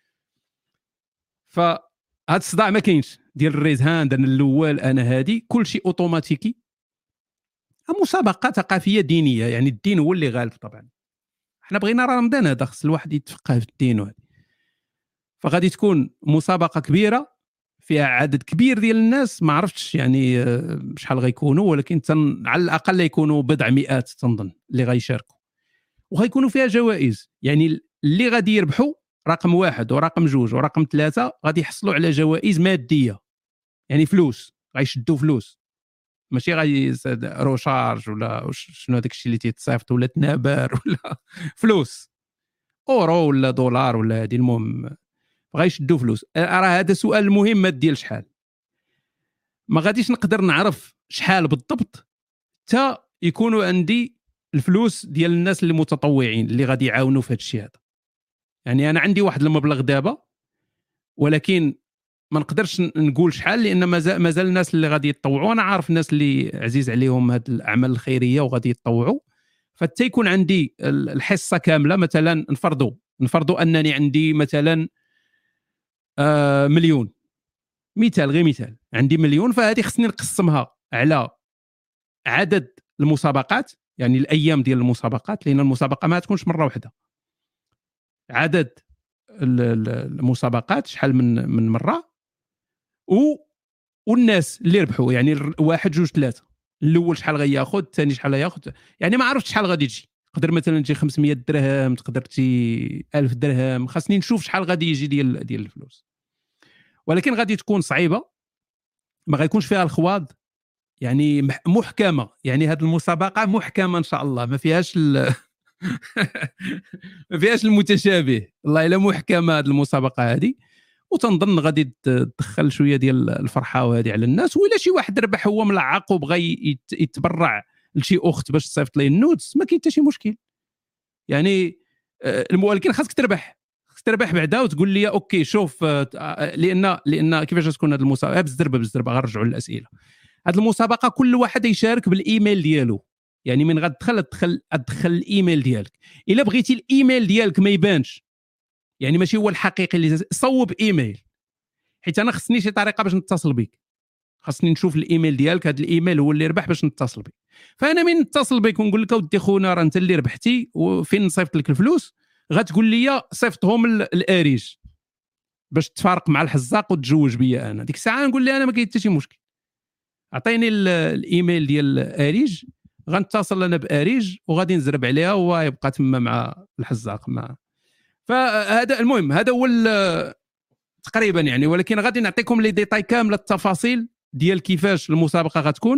فهاد الصداع ما كاينش ديال الريز هاند انا الاول انا هادي، كل شيء اوتوماتيكي. مسابقه ثقافيه دينيه، يعني الدين هو اللي غالب. طبعا احنا بغينا رمضان هذا خص الواحد يتفقه في الدين وهذا. فغادي تكون مسابقه كبيره فيها عدد كبير ديال الناس، ما عرفتش يعني شحال غيكونوا، ولكن تن على الاقل يكونوا بضع مئات تنظن اللي غيشاركوا. وغيكونوا فيها جوائز، يعني اللي غادي يربحوا رقم واحد ورقم جوج ورقم ثلاثة غادي يحصلوا على جوائز ماديه، يعني فلوس، غيشدوا فلوس. ماشي غادي روشارج ولا شنو هذاك الشيء اللي تيتصيفط ولا تنابر ولا فلوس اورو ولا دولار ولا هذه. المهم غيشدوا فلوس. راه هذا سؤال مهم، ما ديال شحال. ما غاديش نقدر نعرف شحال بالضبط حتى يكونوا عندي الفلوس ديال الناس اللي متطوعين اللي غادي يعاونوا في هذا الشيء هذا. يعني انا عندي واحد المبلغ دابا، ولكن ما نقدرش نقول شحال، لان مازال مازال الناس اللي غادي يتطوعوا انا عارف الناس اللي عزيز عليهم هذه الاعمال الخيريه وغادي يتطوعوا. فحتى يكون عندي الحصه كامله، مثلا نفرضوا نفرضوا انني عندي مثلا آه مليون، مثال غير مثال، عندي مليون، فهذه خصني نقسمها على عدد المسابقات، يعني الايام ديال المسابقات، لان المسابقه ما تكونش مره واحده. عدد المسابقات شحال من من مره، و والناس اللي ربحوا، يعني واحد جوج ثلاثه. الاول شحال غياخذ، الثاني شحال غياخذ، يعني ما عرفتش شحال غادي تجي. تقدر مثلا تجي خمسمية درهم، تقدر تجي ألف درهم. خاصني نشوف شحال غادي يجي ديال ديال الفلوس. ولكن غادي تكون صعيبه، ما غيكونش فيها الخواض، يعني محكمه. يعني هذه المسابقه محكمه ان شاء الله، ما فيهاش ال... ما فيهاش المتشابه. والله الا محكمه هذه المسابقه هذه. وتنظن غادي تدخل شويه ديال الفرحه وهذه على الناس. وإلا شي واحد ربح هو ملعق وبغى يتبرع لشي اخت باش تصيفط ليه النوتس، ما كاين حتى شي مشكل. يعني ولكن خاصك تربح، خاصك تربح بعدا وتقول لي اوكي شوف. لان لان كيفاش تكون هذه المسابقه بزربه بزربه. غنرجعوا للاسئله. هذه المسابقه كل واحد يشارك بالايميل ديالو. يعني من غتدخل تدخل تدخل الايميل ديالك. الا بغيتي الايميل ديالك ما يبانش، يعني ماشي هو الحقيقي، اللي صوب ايميل، حيت انا خصني شي طريقه باش نتصل بك. خاصني نشوف الايميل ديالك، هذا الايميل هو اللي ربح باش نتصل بك. فانا من نتصل بك ونقول لك اودي خونا راه انت اللي ربحتي وفين نصيفط لك الفلوس، غتقول لي صيفطهم الاريج باش تفارق مع الحزاق وتجوج بيا. انا ديك الساعه نقول لي انا ما كاين حتى شي مشكل، اعطيني الايميل ديال اريج، غنتصل انا باريج وغادي نزرب عليها ويبقى تما مع الحزاق. مع فهذا المهم، هذا هو تقريبا يعني، ولكن غادي نعطيكم لي ديتاي كامله التفاصيل ديال كيفاش المسابقه غتكون.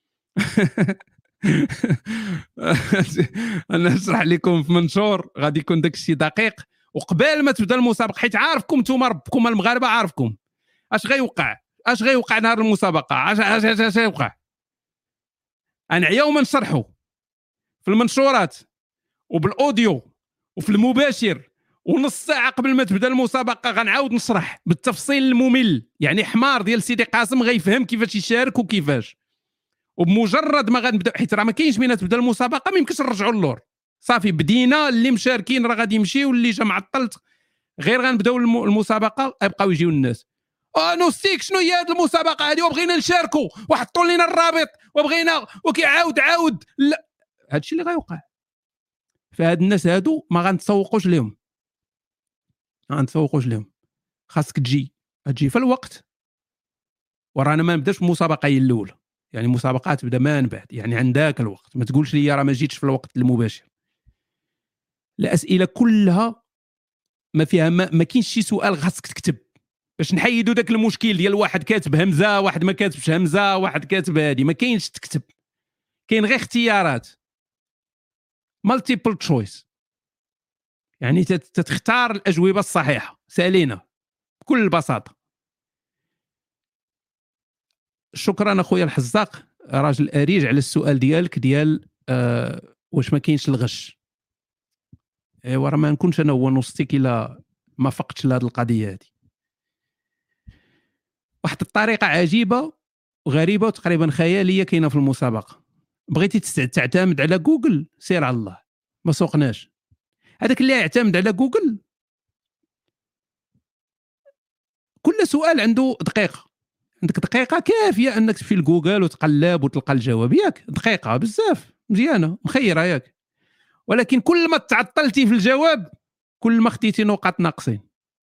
انا نشرح لكم في منشور غادي يكون داك الشيء دقيق، وقبل ما تبدا المسابقه، حيت عارفكم نتوما ربكم المغاربه عارفكم اش غيوقع، اش غيوقع نهار المسابقه، اش اش اش غيوقع. انعيا وما نشرحوا في المنشورات وبالاوديو وفي المباشر، ونص ساعه قبل ما تبدا المسابقه غنعاود نشرح بالتفصيل الممل، يعني حمار ديال سيدي قاسم غيفهم كيفاش يشارك وكيفاش. وبمجرد ما غنبدا، حيت راه ما كاينش مين تبدا المسابقه ما يمكنش نرجعوا للور، صافي بدينا، اللي مشاركين راه غادي يمشيو، واللي جا معطلت غير غنبداو المسابقه يبقاو يجيو الناس. اه نوستيك شنو هي هذه المسابقه هذه، وبغينا نشاركوا وحطوا لنا الرابط وبغينا، وكيعاود عاود. لا، هادشي اللي غيوقع. فهاد الناس هادو ما غنتسوقوش لهم، ما غنتسوقوش لهم. خاصك تجي تجي في الوقت، ورانا ما نبداش المسابقه هي الاولى، يعني المسابقات تبدا من بعد، يعني عندك الوقت. ما تقولش لي راه ما جيتش في الوقت المباشر. الاسئله كلها ما فيها ما, ما كاينش شي سؤال خاصك تكتب باش نحيدوا داك المشكل ديال واحد كاتب همزه واحد ما كاتبش همزه واحد كاتب هادي. ما كاينش تكتب، كاين غير اختيارات مالتيبل تشويس، يعني تتختار الاجوبه الصحيحه سالينا بكل بساطه. شكرا اخويا الحزاق راجل اريج على السؤال ديالك ديال آه واش ما كاينش الغش. ايوا راه ما نكونش انا هو نصتيك الا ما فقتش لهاد القضيه هذه. واحد الطريقه عجيبه وغريبه وتقريبا خياليه كاينه في المسابقه. بغيتي تعتمد على جوجل سير على الله، ما سوقناش. هذاك اللي يعتمد على جوجل كل سؤال عنده دقيقه، عندك دقيقه كافيه انك تمشي لجوجل وتقلب وتلقى الجواب، ياك دقيقه بزاف مزيانه مخيره ياك. ولكن كل ما تعطلتي في الجواب كل ما خديتي نقاط ناقصين.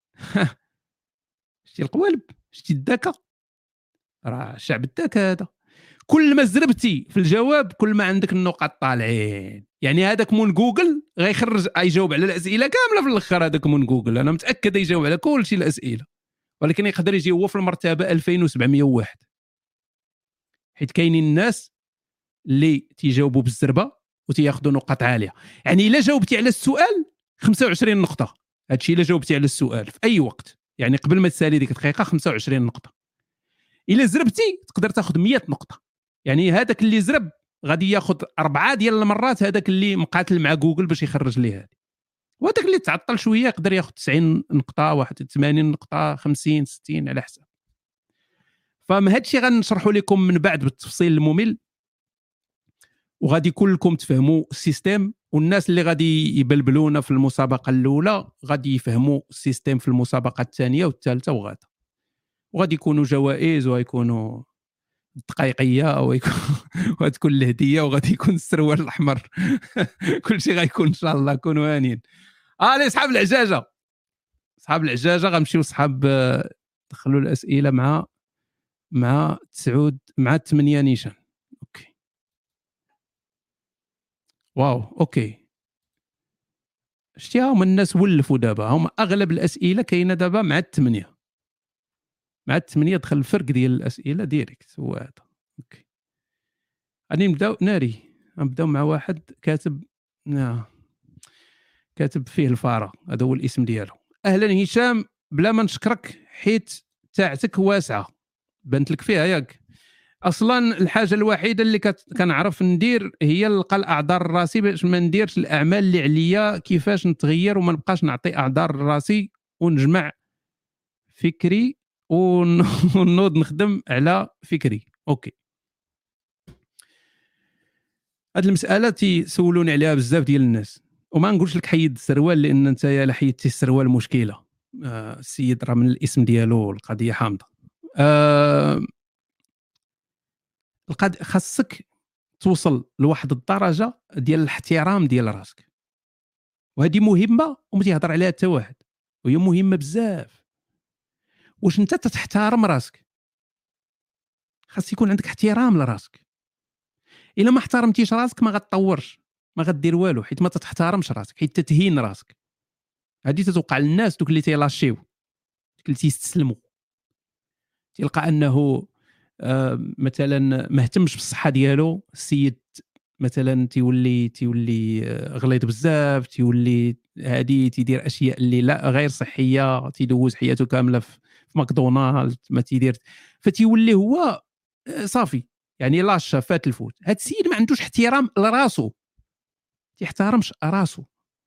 شتي القوالب، شتي الذكاء، راه شعب الذكاء هذا. كل ما زربتي في الجواب كل ما عندك النقاط طالعين. يعني هذاك مون جوجل غيخرج يجاوب على الاسئله كامله في الاخر. هذاك مون جوجل انا متاكد يجاوب على كل شيء الاسئله، ولكن يقدر يجي هو في المرتبه ألفين وسبعمية وواحد، حيت كاينين الناس اللي تيجاوبوا بالزربه وتياخذوا نقاط عاليه. يعني الا جاوبتي على السؤال خمسة وعشرين نقطه، هادشي الا جاوبتي على السؤال في اي وقت، يعني قبل ما تسالي ديك الدقيقه خمسة وعشرين نقطه. الا زربتي تقدر تاخذ مية نقطه. يعني هذاك اللي زرب غادي ياخذ اربعه ديال المرات هذاك اللي مقاتل مع جوجل باش يخرج ليه هذه، وهذاك اللي تعطل شويه يقدر ياخذ تسعين نقطه، واحد وثمانين نقطه، خمسين ستين على حسب. فما هادشي غنشرحوا لكم من بعد بالتفصيل الممل، وغادي كلكم تفهموا السيستم. والناس اللي غادي يبلبلونا في المسابقه الاولى غادي يفهموا السيستم في المسابقه الثانيه والثالثه وغادا. وغادي يكونوا جوائز ويكونوا دقيقيه ويكون وتكون الهديه وغادي يكون السروال الاحمر. كل شيء غيكون ان شاء الله. كونوا هانيين. الي صحاب العجاجه، صحاب العجاجه غنمشيو صحاب دخلوا الاسئله مع مع تسعود مع ثمانية نيشان. اوكي واو اوكي. شتي هما الناس ولفوا دابا، هما اغلب الاسئله كاينه دابا مع الثمانيه، مع الثمانيه دخل الفرق ديال الاسئله ديريكت هو هذا. اوكي غادي نبداو ناري. نبداو مع واحد كاتب نعم كاتب فيه الفاره، هذا هو الاسم ديالو. اهلا هشام، بلا ما نشكرك حيت تاعتك واسعه بنت لك فيها ياك. اصلا الحاجه الوحيده اللي كنعرف ندير هي نلقى الاعذار الراسي باش ما نديرش الاعمال اللي عليا، كيفاش نتغير وما نبقاش نعطي اعذار راسي ونجمع فكري ونوض نخدم على فكري. اوكي هاد المساله تيسولوني عليها بزاف ديال الناس، وما نقولش لك حيد السروال لان انت الا حيدتي السروال مشكله. آه السيد راه من الاسم ديالو القضيه حامضه. آه القد خاصك توصل لواحد الدرجه ديال الاحترام ديال راسك، وهذه مهمه وما تيهضر عليها حتى واحد، وهي مهمه بزاف. واش انت تحترم راسك؟ خاص يكون عندك احترام لراسك. الا ما احترمتيش راسك ما غتطورش، ما غدير والو، حيت ما تحترمش راسك، حيت تتهين راسك. هذه تتوقع للناس دوك اللي تيلاشيو بشكل تيستسلموا، تلقى انه آه مثلا ما اهتمش بالصحه ديالو السيد، مثلا تيولي تيولي غليظ بزاف، تيولي هادي تيدير اشياء اللي لا غير صحيه، تيدوز حياته كامله في ماكدونالد ما تيدير، فتيولي هو صافي يعني لاش فات الفوت. هاد السيد ما عندوش احترام لراسو، تيحترمش راسو،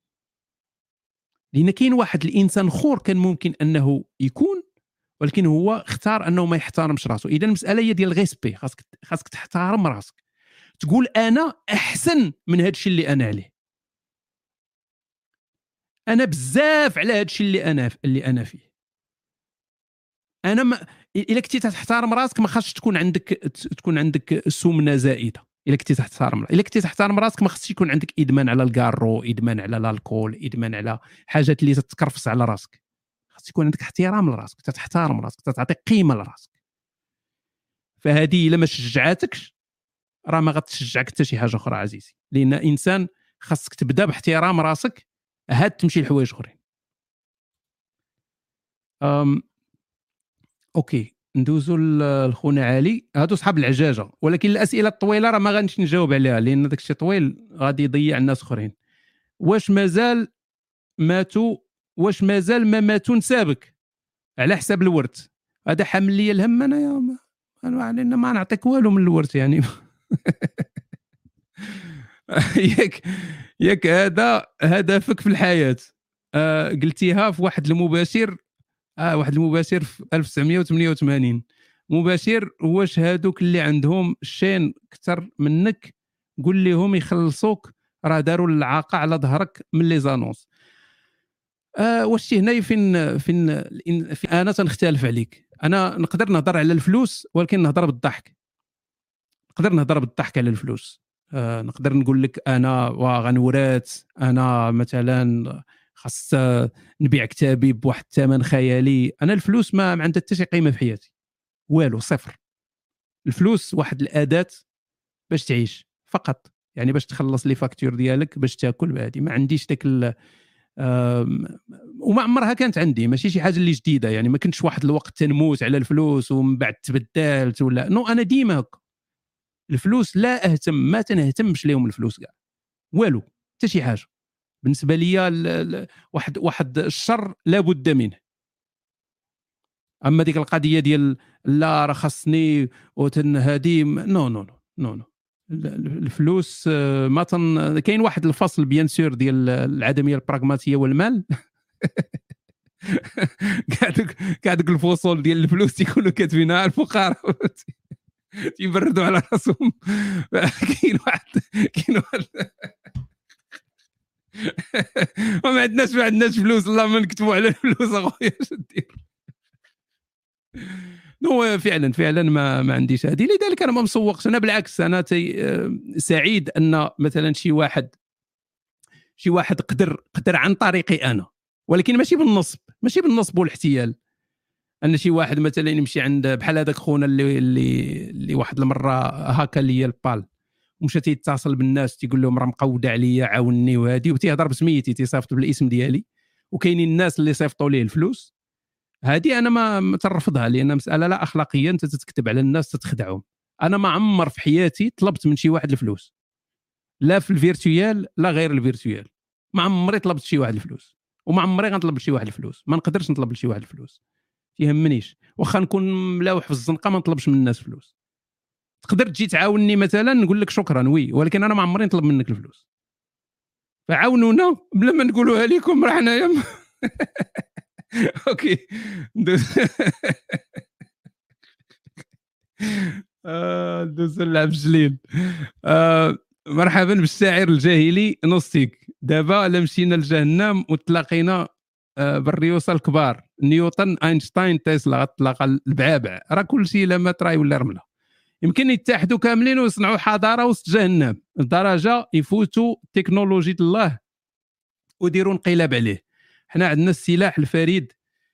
لان كاين واحد الانسان اخر كان ممكن انه يكون، ولكن هو اختار انه ما يحترمش راسو. اذا المساله هي ديال الريسبي، خاصك خاصك تحترم راسك، تقول انا احسن من هذا الشيء اللي انا عليه، انا بزاف على هذا الشيء اللي انا اللي انا فيه. انا ما... الا كنتي تحترم راسك ما خاصش تكون عندك تكون عندك سمنه زائده. الا كنتي تحترم الا كنتي تحترم راسك ما خاصش يكون عندك ادمان على الكارو، ادمان على الكول، ادمان على حاجات اللي تتكرفس على راسك. خاص يكون عندك احترام لراسك، تحترم راسك، تعطي قيمه لراسك. فهذه الا ما شجعاتكش راه ما غتشجعك حتى شي حاجه اخرى عزيزي، لان انسان خاصك تبدا باحترام راسك، هاد تمشي لحوايج اخرين. أم... اوكي ندوزو لخونا علي. هادو صحاب العجاجه، ولكن الاسئله الطويله راه ما غاديش نجاوب عليها لان داكشي طويل غادي يضيع الناس اخرين. واش مازال ماتوا واش مازال ما ماتوا نسابك على حساب الورث؟ هذا حامل لي الهم انا يا انا لان ما نعطيك والو من الورث يعني. ياك ياك هذا هدفك في الحياه. آه قلتيها في واحد المباشر، اه واحد المباشر في ألف وتسعمية وثمانية وثمانين. مباشر واش هادوك اللي عندهم الشين اكثر منك قول لهم يخلصوك، راه داروا العاقه على ظهرك من لي زانونس. آه واش هنا فين فين, فين انا تنختلف عليك. انا نقدر نهضر على الفلوس ولكن نهضر بالضحك، نقدر نهضر بالضحك على الفلوس. آه نقدر نقول لك انا غنورات، انا مثلا خاص نبيع كتابي بواحد الثمن خيالي. انا الفلوس ما, ما عندها حتى شي قيمه في حياتي، والو، صفر. الفلوس واحد الاداه باش تعيش فقط، يعني باش تخلص لي فاكتور ديالك، باش تاكل بهذه. ما عنديش داك وما عمرها كانت عندي، ماشي شي حاجه اللي جديده يعني. ما كنتش واحد الوقت تنموت على الفلوس ومن بعد تبدلت ولا نو. انا ديما هكا، الفلوس لا اهتم، ما تنهتمش ليهم الفلوس كاع، والو، حتى شي حاجه بالنسبه لي. واحد واحد الشر لابد منه. اما ديك القضيه ديال لا راه خاصني وتن هذه نو نو نو نو نو الفلوس ما تن... كاين واحد الفصل بيان سور ديال العدميه البراغماتيه والمال. كاع دوك كاع دوك الفصول ديال الفلوس تيكونوا كاتبينها الفقراء تيبردوا على راسهم. كاين واحد كاين واحد وما عندناش ما عندناش فلوس، الله ما نكتبوا على الفلوس اخويا اش دير. نو فعلا فعلا ما ما عنديش هذه، لذلك انا ما مسوقش. انا بالعكس انا تي سعيد ان مثلا شي واحد شي واحد قدر قدر عن طريقي انا، ولكن ماشي بالنصب، ماشي بالنصب والاحتيال. ان شي واحد مثلا يمشي عند بحال هذاك خونا اللي اللي اللي واحد المره هاكا ليا البال، ومشى تيتصل بالناس تيقول لهم راه مقوده عليا عاوني وهادي، وتيهضر بسميتي تيصيفط بالاسم ديالي، وكاينين الناس اللي صيفطوا ليه الفلوس. هذه انا ما ترفضها لان مساله لا اخلاقيه، انت تتكتب على الناس تتخدعهم. انا ما عمر في حياتي طلبت من شي واحد الفلوس، لا في الفيرتويال لا غير الفيرتويال. ما عمري طلبت شي واحد الفلوس، وما عمري غنطلب لشي واحد الفلوس. ما نقدرش نطلب لشي واحد الفلوس، يهمنيش. واخا نكون ملاوح في الزنقه ما نطلبش من الناس فلوس. تقدر تجي تعاونني مثلا نقول لك شكرا وي، ولكن انا ما عمري نطلب منك الفلوس. فعاونونا بلا ما نقولوها لكم راه حنايا. اوكي دوز نلعب جليل. مرحبا بالشاعر الجاهلي نوستيك. دابا الا مشينا لجهنم وتلاقينا بالريوسه الكبار، نيوتن، اينشتاين، تسلا، غتلاقى البعابع، راه كلشي الا مات راه يولي رمله. يمكن يتحدوا كاملين ويصنعوا حضاره وسط جهنم لدرجه يفوتوا تكنولوجيا الله وديروا انقلاب عليه. حنا عندنا السلاح الفريد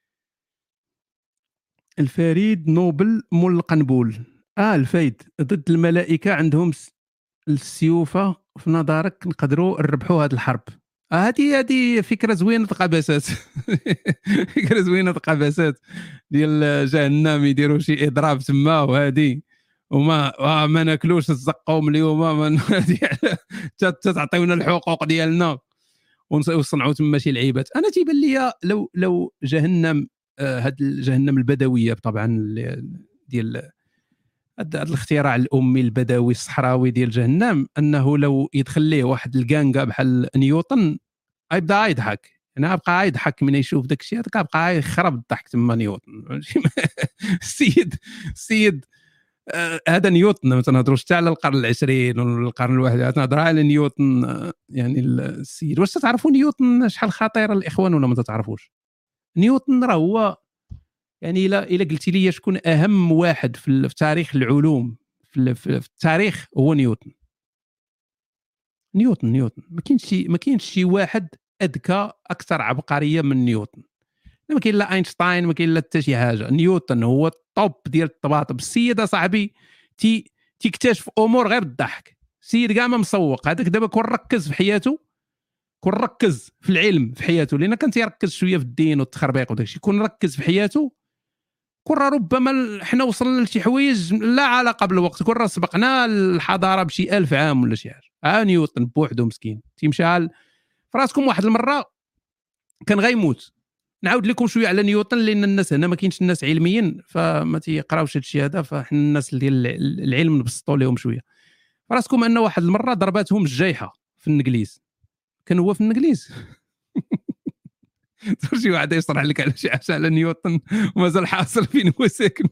الفريد نوبل مول القنبول. اه الفايد ضد الملائكه عندهم السيوفه. في نظرك نقدروا نربحوا هذه الحرب؟ هذه هذه فكره زوينه قباسات فكره زوينه قباسات ديال جهنم يديروا شي اضراب تما وهذه وما ما ناكلوش الزقوم اليوم ما تعطيونا الحقوق ديالنا ونصنعوا تما شي لعيبات. انا تيبان لي لو لو جهنم هاد جهنم البدويه طبعا ديال هذا الاختراع الامي البدوي الصحراوي ديال جهنم، انه لو يدخل ليه واحد الكانكا بحال نيوتن يبدا يضحك. انا بقى يضحك من يشوف داك الشيء هذاك، بقى يخرب الضحك تما نيوتن. السيد السيد هذا نيوتن، ما تنهضروش حتى على القرن العشرين ولا القرن الواحد، تنهضر على نيوتن. يعني السيد، واش تعرفوا نيوتن شحال خطير الاخوان ولا ما تعرفوش؟ نيوتن راه هو يعني الا الا قلتي لي شكون اهم واحد في تاريخ العلوم في, في التاريخ، هو نيوتن. نيوتن نيوتن ما كاينش شي ما كاينش شي واحد اذكى اكثر عبقريه من نيوتن. ما كاين لا اينشتاين، ما كاين لا حتى شي حاجه. نيوتن هو الطوب ديال الطباطب. السيد صاحبي تي تيكتشف امور غير الضحك. السيد كاع ما مسوق هذاك. دابا كون ركز في حياته، كون ركز في العلم في حياته، لان كان تيركز شويه في الدين والتخربيق وداك الشيء، كون ركز في حياته كون ربما حنا وصلنا لشي حوايج لا علاقه بالوقت، كون راه سبقنا الحضاره بشي ألف عام ولا شي حاجه. ها نيوتن بوحدو مسكين تيمشى فراسكم. واحد المره كان غيموت. نعاود لكم شويه على نيوتن، لان الناس هنا ما كاينش الناس علميين فما تيقراوش هذا الشيء هذا، فاحنا الناس ديال العلم نبسطوا لهم شويه. فراسكم ان واحد المره ضرباتهم الجيحه في الانجليز. كان هو في الانجليز. شي واحد يشرح لك على شي حاجه على نيوتن ومازال حاصل فين هو ساكن.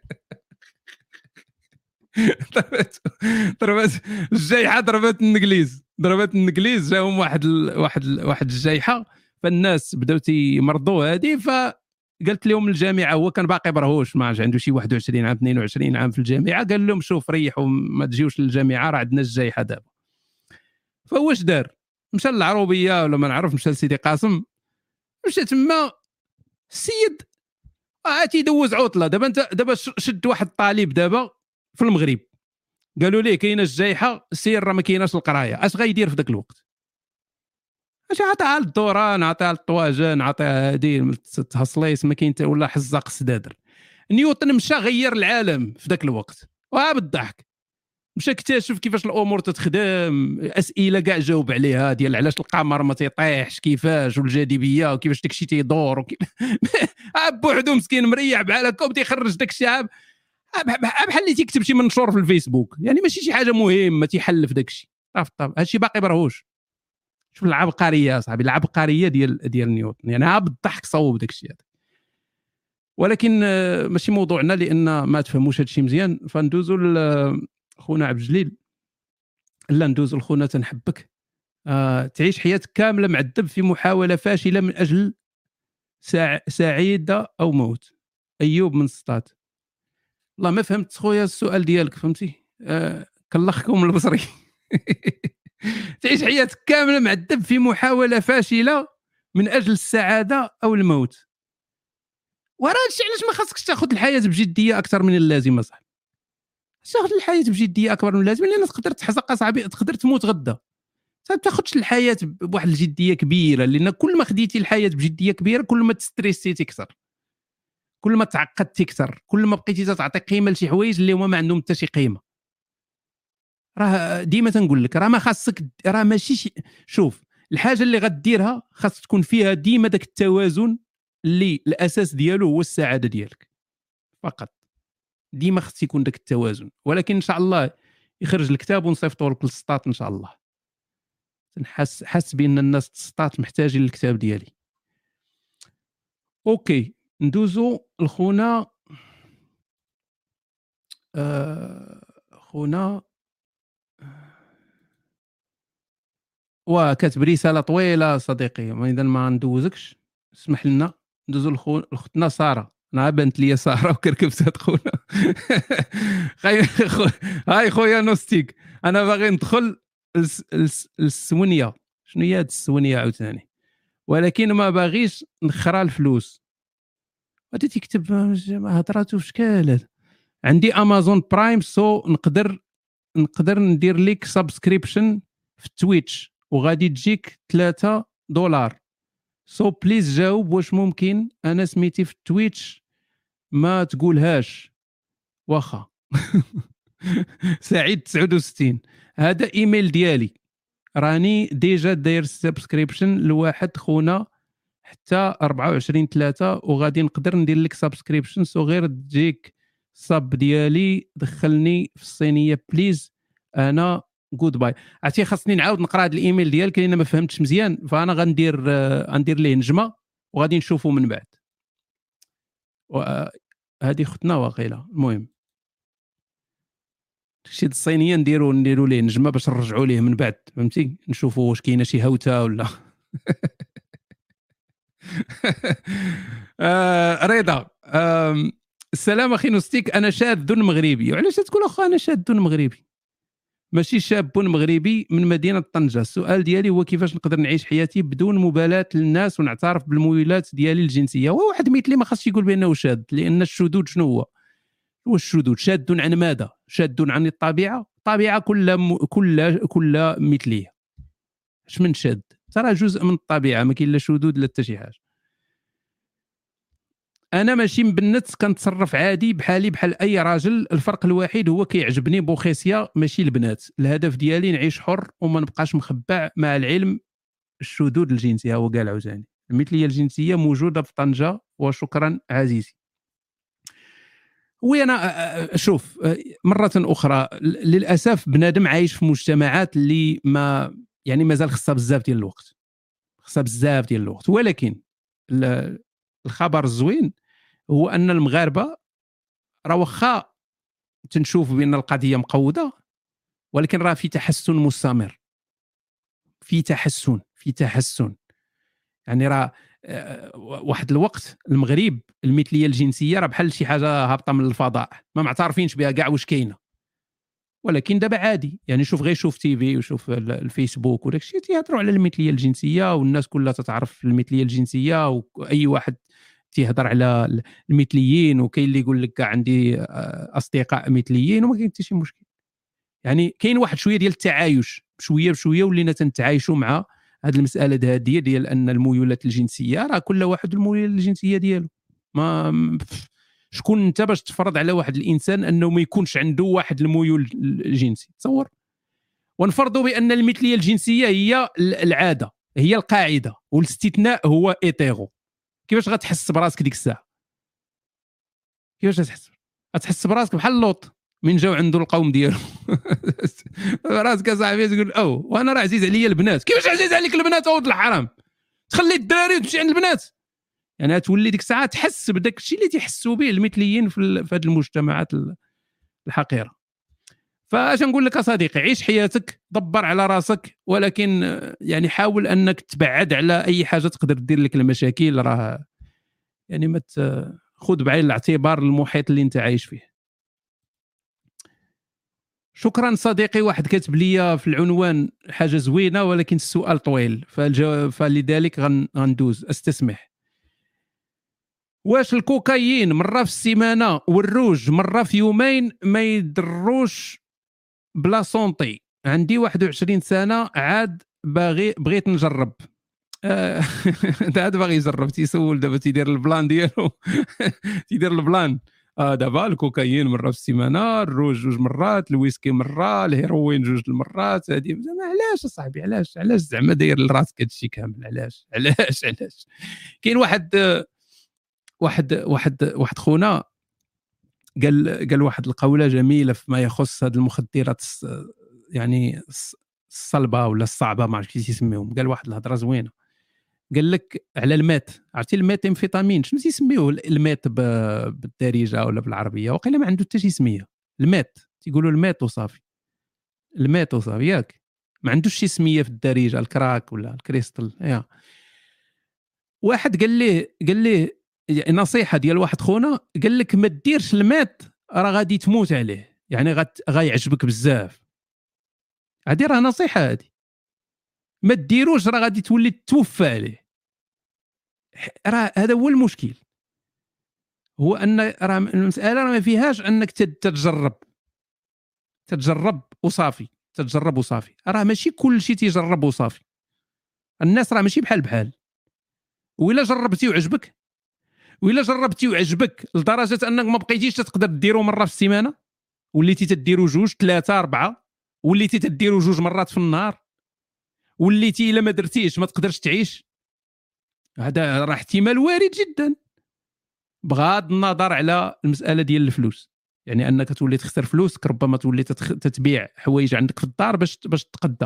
ضربات ضربات الجيحه، ضربات الانجليز ضربات الانجليز جاهم واحد ال... واحد ال... واحد الجيحه، فالناس بداو تيمرضوا هذه. فقالت لهم الجامعه، هو كان باقي برهوش، ما عنده شي واحد وعشرين عام اثنين وعشرين عام في الجامعه، قال لهم شوف ريحوا ما تجيوش للجامعه راه عندنا الجيحه دابا. فواش دار؟ مشى للعروبيه ولا ما نعرف، مشى لسيدي قاسم، مشى تما السيد اه تيدوز عطله. دابا انت دابا شد واحد الطالب دابا في المغرب، قالوا ليه كاينه الجائحه، السير راه ما كايناش القرايه، اش غيدير في ذاك الوقت؟ اش عطاها الدوران، عطاها الطواجن، عطاها هذه تهصليس، ما كاين ولا حزاق السدادر. نيوتن مشى غير العالم في ذاك الوقت، وها بالضحك مشى اكتشف كيفاش الامور تتخدم، اسئله كاع جاوب عليها ديال علاش القمر ما تيطيحش كيفاش، والجاذبيه وكيفاش داكشي تيدور وكي... بوحدو مسكين مريح بحال هكا وتيخرج داكشي بحال اللي تيكتب شي منشور في الفيسبوك، يعني ماشي شي حاجه مهمه تيحل في داكشي. عرفت هادشي باقي برهوش. شوف العبقريه صاحبي، العبقريه ديال ديال نيوتن، يعني ها بالضحك صوب داكشي هذا. ولكن ماشي موضوعنا لان ما تفهموش هادشي مزيان، فندوزو خونا عبد الجليل. لا ندوزو لخونا تنحبك. آه، تعيش حياتك كامله معذب في محاوله فاشله من اجل سع... سعيده او موت. ايوب من سطات. والله ما فهمت خويا السؤال ديالك، فهمتي؟ آه، كلخكم البصري. تعيش حياتك كامله معذب في محاوله فاشله من اجل السعاده او الموت. وراه هادشي علاش ما خاصكش تاخذ الحياه بجديه اكثر من اللازم اصاحبي. تاخذ الحياه بجديه اكبر من اللازم، لان تقدر تحزق اصاحبي، تقدر تموت غدا. ما تاخذش الحياه بواحد الجديه كبيره، لان كل ما خديتي الحياه بجديه كبيره كل ما تستريسيتي اكثر، كل ما تعقدتي اكثر، كل ما بقيتي تعطي قيمه لشي حوايج اللي هما ما عندهم حتى شي قيمه. راه ديما تنقول لك راه ما خاصك، راه ماشي شي... شوف الحاجه اللي غديرها خاص تكون فيها ديما داك التوازن اللي الاساس ديالو هو السعاده ديالك فقط. ديما خص يكون داك التوازن. ولكن ان شاء الله يخرج الكتاب ونصيفطوا لك للسطات ان شاء الله. نحس حس بان الناس السطات محتاجين الكتاب ديالي. اوكي ندوزو لخونا آه خونا وكاتب رساله طويله صديقي، اذا ما ندوزكش اسمح لنا ندوزو لختنا ساره. انا بنت لي ساره وكركبت خونا. هاي خويا نوستيك، انا باغي ندخل السونيه. شنو هي هاد السونيه عاوتاني؟ ولكن ما باغيش نخرى الفلوس. غادي تكتب هضراتو في شكال هذا. عندي امازون برايم، سو نقدر نقدر ندير لك سبسكريبشن في تويتش وغادي تجيك ثلاثه دولار. سو so بليز جاوب واش ممكن انا سميتي في تويتش ما تقولهاش واخا. سعيد تسعة وستين هذا ايميل ديالي، راني ديجا داير سبسكريبشن لواحد خونا حتى أربعة وعشرين ثلاثة وغادي نقدر ندير لك سبسكريبشن. سو غير تجيك صاب ديالي دخلني في الصينيه بليز. انا جود باي. عرفتي خاصني نعاود نقرا هذا الايميل ديالك لان ما فهمتش مزيان، فانا غندير غندير ليه نجمه وغادي نشوفه من بعد. وهذه ختنا واقيلا. المهم شي الصينيه نديروا نديروا ليه نجمه باش نرجعوا ليه من بعد، فهمتي؟ نشوفوا واش كاينه شي هوته ولا. آه رضا آه السلام اخي نوستيك، انا شاذ مغربي. وعلاش تقول اخو انا شاذ مغربي؟ ماشي شاب مغربي من مدينه طنجه. السؤال ديالي هو كيفاش نقدر نعيش حياتي بدون مبالاه للناس ونعترف بالميولات ديالي الجنسيه. وواحد مثلي ما خاصش يقول بانه شاذ، لان الشذوذ شنو هو؟ هو الشذوذ شاذ عن ماذا؟ شاذ عن الطبيعه. الطبيعه كلها م... كلها كلها مثليه. اش من شاذ؟ ترى جزء من الطبيعه، ما كاين لا شذوذ لا حتى شي حاجه. انا ماشي مبنت، كنتصرف عادي بحالي بحال اي راجل. الفرق الوحيد هو كيعجبني بوخيسيا ماشي البنات. الهدف ديالي نعيش حر وما نبقاش مخبع. مع العلم الشذوذ الجنسي هو قال عاوتاني المثليه الجنسيه موجوده في طنجه. وشكرا عزيزي. وانا شوف مره اخرى للاسف بنادم عايش في مجتمعات اللي ما يعني مازال خصها بزاف ديال الوقت، خصها بزاف ديال الوقت. ولكن الخبر الزوين هو ان المغاربه راه واخا تنشوف بان القضيه مقوده، ولكن راه في تحسن مستمر، في تحسن في تحسن يعني راه واحد الوقت المغرب المثليه الجنسيه راه بحال شي حاجه هابطه من الفضاء، ما معترفينش بها كاع واش كاينه. ولكن دابا عادي يعني. شوف غير شوف تي في وشوف الفيسبوك وداك الشيء تيهضروا على المثليه الجنسيه، والناس كلها تتعرف المثليه الجنسيه، واي واحد تيهضر على المثليين، وكاين اللي يقول لك عندي اصدقاء مثليين وما كاين حتى شي مشكل. يعني كاين واحد شويه ديال التعايش، بشويه بشويه ولينا تنتعايشوا مع هذه المساله هذه ديال ان الميولات الجنسيه راه كل واحد الميول الجنسيه ديالو. ما شكون انت باش تفرض على واحد الانسان انه ما يكونش عنده واحد الميول الجنسي؟ تصور. ونفرضوا بان المثليه الجنسيه هي العاده، هي القاعده، والاستثناء هو ايتيرو. كيفاش غتحس براسك ديك الساعه؟ كيفاش غتحس؟ غتحس براسك بحال لوط من جاو عنده القوم ديالو. راسك صاحبي تقول او وانا راه عزيز عليا البنات. كيفاش عزيز عليك البنات اولاد الحرام؟ تخلي الدراري وتمشي عند البنات. يعني تولي ديك الساعه تحس بداك الشيء اللي تيحسوا به المثليين في هذه المجتمعات الحقيره. فاش نقول لك صديقي، عيش حياتك، دبر على راسك، ولكن يعني حاول انك تبعد على اي حاجه تقدر دير لك المشاكل. راه يعني ما خذ بعين الاعتبار المحيط اللي انت عايش فيه. شكرا صديقي. واحد كاتب لي في العنوان حاجه زوينه ولكن السؤال طويل، فلذلك غندوز استسمح. واش الكوكايين مره في السيمانه والروج مره في يومين ما يضروش بلا سونتي؟ عندي واحد وعشرين سنه عاد باغي بغيت نجرب. آه عاد باغي يجرب، تيسول دابا تيدير البلان ديالو. تيدير البلان. آه دابا الكوكايين مره في السيمانه، الروج جوج مرات، الويسكي مره، الهيروين جوج المرات. هذه زعما علاش اصاحبي؟ علاش علاش زعما داير لراسك هادشي كامل؟ علاش علاش علاش؟ كاين واحد واحد واحد واحد خونا قال قال واحد القوله جميله فيما يخص هذه المخدرات يعني الصلبه ولا الصعبه، ما عرفتش كيف يسميهم. قال واحد الهضره زوينه، قال لك على المات. عرفتي المات امفيتامين شنو تيسميوه المات بالدارجه ولا بالعربيه؟ وقيلا ما عنده حتى شي سميه. المات تيقولوا المات وصافي، المات وصافي ياك، ما عندوش شي سميه في الدارجه، الكراك ولا الكريستال. يا واحد قال ليه قال ليه نصيحه ديال واحد خونا، قال لك ما ديرش المات راه غادي تموت عليه، يعني غيعجبك بزاف. هذه راه نصيحه، هذه ما ديروش راه غادي تولي توفى عليه. راه هذا هو المشكل، هو ان راه المساله راه ما فيهاش انك تتجرب تتجرب وصافي، تتجرب وصافي. راه ماشي كل شيء تيجرب وصافي، الناس راه ماشي بحال بحال. وإلا جربتي وعجبك وإلا جربتي وعجبك لدرجة أنك ما بقيتيش تقدر ديرو مرة في السيمانة، وليتي تديرو جوج ثلاثة أربعة، وليتي تديرو جوج مرات في النهار، وليتي إلا ما درتيش ما تقدرش تعيش، هذا راه احتمال وارد جدا، بغض النظر على المسألة ديال الفلوس. يعني أنك تولي تخسر فلوسك، ربما تولي تتبيع حوايج عندك في الدار باش باش تقدى.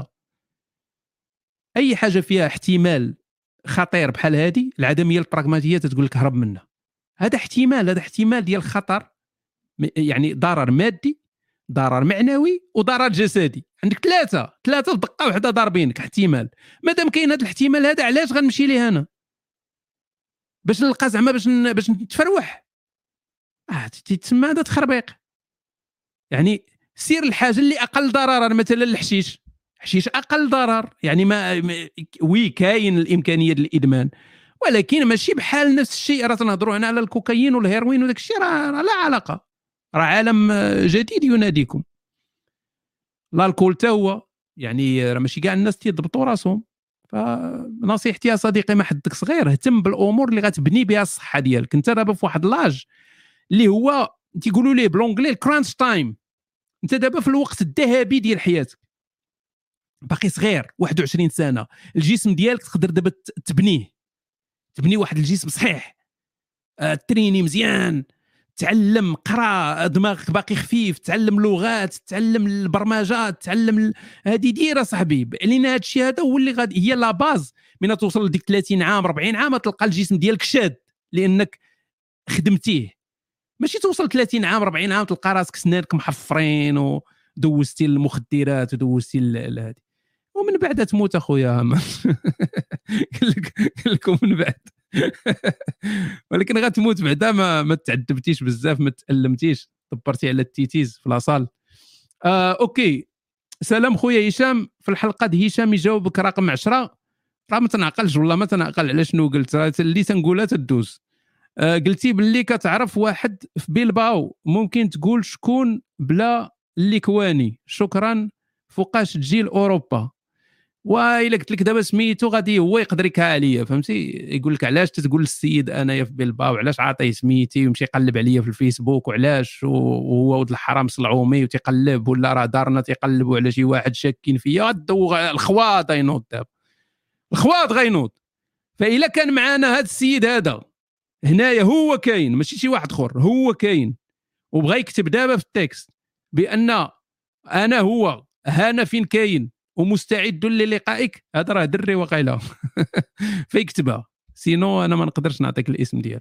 أي حاجة فيها احتمال خطير بحال هذه، العدمية البراغماتية تتقول لك هرب منها. هذا احتمال هذا احتمال ديال الخطر، يعني ضرر مادي، ضرر معنوي، وضرر جسدي. عندك ثلاثة ثلاثة في دقة واحدة ضاربينك احتمال. مادام كاين هذا الاحتمال هذا، علاش غنمشي ليه أنا باش نلقى زعما باش باش نتفروح؟ اه تتسمى هذا تخربيق. يعني سير الحاجة اللي أقل ضررا، مثلا الحشيش. حشيش أقل ضرر، يعني ما وي كاين الإمكانية للإدمان، ولكن ماشي بحال نفس الشيء. راه تنهضروا هنا على الكوكايين والهيروين وداك الشيء، راه لا علاقة، راه عالم جديد يناديكم. الكول تا هو، يعني راه ماشي كاع الناس تيضبطوا راسهم. فنصيحتي يا صديقي، ما حدك صغير، اهتم بالامور اللي غتبني بها الصحه ديالك. انت دابا في واحد لاج اللي هو تيقولوا ليه بلونجلي الكرانش تايم. انت دابا في الوقت الذهبي ديال حياتك، باقي صغير، واحد وعشرين سنه، الجسم ديالك تقدر دابا تبنيه، تبني واحد الجسم صحيح، تريني مزيان، تعلم، قرا، دماغك باقي خفيف، تعلم لغات، تعلم البرمجه، تعلم هذه ديره صاحبي. لان هذا الشيء هذا هو اللي غادي هي لا باز. من توصل لديك ثلاثين عام أربعين عام تلقى الجسم ديالك شاد لانك خدمتيه. ماشي توصل ثلاثين عام أربعين عام تلقى راسك سنانك محفرين ودوزتي المخدرات ودوزتي هذه، ومن بعد تموت اخويا. قال لك قال لكم من بعد. ولكن غتموت بعدا ما ما تعذبتيش بزاف، ما تألمتيش، دبرتي على التيتيز في لاصال. آه اوكي، سلام خويا هشام. في الحلقه دي هشام يجاوبك رقم عشرة، راه ما تنعقلش والله ما تنعقل على شنو قلت، اللي تنقولها تدوز. آه قلتي باللي كتعرف واحد في بيلباو، ممكن تقول شكون بلا الليكواني؟ شكرا. فوقاش تجي لاوروبا؟ والا قلت لك دابا سميتو غادي هو يقدر يكها عليا، فهمتي؟ يقول لك علاش تتقول السيد انايا في بلباو، علاش عاطيه سميتي، ويمشي يقلب عليا في الفيسبوك، وعلاش وهو ولد الحرام صلعومي وتيقلب، ولا راه دارنا تيقلبوا على شي واحد شاكين فيا. الخواط غينوض دابا، الخواط غينوض. فإلا كان معنا هذا السيد هذا هنايا، هو كاين ماشي شي واحد اخر، هو كاين، وبغى يكتب دابا في التكست بان انا هو هنا فين كاين ومستعد للقائك، هذا راه دري وقيله. فيكتبها، سينو انا ما نقدرش نعطيك الاسم ديالو.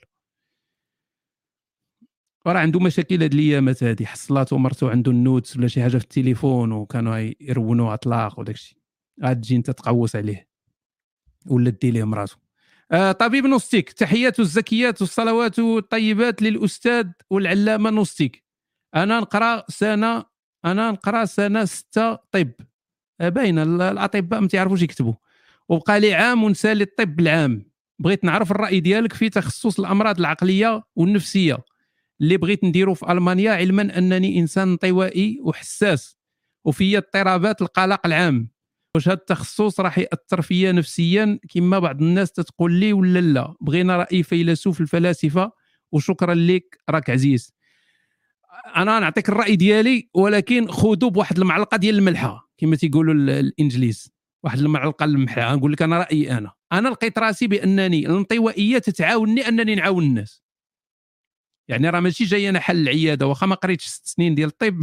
وراه عنده مشاكل هاد الايامات هادي، حصلاتو مرتو عنده النوتس ولا شي حاجه في التليفون، وكانوا يرونوا اطلاق وداك الشيء، غاد تجي انت تقوس عليه ولا دي ليه مراتو. آه طبيب نوستيك، تحيات الزكيات والصلوات الطيبات للاستاذ والعلامه نوستيك. انا نقرا سنه انا نقرا سنه ستة طب، باين الاطباء ما تعرفوش يكتبوا، وبقى لي عام ونسالي الطب العام. بغيت نعرف الراي ديالك في تخصص الامراض العقليه والنفسيه اللي بغيت نديرو في المانيا، علما انني انسان انطوائي وحساس وفي اضطرابات القلق العام. واش هذا التخصص راح ياثر فيا نفسيا كما بعض الناس تتقول لي ولا لا؟ بغينا راي فيلسوف الفلاسفه، وشكرا لك راك عزيز. انا نعطيك الراي ديالي، ولكن خذوا بواحد المعلقه ديال الملحه كما تيقولوا الانجليز، واحد المعلقه الملحه. نقول لك انا رايي، انا انا لقيت راسي بانني الانطوائيه تتعاونني انني نعاون الناس. يعني راه ماشي جاي انا حل العياده، واخا ما قريتش ست سنين ديال الطب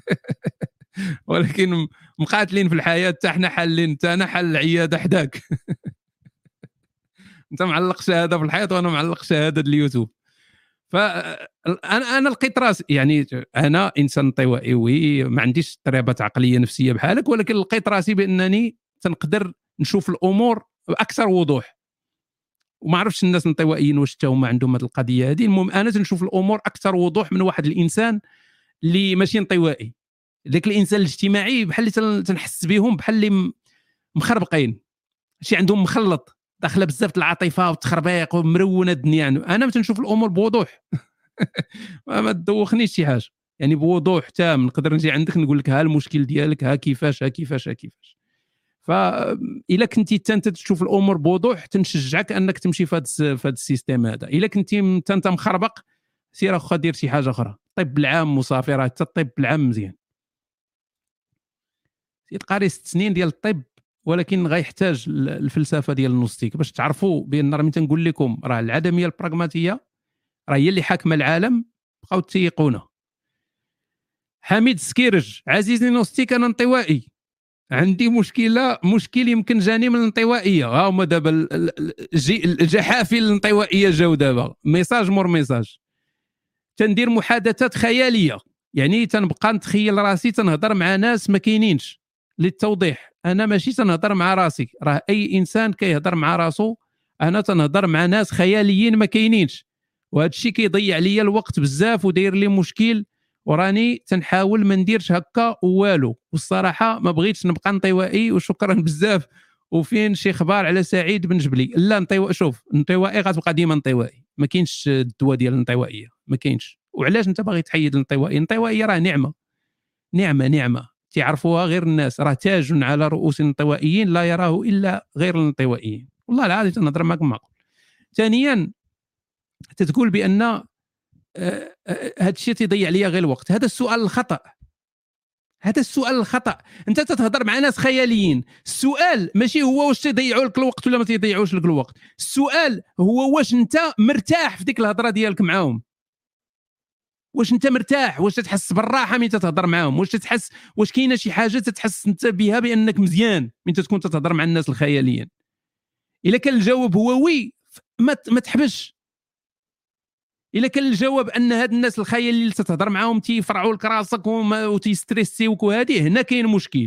ولكن مقاتلين في الحياه، حتى حنا حالين، انت انا حل العياده حداك. انت معلق شهاده في الحيط وانا معلق شهاده اليوتيوب. فانا انا لقيت راسي، يعني انا انسان انطوائي، ما عنديش اضطرابات عقليه نفسيه بحالك، ولكن لقيت راسي بانني تنقدر نشوف الامور باكثر وضوح. وما عرفتش الناس الانطوائيين واش حتى هما عندهم هذه القضيه هذه. المهم انا تنشوف الامور اكثر وضوح من واحد الانسان اللي ماشي انطوائي. ذاك الانسان الاجتماعي بحال اللي تنحس بهم بحال اللي مخربقين، شي عندهم مخلط، داخله بزاف العاطفه والتخربيق ومرونه الدنيا. انا ما تنشوف الامور بوضوح. ما تدوخنيش شي حاجه، يعني بوضوح تام. نقدر نجي عندك نقول لك ها المشكل ديالك، ها كيفاش ها كيفاش ها كيفاش. فإلا كنتي انت تشوف الامور بوضوح تنشجعك انك تمشي في هذا في هذا السيستم هذا. الا كنتي انت مخربق سير اخا دير شي حاجه اخرى. الطب العام وصافي، راه حتى الطب العام مزيان. تقاري ست سنين ديال الطب، ولكن غيحتاج الفلسفه ديال النوستيك باش تعرفوا بان راه ملي تنقول لكم راه العدميه البراغماتيه راه هي اللي حاكمه العالم، بقاو تيقونا. حميد سكيرج: عزيزي نوستيك انا انطوائي، عندي مشكله مشكل يمكن جاني من الانطوائيه. ها هما دابا الجحافل الانطوائيه جاو دابا ميساج مور ميساج. تندير محادثات خياليه، يعني تنبقى نتخيل راسي تنهضر مع ناس ما كاينينش. للتوضيح، انا ماشي تنهضر مع راسي، راه اي انسان كيهضر مع راسو. انا تنهضر مع ناس خياليين ما كاينينش، وهذا الشيء كيضيع ليا الوقت بزاف وداير لي مشكل، وراني تنحاول ما نديرش هكا والو. والصراحه ما بغيتش نبقى انطوائي، وشكرا بزاف. وفين شي اخبار على سعيد بن جبلي؟ لا انطوائي، شوف انطوائي غتبقى ديما انطوائي، ما كاينش الدواء ديال الانطوائيه، ما كاينش. وعلاش انت باغي تحيد الانطوائيه؟ الانطوائيه راه نعمه نعمه نعمه تعرفوها غير الناس، راه تاج على رؤوس الانطوائيين لا يراه الا غير الانطوائيين. والله العظيم تنهضر معك معقول. ثانيا تتقول بان هذا الشيء تيضيع ليا غير الوقت. هذا السؤال الخطا، هذا السؤال الخطا. انت تتهضر مع ناس خياليين. السؤال ماشي هو واش تيضيعوا لك الوقت ولا ما تيضيعوش لك الوقت، السؤال هو واش انت مرتاح في ديك الهضره ديالك معاهم. واش انت مرتاح؟ واش تتحس بالراحه ملي تتهضر معاهم؟ واش تتحس واش كاينه شي حاجه تتحس انت بها بانك مزيان ملي تكون تتهضر مع الناس الخياليين؟ الا كان الجواب هو وي ما ما تحبش. الا كان الجواب ان هاد الناس الخياليين اللي تتهضر معاهم تيفرعوا لك راسك وتيستريسيوك وهذه، هنا كاين مشكل.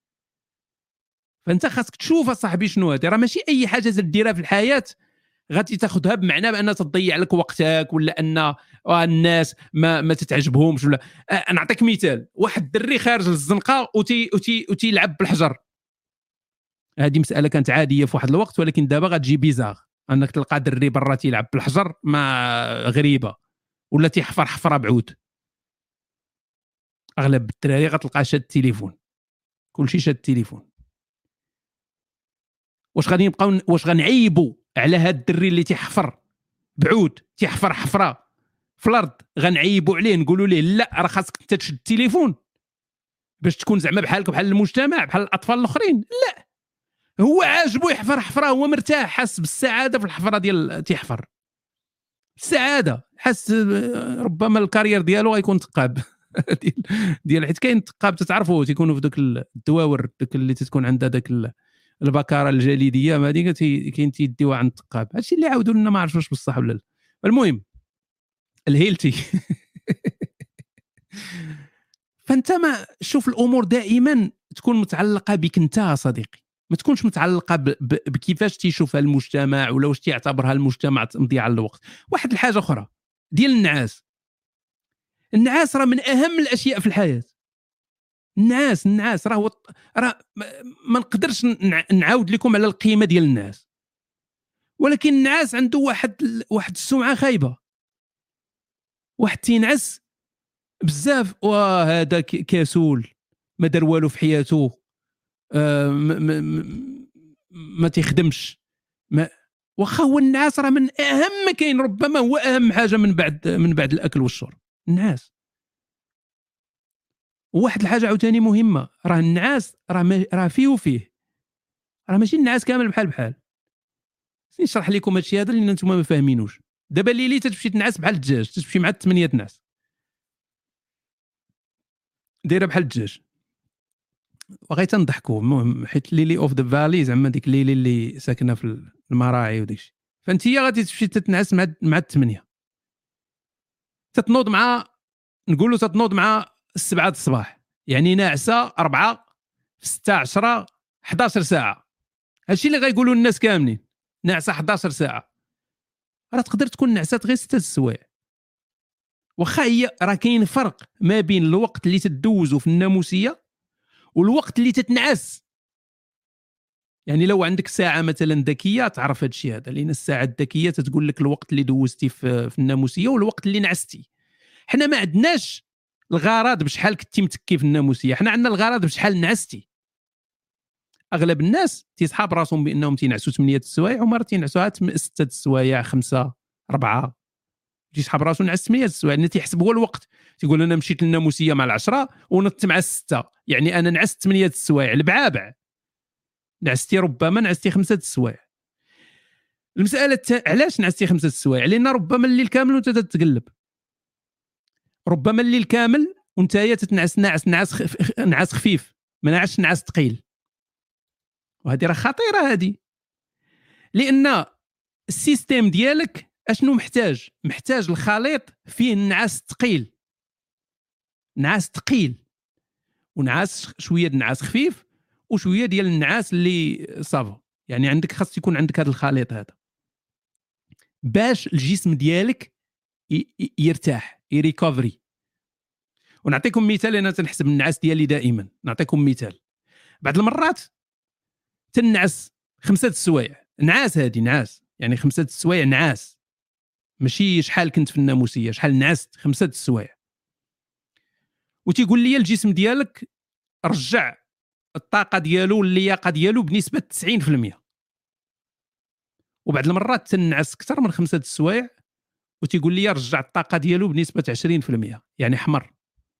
فانت خاصك تشوف اصاحبي شنو هذه. راه ماشي اي حاجه تديرها في الحياه غادي تاخذها بمعنى بان تضيع لك وقتك، ولا ان الناس ما ما تتعجبهمش. ولا نعطيك مثال: واحد الدري خارج للزنقه وتي وتي وتيلعب بالحجر. هذه مساله كانت عاديه في واحد الوقت، ولكن دابا غتجي بيزار انك تلقى دري برا تيلعب بالحجر، ما غريبه. ولا تيحفر حفره بعود. اغلب الدراري غتلقى شاد التليفون، كلشي شاد التليفون. واش غادي نبقاو واش غنعيبوا على هاد الدري اللي تيحفر بعود، تيحفر حفره في الارض؟ غنعيبوا عليه نقولوا ليه لا راه خاصك انت تشد التليفون باش تكون زعما بحالك بحال المجتمع بحال الاطفال الاخرين؟ لا، هو عاجبو يحفر حفره، هو مرتاح، حاس بالسعاده في الحفره ديال تيحفر. السعاده حس ربما الكارير ديالو غيكون تقاب ديال ديال حيت كاين تقاب تتعرفوا تيكونوا في دوك الدواور داك اللي تتكون عندها داك البكاره الجليديه، ما هذيك كاين تيديوها عند التقاب. هادشي اللي عاودوا لنا ما عرفتش بصح ولا لا. المهم الهيلتي فانت ما شوف الامور دائما تكون متعلقه بك انت صديقي، ما تكونش متعلقه ب... ب... بكيفاش تيشوفها المجتمع ولا واش تيعتبرها المجتمع مضيعه للوقت. واحد الحاجه اخرى ديال النعاس. النعاس راه من اهم الاشياء في الحياه. النعاس النعاس راه هو راه ما نقدرش نعاود لكم على القيمه ديال النعاس، ولكن النعاس عنده واحد واحد السمعه خايبه. واحد تينعس بزاف وهذا كسول ما دار والو في حياته، آه ما, ما, ما تيخدمش. ما واخا هو النعاس راه من اهم ما كاين، ربما هو اهم حاجه من بعد من بعد الاكل والشرب النعاس. وواحد الحاجه عاوتاني مهمه، راه النعاس راه راه فيه وفيه، راه ماشي النعاس كامل بحال بحال. نشرح لكم هادشي هذا لان نتوما ما فاهمينوش. دابا الليلي تمشي تنعس بحال الدجاج، تمشي مع الثمانيه تنعس دايره بحال الدجاج. وغاي تنضحكوا المهم حيت ليلي اوف ذا فالي زعما ديك ليلي اللي ساكنه في المراعي وداكشي، فانت هي غادي تمشي تتنعس مع مع الثمانيه، تتنوض مع نقولوا تتنوض مع السبعة الصباح، يعني ناعسه أربعة في ستة عشرة إحدى عشرة ساعه. هادشي اللي غايقولوا الناس كاملين، ناعسه إحدى عشرة ساعه. راه تقدر تكون نعسات غير ستة السوايع. واخا هي راه كاين فرق ما بين الوقت اللي تدوزو في الناموسيه والوقت اللي تتنعس. يعني لو عندك ساعه مثلا ذكيه تعرف هذا الشيء هذا، لان الساعه الذكيه تتقول لك الوقت اللي دوزتي في, في الناموسيه والوقت اللي نعستي. حنا ما عندناش الغرض بشحال كنتي متكي في الناموسيه، حنا عندنا الغرض بشحال نعستي. اغلب الناس تيصحاب راسهم بانهم تينعسوا ثمانية السوايع ومره تينعسوها ستة السوايع خمسة أربعة، تيصحاب راسو نعس ثمانية السوايع، يعني تيحسب هو الوقت، تيقول انا مشيت للناموسيه مع العشرة ونضت مع الستة، يعني انا نعست ثمانية السوايع البعابع، نعستي ربما نعستي خمسة السوايع. المساله الت... علاش نعستي خمسة السوايع؟ لان ربما الليل كامل وانت تتقلب، ربما الليل كامل وانت تتنعس نعس نعس خف... نعس خفيف، ما نعسش نعس ثقيل، وهذه راه خطيره هذه، لان السيستم ديالك اشنو محتاج؟ محتاج الخليط فيه النعاس ثقيل، نعاس ثقيل ونعاس شويه النعاس خفيف وشويه ديال النعاس اللي صافا، يعني عندك خاص يكون عندك هذا الخليط هذا باش الجسم ديالك يرتاح يريكوفري. ونعطيكم مثال، انا تنحسب النعاس ديالي دائما، نعطيكم مثال، بعض المرات تنعس خمسة السوايع، نعاس هذه نعاس يعني خمسة السوايع نعاس، ماشي شحال كنت في الناموسيه شحال نعست خمسة السوايع، وتيقول لي الجسم ديالك رجع الطاقه ديالو اللياقه ديالو بنسبه تسعين بالمئة. وبعض المرات تنعس اكثر من خمسة السوايع وتيقول لي رجع الطاقه ديالو بنسبه عشرين بالمئة، يعني حمر.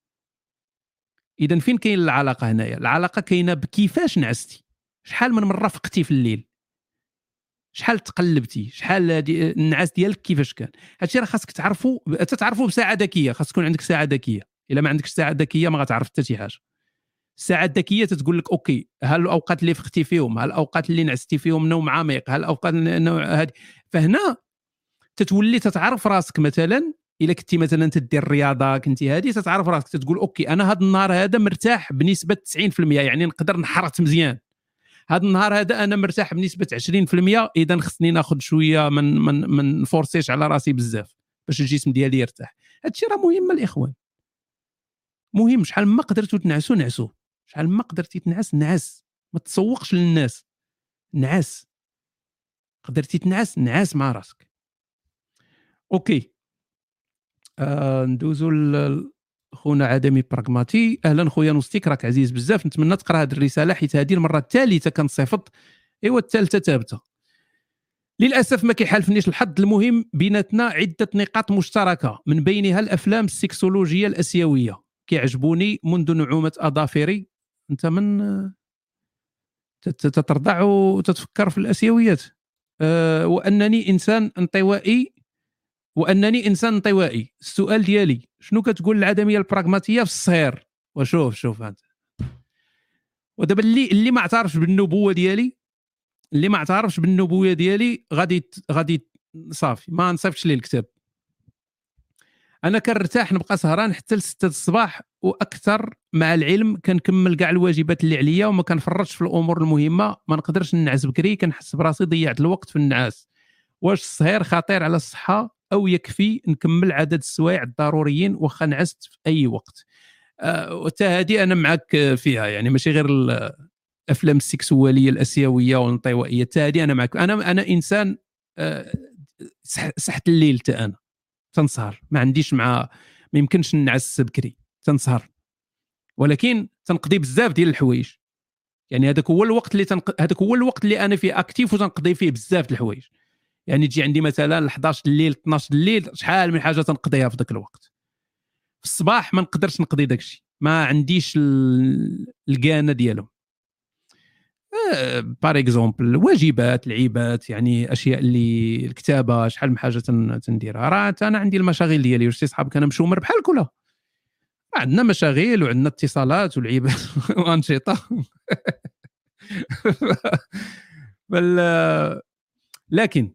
اذا فين كاين العلاقه هنايا؟ العلاقه كاينه بكيفاش نعستي، شحال من مره فقتي في الليل، شحال تقلبتي، شحال النعاس ديالك كيفاش كان. هادشي راه خاصك تعرفوا، تتعرفوا بساعه ذكيه، خاص تكون عندك ساعه ذكيه، الا ما عندكش ساعه ذكيه ما غتعرف حتى شي حاجه. الساعه الذكيه تتقول لك اوكي هل الاوقات اللي فقتي فيهم، هل الاوقات اللي نعستي فيهم نوم عميق، هل الاوقات هذه، فهنا تتولي تتعرف راسك. مثلا الا كنتي مثلا تدير الرياضه كنتي هذه، تتعرف راسك تتقول اوكي انا هذا النهار هذا مرتاح بنسبه تسعين بالمئة، يعني نقدر نحرت مزيان. هذا النهار هذا انا مرتاح بنسبه عشرين بالمئة، اذا خصني ناخذ شويه من من من فورسيش على راسي بزاف باش الجسم ديالي يرتاح. هادشي راه مهم الاخوان، مهم. شحال ما قدرتوا تنعسوا نعسوا، شحال ما قدرتي تنعس نعس، ما تسوقش للناس، نعس. قدرتي تنعس نعس مع راسك. اوكي آه ندوزو خونا عدمي براغماتي. اهلا خويا نوستيك، راك عزيز بزاف، نتمنى تقرا هذه الرساله حيت هذه المره الثالثه كنصيفط، ايوا الثالثه ثابته. للاسف ما كيحالفنيش الحظ، المهم بيناتنا عده نقاط مشتركه، من بينها الافلام السكسولوجيه الاسيويه كيعجبوني منذ نعومه اظافري. انت من تترضع وتتفكر في الاسيويات. أه وانني انسان انطوائي وانني انسان انطوائي. السؤال ديالي شنو كتقول العدميه البراغماتيه في الصهير؟ وشوف شوف هذا. ودابا اللي اللي ما اعترفش بالنبوه ديالي، اللي ما اعترفش بالنبوه ديالي غادي غادي صافي ما نصيفطش ليه الكتاب. انا كنرتاح نبقى سهران حتى لستة الصباح واكثر، مع العلم كنكمل كاع الواجبات اللي عليا وما كنفرطش في الامور المهمه. ما نقدرش ننعس بكري، كنحس براسي ضيعت الوقت في النعاس. واش السهير خطير على الصحه او يكفي نكمل عدد السوايع الضروريين واخا نعست في اي وقت؟ وتا أه هذه انا معك فيها، يعني ماشي غير الافلام السكسواليه الاسيويه والانطوائيه، تا هذه انا معك. انا انا انسان أه سحت الليل، تا انا تنسهر، ما عنديش مع ما يمكنش نعس بكري، تنسهر، ولكن تنقضي بزاف ديال الحوايج. يعني هذاك هو الوقت اللي تنق... هذاك هو الوقت اللي انا فيه اكتيف وتنقضي فيه بزاف د الحوايج. يعني تجي عندي مثلا الحداش الليل اثناش الليل، شحال من حاجه تنقضيها في ذاك الوقت. في الصباح ما نقدرش نقضي داك الشيء، ما عنديش الكانه ديالهم. بار اكزومبل واجبات، العيبات، يعني اشياء اللي الكتابه، شحال من حاجه تنديرها. راه انا عندي المشاغل ديالي، واش صحابك انا مشومر بحالك ولا؟ عندنا مشاغل وعندنا اتصالات والعيبات وانشطه. بل لكن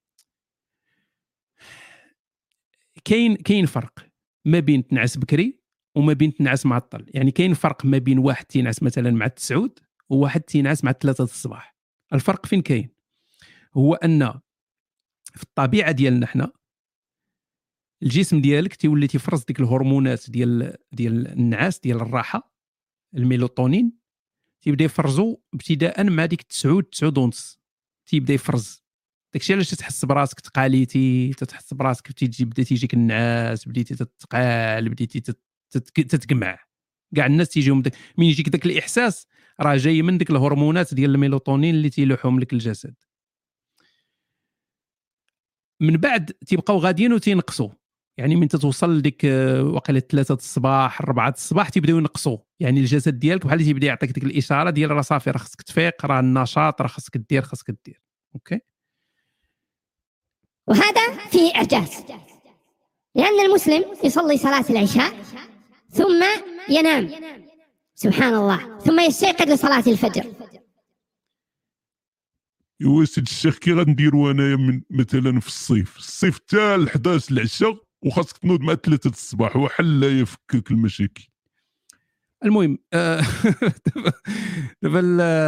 كاين كاين فرق ما بين تنعس بكري وما بين تنعس معطل. يعني كاين فرق ما بين واحد تينعس مثلا مع التسعود وواحد تينعس مع الثلاثه الصباح. الفرق فين كاين؟ هو ان في الطبيعه ديالنا حنا الجسم ديالك تيولي تيفرز ديك الهرمونات ديال ديال النعاس، ديال الراحه، الميلاتونين، تيبدا يفرزوا ابتداء مع ديك التسعود تسعود ونص، تيبدا يفرز. داكشي علاش تحس براسك تقاليتي، تتحس براسك تيجي بدا تيجيك النعاس، بديتي تتقال، بديتي تتجمع. كاع الناس تيجيهم داك من يجيك داك الاحساس راه جاي من ديك الهرمونات ديال الميلاتونين اللي تيلوحهم لك الجسد. من بعد تيبقاو غاديين وتينقصوا، يعني من تتوصل لديك وقيله ثلاثة الصباح أربعة الصباح تيبداو ينقصوا، يعني الجسد ديالك بحال تيبدا يعطيك ديك الاشاره ديال راه صافي راه خصك تفيق، راه النشاط راه خصك دير خصك دير. اوكي، وهذا فيه اعجاز، لان المسلم يصلي صلاه العشاء ثم ينام سبحان الله ثم يستيقظ لصلاه الفجر. ايوا سيد الشيخ كي غنديروا انايا من مثلا في الصيف الصيف حتى ل حداش العشاء وخاصك تنوض مع ثلاثة الصباح وحل لا يفكك المشاكل. المهم دابا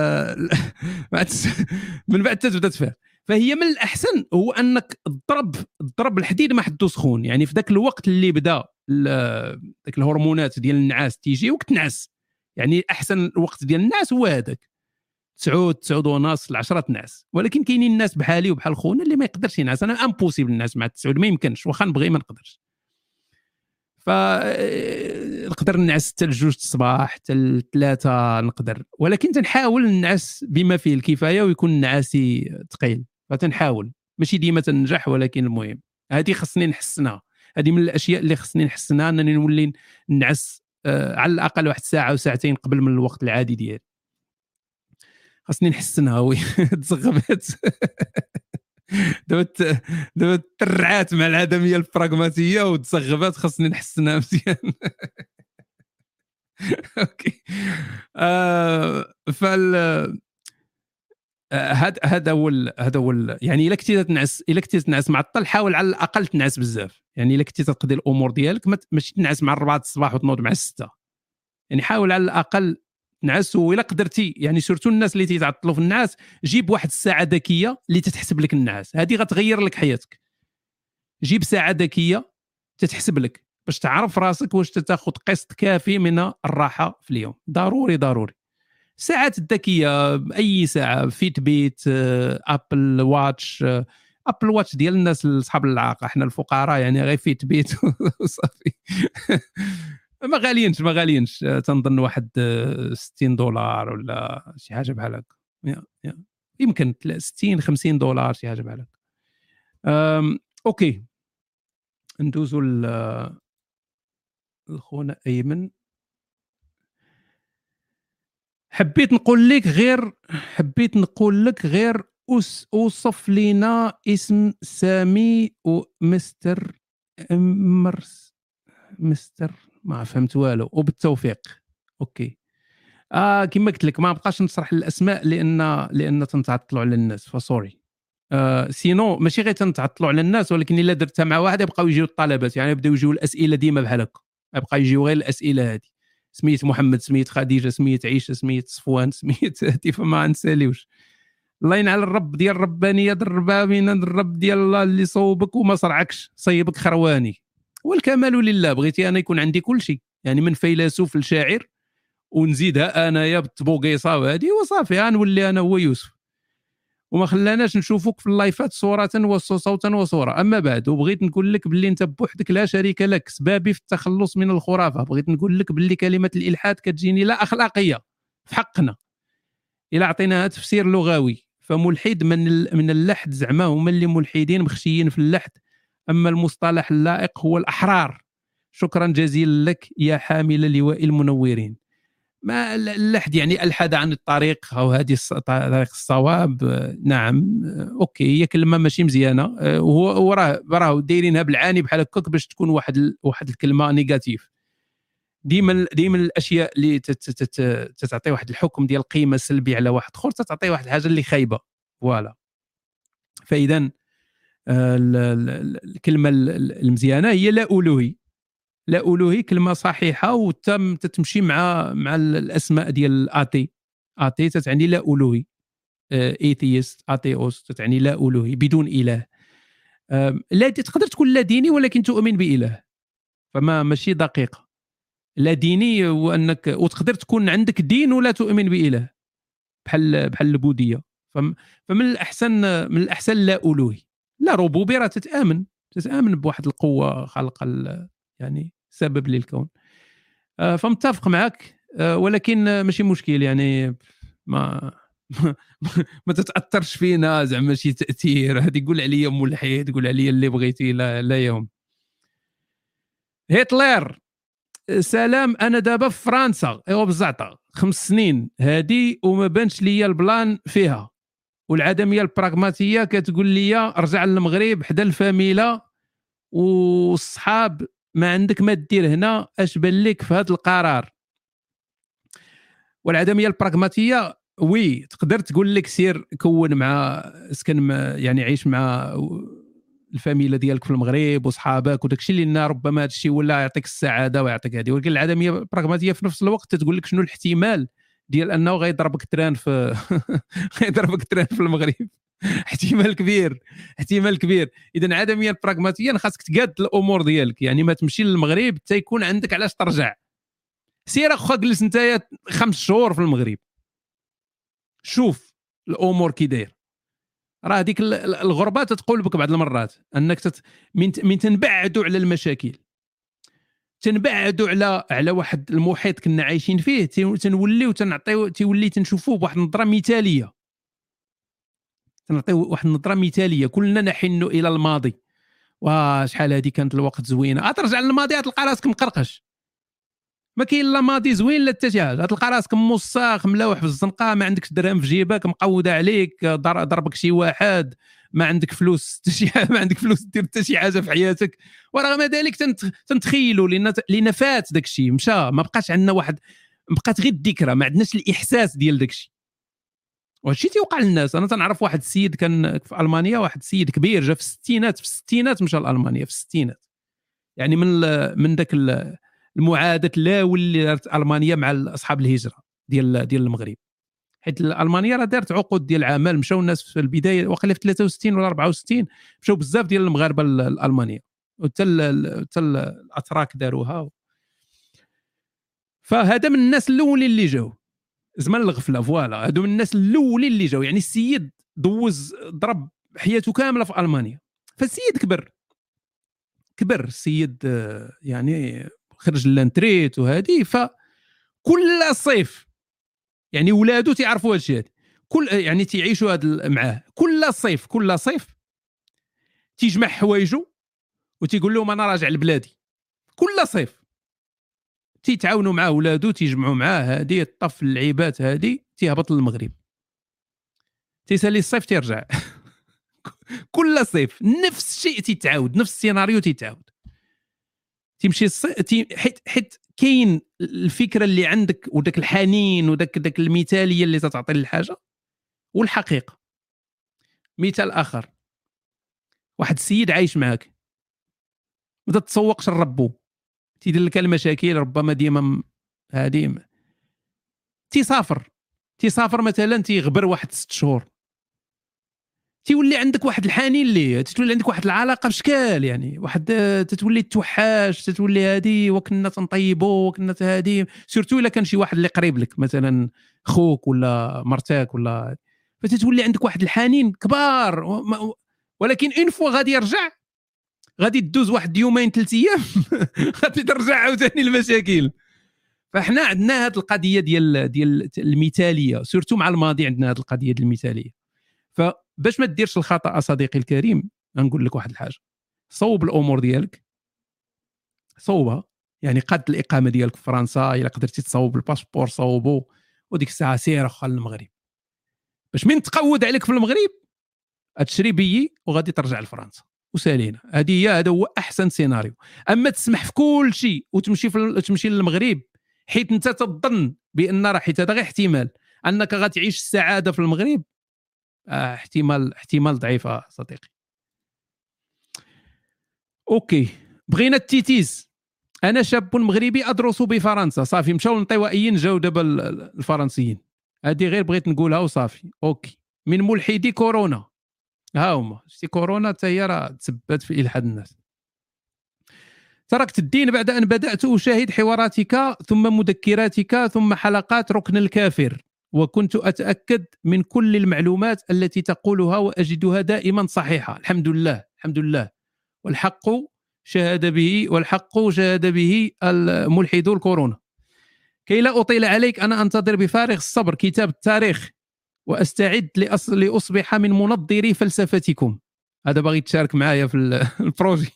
من بعد تبدا تفهم. فهي من الاحسن هو انك تضرب تضرب الحديد ما حدو سخون، يعني في ذاك الوقت اللي بدا ذاك الهرمونات ديال النعاس تيجي وقت تنعس، يعني احسن الوقت ديال النعاس هو هذاك تسعود تسعود ونص العشرة تنعس. ولكن كاينين الناس بحالي وبحال خونا اللي ما يقدرش ينعس، انا امبوسيبل الناس مع التسعود ما يمكنش، واخا نبغي ما نقدرش. ف نقدر نعس حتى لجوج الصباح حتى لثلاثة نقدر، ولكن تنحاول نعس بما فيه الكفايه ويكون نعاسي ثقيل، فتنحاول ماشي ديما تنجح، ولكن المهم هذه خصني نحسنها، هذه من الاشياء اللي خصني نحسنها، انني نولي نعس آه على الاقل واحد ساعه وساعتين قبل من الوقت العادي ديالي، خصني نحسنها. وي تزغبات دابا دابا ترعات مع العدميه البراغماتيه وتزغبات خصني نحسنها مزيان. اوكي آه فال هذا هذا هو هذا هو يعني الا كنتي تنعس الا كنتي تنعس معطل حاول على الاقل تنعس بزاف، يعني الا كنتي تقضي الامور ديالك ماشي تنعس مع أربعة الصباح وتنوض مع ستة، يعني حاول على الاقل تنعس. وإلا قدرتي يعني سورتو الناس اللي تيتعطلوا في النعاس جيب واحد الساعه ذكيه اللي تتحسب لك النعاس، هذه غتغير لك حياتك. جيب ساعه ذكيه تتحسب لك باش تعرف راسك واش تاخذ قسط كافي من الراحه في اليوم. ضروري ضروري ساعات الذكيه، اي ساعه، فيت بيت، ابل واتش. ابل واتش ديال الناس اصحاب العاقه، احنا الفقراء يعني غير فيت بيت وصافي. ما غاليينش ما غاليينش تنظن واحد ستين دولار ولا شي حاجه بحال هكا، يمكن ستين خمسين دولار شي حاجه بحال هكا. اوكي ندوزو لخونا ايمن. حبيت نقول لك غير حبيت نقول لك غير اوصف لينا اسم سامي ومستر مرس مستر ما فهمت والو، وبالتوفيق. اوكي اه كما قلت لك ما بقاش نشرح الاسماء لان لان تنتعطلوا على الناس، فسوري. آه سينو ماشي غير تنتعطلوا على الناس، ولكن الا درتها مع واحد يبقاو يجيو الطلبات، يعني يبداو يجيو الاسئله ديما بحال هكا، يبقى يجيو غير الاسئله هذه. سميت محمد، سميت خديجه، سميت عيشه، سميت صفوان، سميت هاتي، فما نساليوش. الله ينعل الرب ديال الربانيه دربها من الرب ديال الله اللي صوبك وما صرعكش صيبك خرواني، والكمال لله. بغيتي انا يكون عندي كل شيء، يعني من فيلسوف لشاعر، ونزيدها انايا بالطبوقيصه وهذه وصافي، غنولي انا هو يوسف، وما خلاناش نشوفوك في اللايفات صوره وصوتا وصوره. اما بعد وبغيت نقول لك باللي انت بوحدك لا شريك لك، سبابي في التخلص من الخرافه. بغيت نقول لك باللي كلمه الالحاد كتجيني لا اخلاقيه في حقنا، الا عطيناها تفسير لغوي فملحد من من اللحد، زعما هما اللي ملحدين مخشيين في اللحد، اما المصطلح اللائق هو الاحرار. شكرا جزيلا لك يا حامل لواء المنورين. ما اللحد يعني الحد عن الطريق او هذه طريق الصواب. نعم اوكي هي كلمه ماشي مزيانه، وهو وراه راه دايرينها بالعاني بحال هكاك باش تكون واحد واحد الكلمه نيجاتيف. ديما ديما الاشياء اللي تتعطي واحد الحكم ديال القيمه السلبيه على واحد اخر تعطي واحد الحاجه اللي خايبه. فوالا فاذا الكلمه المزيانه هي لا الوهي. لا ألوهي كلمة صحيحة وتم تتمشي مع مع الأسماء ديال الآتي. آتي تتعني لا ألوهي، ايثيست، آتيوس تتعني لا ألوهي بدون إله. لا تقدر تكون لا ديني ولكن تؤمن بإله، فما ماشي دقيقة. لا ديني وأنك وتقدر تكون عندك دين ولا تؤمن بإله، بحال بحال البوذية. فمن الأحسن من الأحسن لا ألوهي. لا ربوبي راه تتآمن تتآمن بواحد القوة خلق يعني سبب للكون. فمتفق معك، ولكن ماشي مشكل يعني ما ما تتاثرش فينا زعما شي تاثير. هذه يقول عليا ملحد، تقول عليا اللي بغيتي، لا لا يوم. هتلر سلام، انا دابا في فرنسا ايوا بزعطه خمس سنين هذه وما بانش ليا البلان فيها، والعدميه البراغماتيه كتقول لي ارجع للمغرب حدا الفاميله والصحاب، ما عندك ما دير هنا، اش بان لك في هذا القرار؟ والعدميه البراغماتيه وي تقدر تقول لك سير كون مع اسكن يعني عيش مع الفاميله ديالك في المغرب وصحابك وداكشي اللي ربما هذا الشيء ولا يعطيك السعاده ويعطيك هذه، ولكن العدميه البراغماتيه في نفس الوقت تقول لك شنو الاحتمال ديال انه غيضربك تران في غيضربك تران في المغرب. احتمال كبير، احتمال كبير. اذا عدميه البراغماتيه خاصك تقاد الامور ديالك، يعني ما تمشي للمغرب حتى يكون عندك علاش ترجع. سير اخا جلس نتايا خمس شهور في المغرب، شوف الامور كي داير. راه هذيك الغربه تتقول بك بعض المرات انك تت... من من تنبعدوا على المشاكل، تنبعدوا على على واحد المحيط كنا عايشين فيه، تنوليو تنعطيو تيولي تنشوفوه بواحد النظره مثاليه، تنعطيو واحد النظره مثاليه. كلنا نحن الى الماضي، وشحال هذه كانت الوقت زوينه. ترجع للماضي تلقى راسك مقرقش، ما كاين لا ماضي زوين لا حتى شي حاجه، تلقى راسك موسخ ملوح في الزنقه، ما عندكش درهم في جيبك، مقوده عليك، ضربك شي واحد، ما عندك فلوس حتى شي حاجه، ما عندك فلوس دير حتى شي حاجه في حياتك. ورغم ذلك تنتخيلوا لان لان فات داك الشيء، مشى، ما بقاش عندنا واحد، بقات غير الذكرى، ما عندناش الاحساس ديال داك الشيء. وهادشي تيوقع للناس. انا تنعرف واحد السيد كان في المانيا، واحد السيد كبير جا في الستينات، في الستينات مشى لالمانيا في الستينات، يعني من من داك المعادة لا ولات المانيا مع اصحاب الهجره ديال ديال المغرب، حيت المانيا راه دارت عقود ديال العمل، مشاو الناس في البدايه وقيله في ثلاثة وستين ولا أربعة وستين مشاو بزاف ديال المغاربه لالمانيا، وحتى حتى الاتراك داروها. فهذا من الناس الاولين اللي جاو زمان الغفله، فوالا هادو من الناس الاولين اللي جاو. يعني السيد دوز ضرب حياته كامله في المانيا، فالسيد كبر كبر السيد، يعني خرج لانتريت وهذه، فكل صيف يعني ولادو تيعرفوا هادشي هذا، كل يعني تيعيشوا هذا معاه، كل صيف كل صيف تيجمع حوايجو وتيقول لهم انا راجع لبلادي. كل صيف تيتعاونوا مع ولادو، تيجمعوا معاه هذه الطف اللعيبات هذه، تيهبط للمغرب، تيسالي الصيف تيرجع. كل صيف نفس الشيء تيتعاود، نفس السيناريو تيتعاود. تمشي الصي... حيت حيت كاين الفكره اللي عندك وداك الحنين وداك داك المثاليه اللي تتعطي للحاجه والحقيقه. مثال اخر، واحد السيد عايش معاك، ما تتسوقش لربو، تيدير لك المشاكل ربما ديما هذه، تيسافر تيسافر مثلا تيغبر واحد ست شهور، تيولي عندك واحد الحنين ليه، تتولي عندك واحد العلاقه بشكال، يعني واحد تتولي توحاش، تتولي هذه وكنا تنطيبوا وكنا هذه، سورتو الا كان شي واحد اللي قريب لك مثلا خوك ولا مرتاك ولا، فتتولي عندك واحد الحنين كبار. ولكن اون فوا غادي يرجع، غادي تدوز واحد يومين ثلاث ايام غادي ترجع عاوتاني المشاكل. فاحنا عندنا هذه القضيه ديال ديال المثاليه، سورتو مع الماضي عندنا هذه القضيه ديال المثاليه. فباش ما ديرش الخطا صديقي الكريم، نقول لك واحد الحاجه، صوب الامور ديالك، صوبها، يعني قد الاقامه ديالك في فرنسا، الا قدرتي تصوب الباسبور صوبو، وديك الساعه سير اخا للمغرب، باش من تقود عليك في المغرب تشري بيي وغادي ترجع لفرنسا وسالينا. هذه هي، هذا هو احسن سيناريو. اما تسمح في كل شيء وتمشي في تمشي للمغرب حيت انت تظن بان راه حيت هذا غير احتمال انك غتعيش السعاده في المغرب، آه احتمال احتمال ضعيف صديقي. اوكي، بغينا التيتيز. انا شاب مغربي ادرس بفرنسا، صافي مشاو الانطوائيين جاو دابا الفرنسيين، هذه غير بغيت نقولها وصافي. اوكي، من ملحدي كورونا، ها هما شتي كورونا حتى هي راه تسببت في الحاد الناس. تركت الدين بعد ان بدات اشاهد حواراتك ثم مذكراتك ثم حلقات ركن الكافر، وكنت أتأكد من كل المعلومات التي تقولها وأجدها دائما صحيحة. الحمد لله الحمد لله، والحق شهد به والحق شهد به الملحد الكورونا. كي لا أطيل عليك أنا أنتظر بفارغ الصبر كتاب التاريخ وأستعد لأص... لأصبح من منظري فلسفتكم. هذا باغي تشارك معايا في البروجي.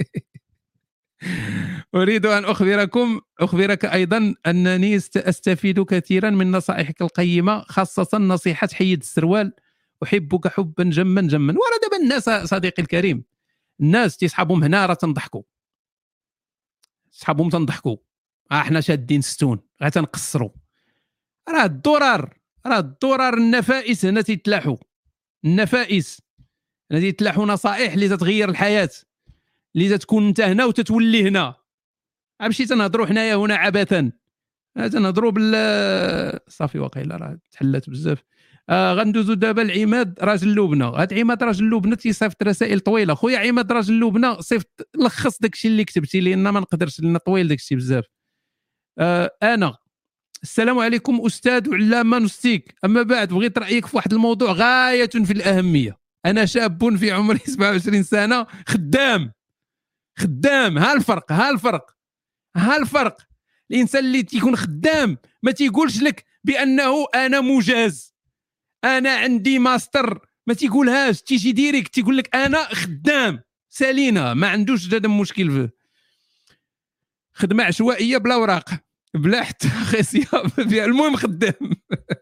أريد أن أخبركم أخبرك أيضا أنني أستفيد كثيرا من نصائحك القيمة، خاصة نصيحة حيد السروال، أحبك حبا جما جما. ورا دابا الناس صديقي الكريم، الناس تيصحابهم هنا راه تنضحكوا، صحابهم تنضحكوا، ها احنا شادين ستون غا تنقصروا. راه الضرر راه الضرر النفائس هنا تيتلاحوا، النفائس هنا تيتلاحوا نصائح اللي تتغير الحياة، اللي تكون انت هنا وتتولي هنا. ماشي تنهضروا حنايا هنا عبثا، تنهضروا بال صافي واقيلا راه تحلات بزاف. آه غندوزو دابا لعماد راجل لبنى. هاد عماد راجل لبنى تيصيفط رسائل طويله. خويا عماد راجل لبنى صيفط لخص داكشي اللي كتبتي لينا، ما نقدرش لنا طويل داكشي بزاف. آه انا السلام عليكم استاذ وعلامه نستيك، اما بعد بغيت رايك في واحد الموضوع غايه في الاهميه. انا شاب في عمري سبعة وعشرين سنه، خدام خدام ها الفرق ها الفرق ها الفرق. الانسان اللي تيكون خدام ما تيقولش لك بانه انا مجاز، انا عندي ماستر، ما تيقولهاش، تيجي ديريكت تيقول لك انا خدام سالينا، ما عندوش هذا مشكل فيه. خدمه عشوائيه بلا اوراق بلا حتى خيسيه فيها، المهم خدام.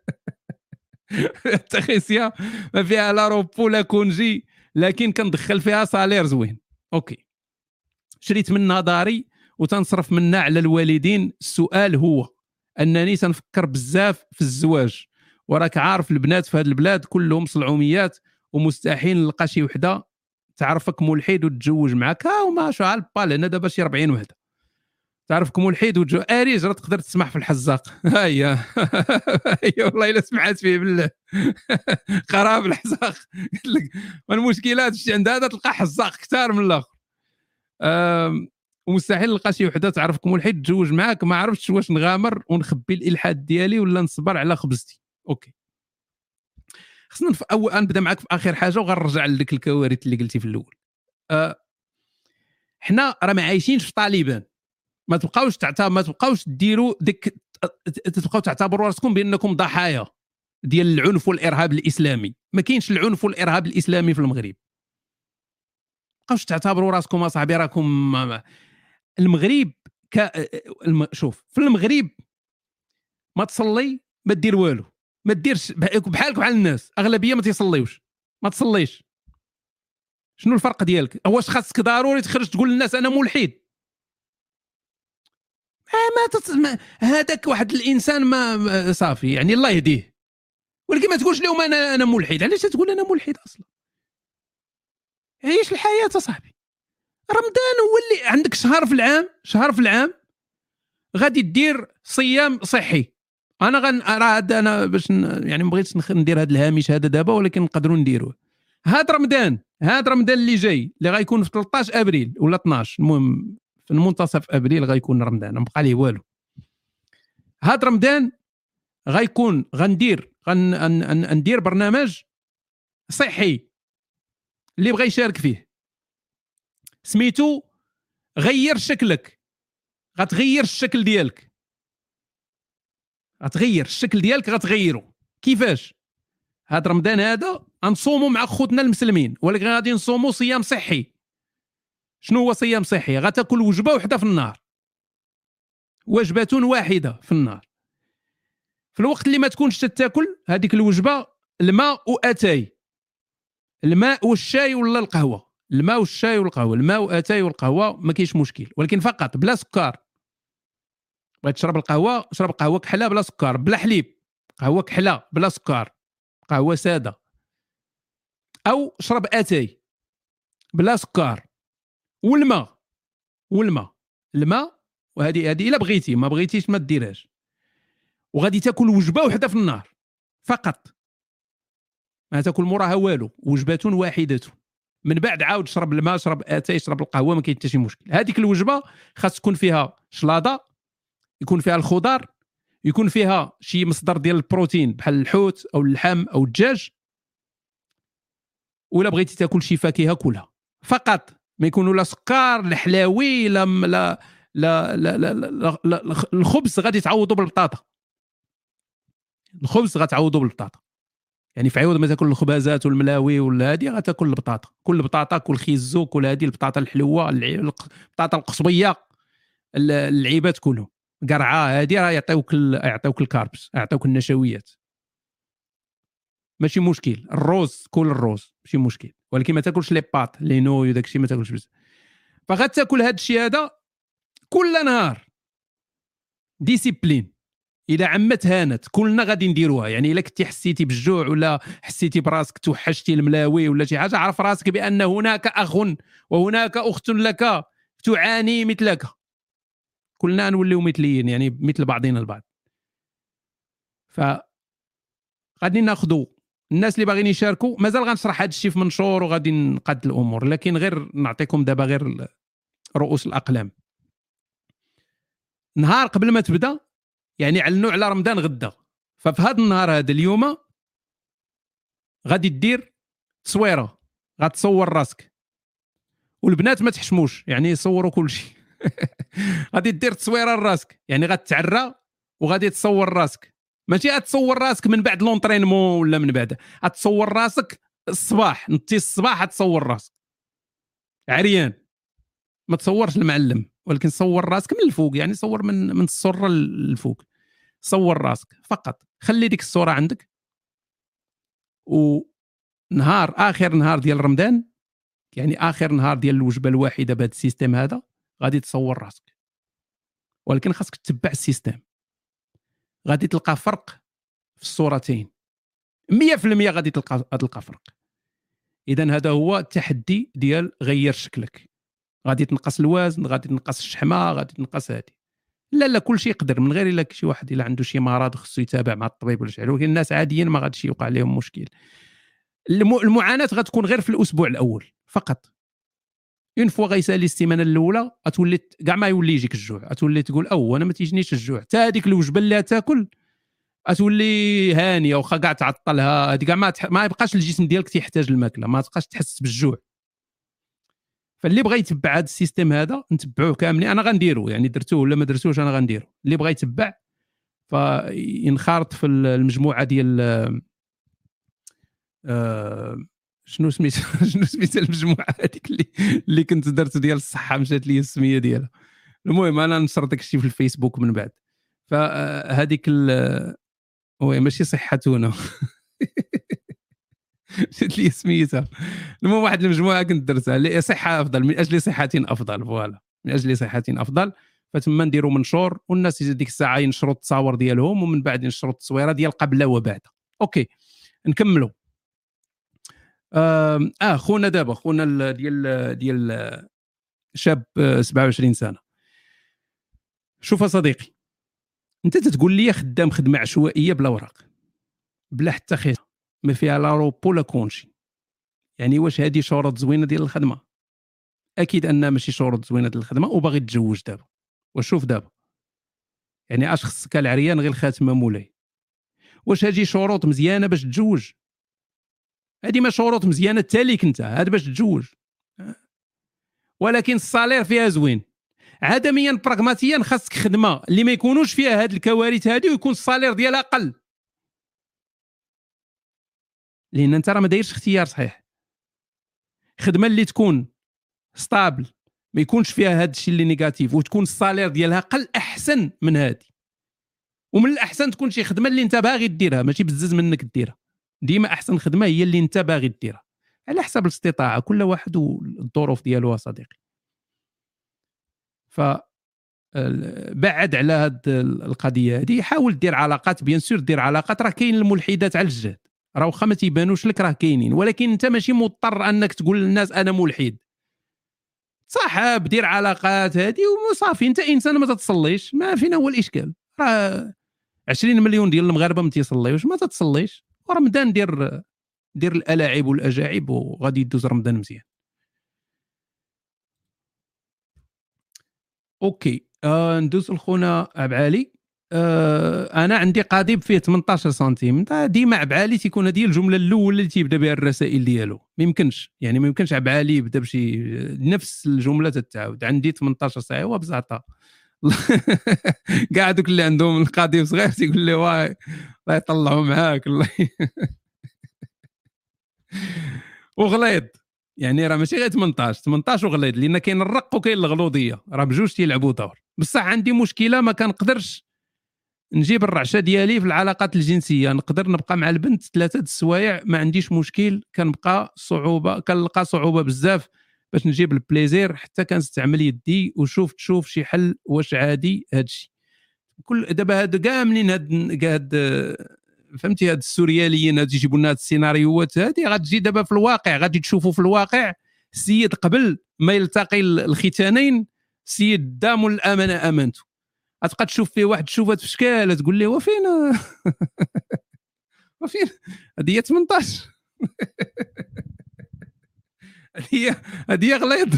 حتى خيسيه ما فيها لا روبو لا كونجي، لكن كندخل فيها صالير زوين. اوكي، شريت منها داري وتنصرف منها على الوالدين. السؤال هو انني تنفكر بزاف في الزواج، وراك عارف البنات في هذه البلاد كلهم صلعوميات، ومستحيل نلقى شي وحده تعرفك ملحد وتتزوج معك. ها هما شو البال هنا دابا شي أربعين وحده تعرفك ملحد وتزوج اريج، راه تقدر تسمح في الحزاق. ها هي هي والله الا سمعت فيه بالله. خراب الحزاق. قلت لك المشكلات شي عند هذا تلقى حزاق كثار من الاخر. ومستحيل نلقى شي وحده تعرفك ملحد تزوج معاك. ما عرفتش واش نغامر ونخبي الالحاد ديالي ولا نصبر على خبزتي. اوكي، خصنا نف... أو... نبدا معاك في اخر حاجه وغنرجع لك الكوارث اللي قلتي في الاول. أه... حنا راه ما عايشينش في طالبان. ما تبقاوش تعتبر ما تبقاوش ديروا ديك تبقاو تعتبروا راسكم بانكم ضحايا ديال العنف والارهاب الاسلامي. ما كاينش العنف والارهاب الاسلامي في المغرب. بقاوش تعتبروا راسكم اصاحبي راكم المغرب ك... الم... شوف في المغرب ما تصلي ما دير والو، ما ديرش بحالك بحال الناس. اغلبيه ما تيصليوش، ما تصليش. شنو الفرق ديالك؟ واش خاصك ضروري تخرج تقول للناس انا ملحد؟ ما, تت... ما هذاك واحد الانسان ما صافي يعني الله يهديه، ولكن ما تقولش لهم انا انا ملحد. علاش تقول انا ملحد اصلا؟ عيش الحياه صاحبي. رمضان هو اللي عندك شهر في العام، شهر في العام غادي دير صيام صحي. انا غن راه انا باش يعني ما بغيتش ندير هذا الهامش هذا دابا، ولكن نقدروا نديروه. هذا رمضان هذا رمضان اللي جاي اللي غيكون في ثلاثة عشر ابريل ولا اثناش، المهم في المنتصف ابريل غيكون رمضان، ما بقى ليه والو. هذا رمضان غيكون غندير غندير برنامج صحي اللي بغى يشارك فيه، سميتو غير شكلك. غتغير الشكل ديالك، غتغير الشكل ديالك غتغيره. كيفاش؟ هاد رمضان هذا غنصوموا مع خوتنا المسلمين، ولكن غادي نصوموا صيام صحي. شنو هو صيام صحي؟ غتاكل وجبه واحده في النهار، وجبه واحده في النهار. في الوقت اللي ما تكونش تاكل هذيك الوجبه الماء واتاي، الماء والشاي ولا القهوه، الماء والشاي والقهوه، الماء واتاي والقهوه ما كاينش مشكل، ولكن فقط بلا سكر. بغيت تشرب القهوه شرب قهوه كحله بلا سكر، بلا حليب، قهوه كحله بلا سكر، قهوه ساده، او شرب اتاي بلا سكر. والماء والماء الماء وهذه هذه الا بغيتي، ما بغيتيش ما ديرهاش. وغادي تاكل وجبه واحده في النهار فقط، ما تاكل موراها والو، وجبه واحده. من بعد عاود شرب الماء، شرب اتاي، شرب القهوه، ما كاين حتى شي مشكل. هذيك الوجبه خاص تكون فيها شلاضه، يكون فيها الخضار، يكون فيها شي مصدر ديال البروتين بحال الحوت او اللحم او الدجاج، ولا بغيتي تاكل شي فاكهه كلها فقط. ما يكونوا لا سكر لا حلاوي لا لا لا لا لا, لا, لا الخبز غادي تعوضوا بالبطاطا، الخبز غتعوضوا بالبطاطا. يعني في عوض ما تاكل الخبازات والملاوي ولا هادي غتاكل البطاطا، كل بطاطا كل خيزو كل هادي البطاطا الحلوه البطاطا القصبيه اللعيبات كلهم قرعه هادي راه يعطيوك يعطيوك الكاربس يعطيوك النشويات ماشي مشكل. الروز كل الروز ماشي مشكل، ولكن ما تاكلش لي بات لي نوي وداك الشيء ما تاكلش بزاف. فغتاكل هاد الشيء هذا كل نهار ديسيبلين. اذا عمت هانت كلنا غادي نديروها. يعني الا كنتي حسيتي بالجوع ولا حسيتي براسك توحشتي الملاوي ولا شي حاجه، عرف راسك بان هناك اخ وهناك اخت لك تعاني مثلك، كلنا نوليو مثليين يعني مثل بعضنا البعض. ف غادي ناخذوا الناس اللي باغيين يشاركوا. مازال غنشرح هذا الشيء في منشور وغادي نقاد الامور، لكن غير نعطيكم دابا غير رؤوس الاقلام. نهار قبل ما تبدا يعني علنوا على رمضان غدا، ففي هذا النهار هذا اليوم غادي دير تصويره، غتصور راسك. والبنات ما تحشموش يعني يصوروا كل شيء. غادي دير تصويره لراسك، يعني غتعرى وغادي تصور راسك. ماشي غتصور راسك من بعد لونطرينمون ولا من بعد، غتصور راسك الصباح، نتي الصباح غتصور راسك عريان. ما تصورش المعلم، ولكن صور راسك من الفوق، يعني صور من من السره للفوق. صور راسك فقط، خلي ديك الصوره عندك. ونهار اخر نهار ديال رمضان، يعني اخر نهار ديال الوجبه الواحده بهذا السيستم هذا، غادي تصور راسك. ولكن خاصك تتبع السيستم، غادي تلقى فرق في الصورتين مية في المية. غادي تلقى تلقى فرق. اذا هذا هو التحدي ديال غير شكلك. غادي تنقص الوزن، غادي تنقص الشحمه، غادي تنقص هذه. لا لا كل شيء يقدر، من غير الا شي واحد الا عنده شي مرض خصو يتابع مع الطبيب ولا شي حاجه. ولكن الناس عاديين ما غاديش يوقع لهم مشكل. المعاناه غتكون غير في الاسبوع الاول فقط. اون فوا غيسالي السيمانه الاولى غتولي كاع ما يولي يجيك الجوع، غتولي تقول او انا ما تيجينيش الجوع. حتى هذيك الوجبه اللي تاكل غتولي هانيه، واخا كاع تعطلها هذيك كاع ما, تح... ما يبقاش الجسم ديالك تيحتاج الماكله، ما تبقاش تحس بالجوع. فاللي بغى يتبع هذا السيستم هذا نتبعوه كاملين. انا غنديرو يعني درتوه ولا ما درتوش انا غنديرو. اللي بغى يتبع فينخرط في المجموعه ديال آه شنو سميت شنو سميت المجموعه هذيك اللي اللي كنت درت ديال الصحه، مشات لي السميه ديالها. المهم انا نشر داك الشيء في الفيسبوك من بعد. فهذيك وي ماشي صحتنا. مشات لي سميتها. المهم واحد المجموعه كنت درتها اللي صحه افضل، من اجل صحه افضل. فوالا من اجل صحه افضل. فتما نديروا منشور والناس ديك الساعه ينشروا التصاور ديالهم، ومن بعد ينشروا التصويره ديال قبل وبعد. اوكي نكملوا. اه خونا دابا خونا ديال ديال شاب سبعة وعشرين سنه. شوف صديقي، انت تتقول لي خدام خدمه عشوائيه بلا وراق بلا حتى خير، ما فيها لا روبو لا كونشي. يعني واش هذه شروط زوينه ديال الخدمه؟ اكيد انها ماشي شروط زوينه ديال الخدمه. وباغي تتزوج دابا، وشوف دابا يعني اش خصك العريان غير الخاتمه مولاي. واش هذه شروط مزيانه باش تتزوج؟ هذه ما شروط مزيانه تاليك انت هذا باش تتزوج. ولكن الصالير فيها زوين. عدميا براغماتيا خاصك خدمه اللي ما يكونوش فيها هاد الكوارث هذه، ويكون الصالير ديالها اقل. لان انت راه ما دايرش اختيار صحيح. خدمه اللي تكون ستابل ما يكونش فيها هاد الشيء اللي نيجاتيف، وتكون الصالير ديالها اقل، احسن من هذه. ومن الاحسن تكون شي خدمه اللي انت باغي ديرها، ماشي بزز منك ديرها. ديما احسن خدمه هي اللي انت باغي ديرها على حسب الاستطاعه، كل واحد والظروف ديالو صديقي. ف بعد على هاد القضيه هذه، حاول دير علاقات. بيان سور دير علاقات، راه كاين الملحدات على الجهاد، راه واخا ما تيبانوش لك راه كاينين، ولكن انت ماشي مضطر انك تقول للناس انا ملحد. صاحب دير علاقات هذه وصافي. انت انسان ما تتصليش، ما فينا هو الاشكال. راه عشرين مليون ديال المغاربه ما تيصليوش، ما تتصليش. ورمضان دير دير الالاعب والاجاعب وغادي يدوز رمضان مزيان. اوكي آه ندوز لخونا عبد العالي. آه انا عندي قضيب فيه ثمنطاش سنتيم، ديما عبالي تيكون هذه الجمله الاولى اللي تيبدا بها الرسائل ديالو. ما يمكنش يعني ما يمكنش عبالي يبدا بشي نفس الجمله تتعاود. عندي ثمنطاش ساعه وبساطه كاع دوك اللي عندهم القضيب صغير تيقول لي واي الله يطلعوا معاك الله وغليظ يعني راه ماشي غير ثمنطاش ثمنطاش وغليظ، لان كاين الرق وكاين الغلوظيه، راه بجوج تيلعبوا دور. بصح عندي مشكله ما كنقدرش نجيب الرعشه ديالي في العلاقات الجنسيه. نقدر نبقى مع البنت ثلاثه د السوايع ما عنديش مشكل، كنبقى صعوبه كنلقى صعوبه بزاف باش نجيب البليزير، حتى كنستعمل يدي وشوف تشوف شي حل واش عادي هذا الشيء. كل دابا هاد كاع منين هاد هاد فهمتي هاد السورياليين هاد يجيبوا لنا هاد السيناريوهات هادي غتجي دابا في الواقع، غادي تشوفوا في الواقع السيد قبل ما يلتقي الختانين السيد دام الامانه امانته، غتبقى تشوف فيه واحد شوفات في شكال تقول ليه وفين وفين هذه هي ثمنطاش هذه هذه غليظ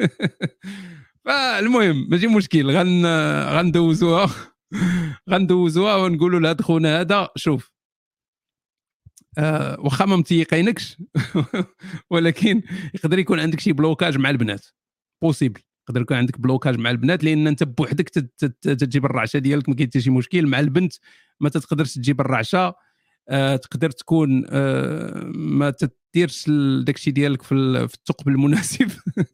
فالمهم ماشي مشكل غن غندوزوها غندوزوها ونقولوا لهاد خونا هذا شوف آه واخا ما متيقينكش ولكن يقدر يكون عندك شي بلوكاج مع البنات بوسيبل، يقدر يكون عندك بلوكاج مع البنات لان انت بوحدك تجيب الرعشه ديالك ما كاين حتى شي مشكل. مع البنت ما تقدرش تجيب الرعشه، آه تقدر تكون آه ما تديرش داكشي ديالك في الثقب المناسب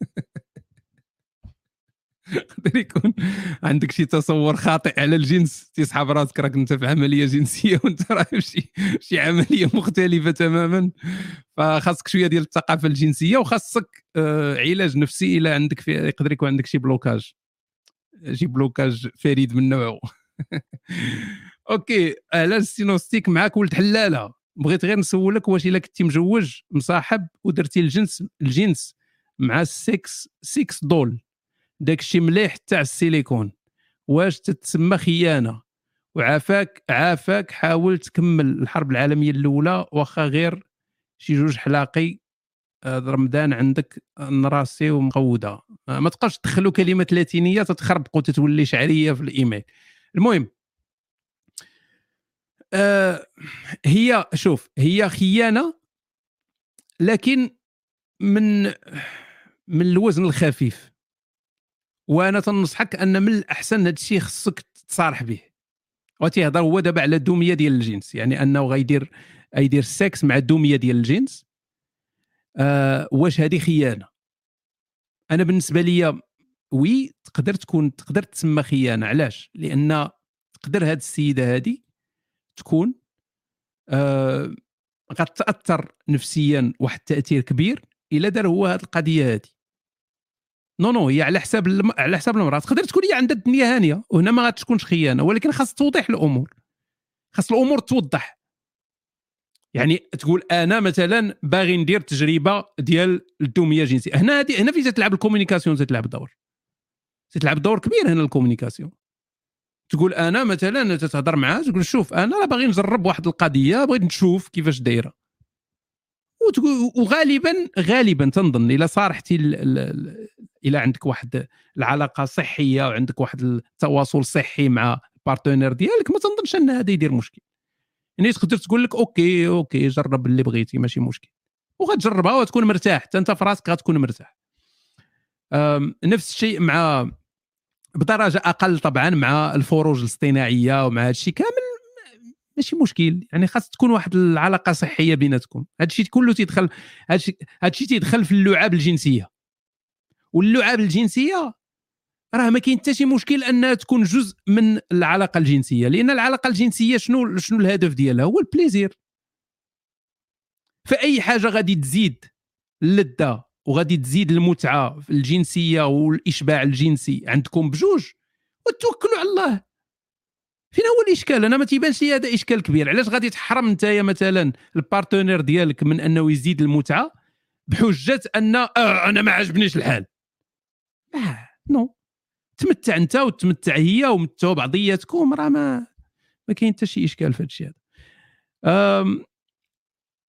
يقدر يكون عندك شي تصور خاطئ على الجنس، تسحب راسك راك انت في عمليه جنسيه وانت راه في شي شي عمليه مختلفه تماما. فخاصك شويه ديال الثقافه الجنسيه وخاصك آه علاج نفسي الا عندك في يقدر يكون عندك شي بلوكاج شي بلوكاج فريد من نوعه اوكي علاج السينوستيك معاك ولد حلاله. بغيت غير نسولك واش الا كنتي مجوج مصاحب ودرتي الجنس الجنس مع السكس سكس دول داكشي مليح تاع السيليكون، واش تتسمى خيانه؟ وعافاك عافاك حاول تكمل الحرب العالميه الاولى واخا غير شي جوج حلاقي رمضان عندك نراسي ومقوده. ما تبقاش تدخلوا كلمات لاتينيه تتخربق وتتولي شعريه في الايميل. المهم آه هي شوف هي خيانه لكن من من الوزن الخفيف، وانا تنصحك ان من الاحسن هذا الشيء خصك تصارح به. وتيهضر هو دابا على الدوميه ديال الجنس، يعني انه غيدير غيدير السكس مع الدوميه ديال الجنس. آه واش هذه خيانه؟ انا بالنسبه لي وي تقدر تكون تقدر تسمى خيانه. علاش؟ لان تقدر هذه السيده هذه تكون آه غتاثر نفسيا واحد التاثير كبير الا دار هو هذه القضيه هذه. نو نو هي على حساب الم... على حساب المراه. تقدر تكون هي عندها الدنيا هانيه وهنا ما غاتكونش خيانه، ولكن خاص توضيح الامور، خاص الامور توضح. يعني تقول انا مثلا باغي ندير تجربه ديال الدوميه الجنسيه. هنا هذه هنا في تلعب الكومونيكاسيون، تلعب دور تلعب دور كبير هنا الكومونيكاسيون. تقول انا مثلا تتهضر معاه تقول شوف انا راه باغي نجرب واحد القضيه، بغيت نشوف كيفاش دايره. وغالبا غالبا تنظن الى صارحتي الى عندك واحد العلاقه صحيه وعندك واحد التواصل صحي مع البارتنير ديالك، ما تنظنش ان هذا يدير مشكل. يعني تقدر تقول لك اوكي اوكي جرب اللي بغيتي ماشي مشكل، وغتجربها وتكون مرتاح حتى انت في راسك غتكون مرتاح. نفس الشيء مع بدرجه اقل طبعا مع الفروج الاصطناعيه ومع هذا الشيء كامل ماشي مشكل. يعني خاص تكون واحد العلاقه صحيه بيناتكم. هذا الشيء كله تيدخل هذا الشيء تيدخل في اللعاب الجنسيه. واللعاب الجنسيه راه ما كاين حتى شي مشكل انها تكون جزء من العلاقه الجنسيه، لان العلاقه الجنسيه شنو شنو الهدف ديالها؟ هو البليزير. فاي حاجه غادي تزيد اللذه وغادي تزيد المتعه الجنسيه والاشباع الجنسي عندكم بجوج وتوكلوا على الله. فين هو الاشكال؟ انا ما تيبانش لي هذا اشكال كبير. علاش غادي تحرم نتايا مثلا البارتنير ديالك من انه يزيد المتعه بحجه ان آه انا ما عجبنيش الحال؟ آه نو، تمتع انت وتمتع هي ومتعوا بعضياتكم، راه ما ما كاين حتى شي اشكال في هذا الشيء هذا.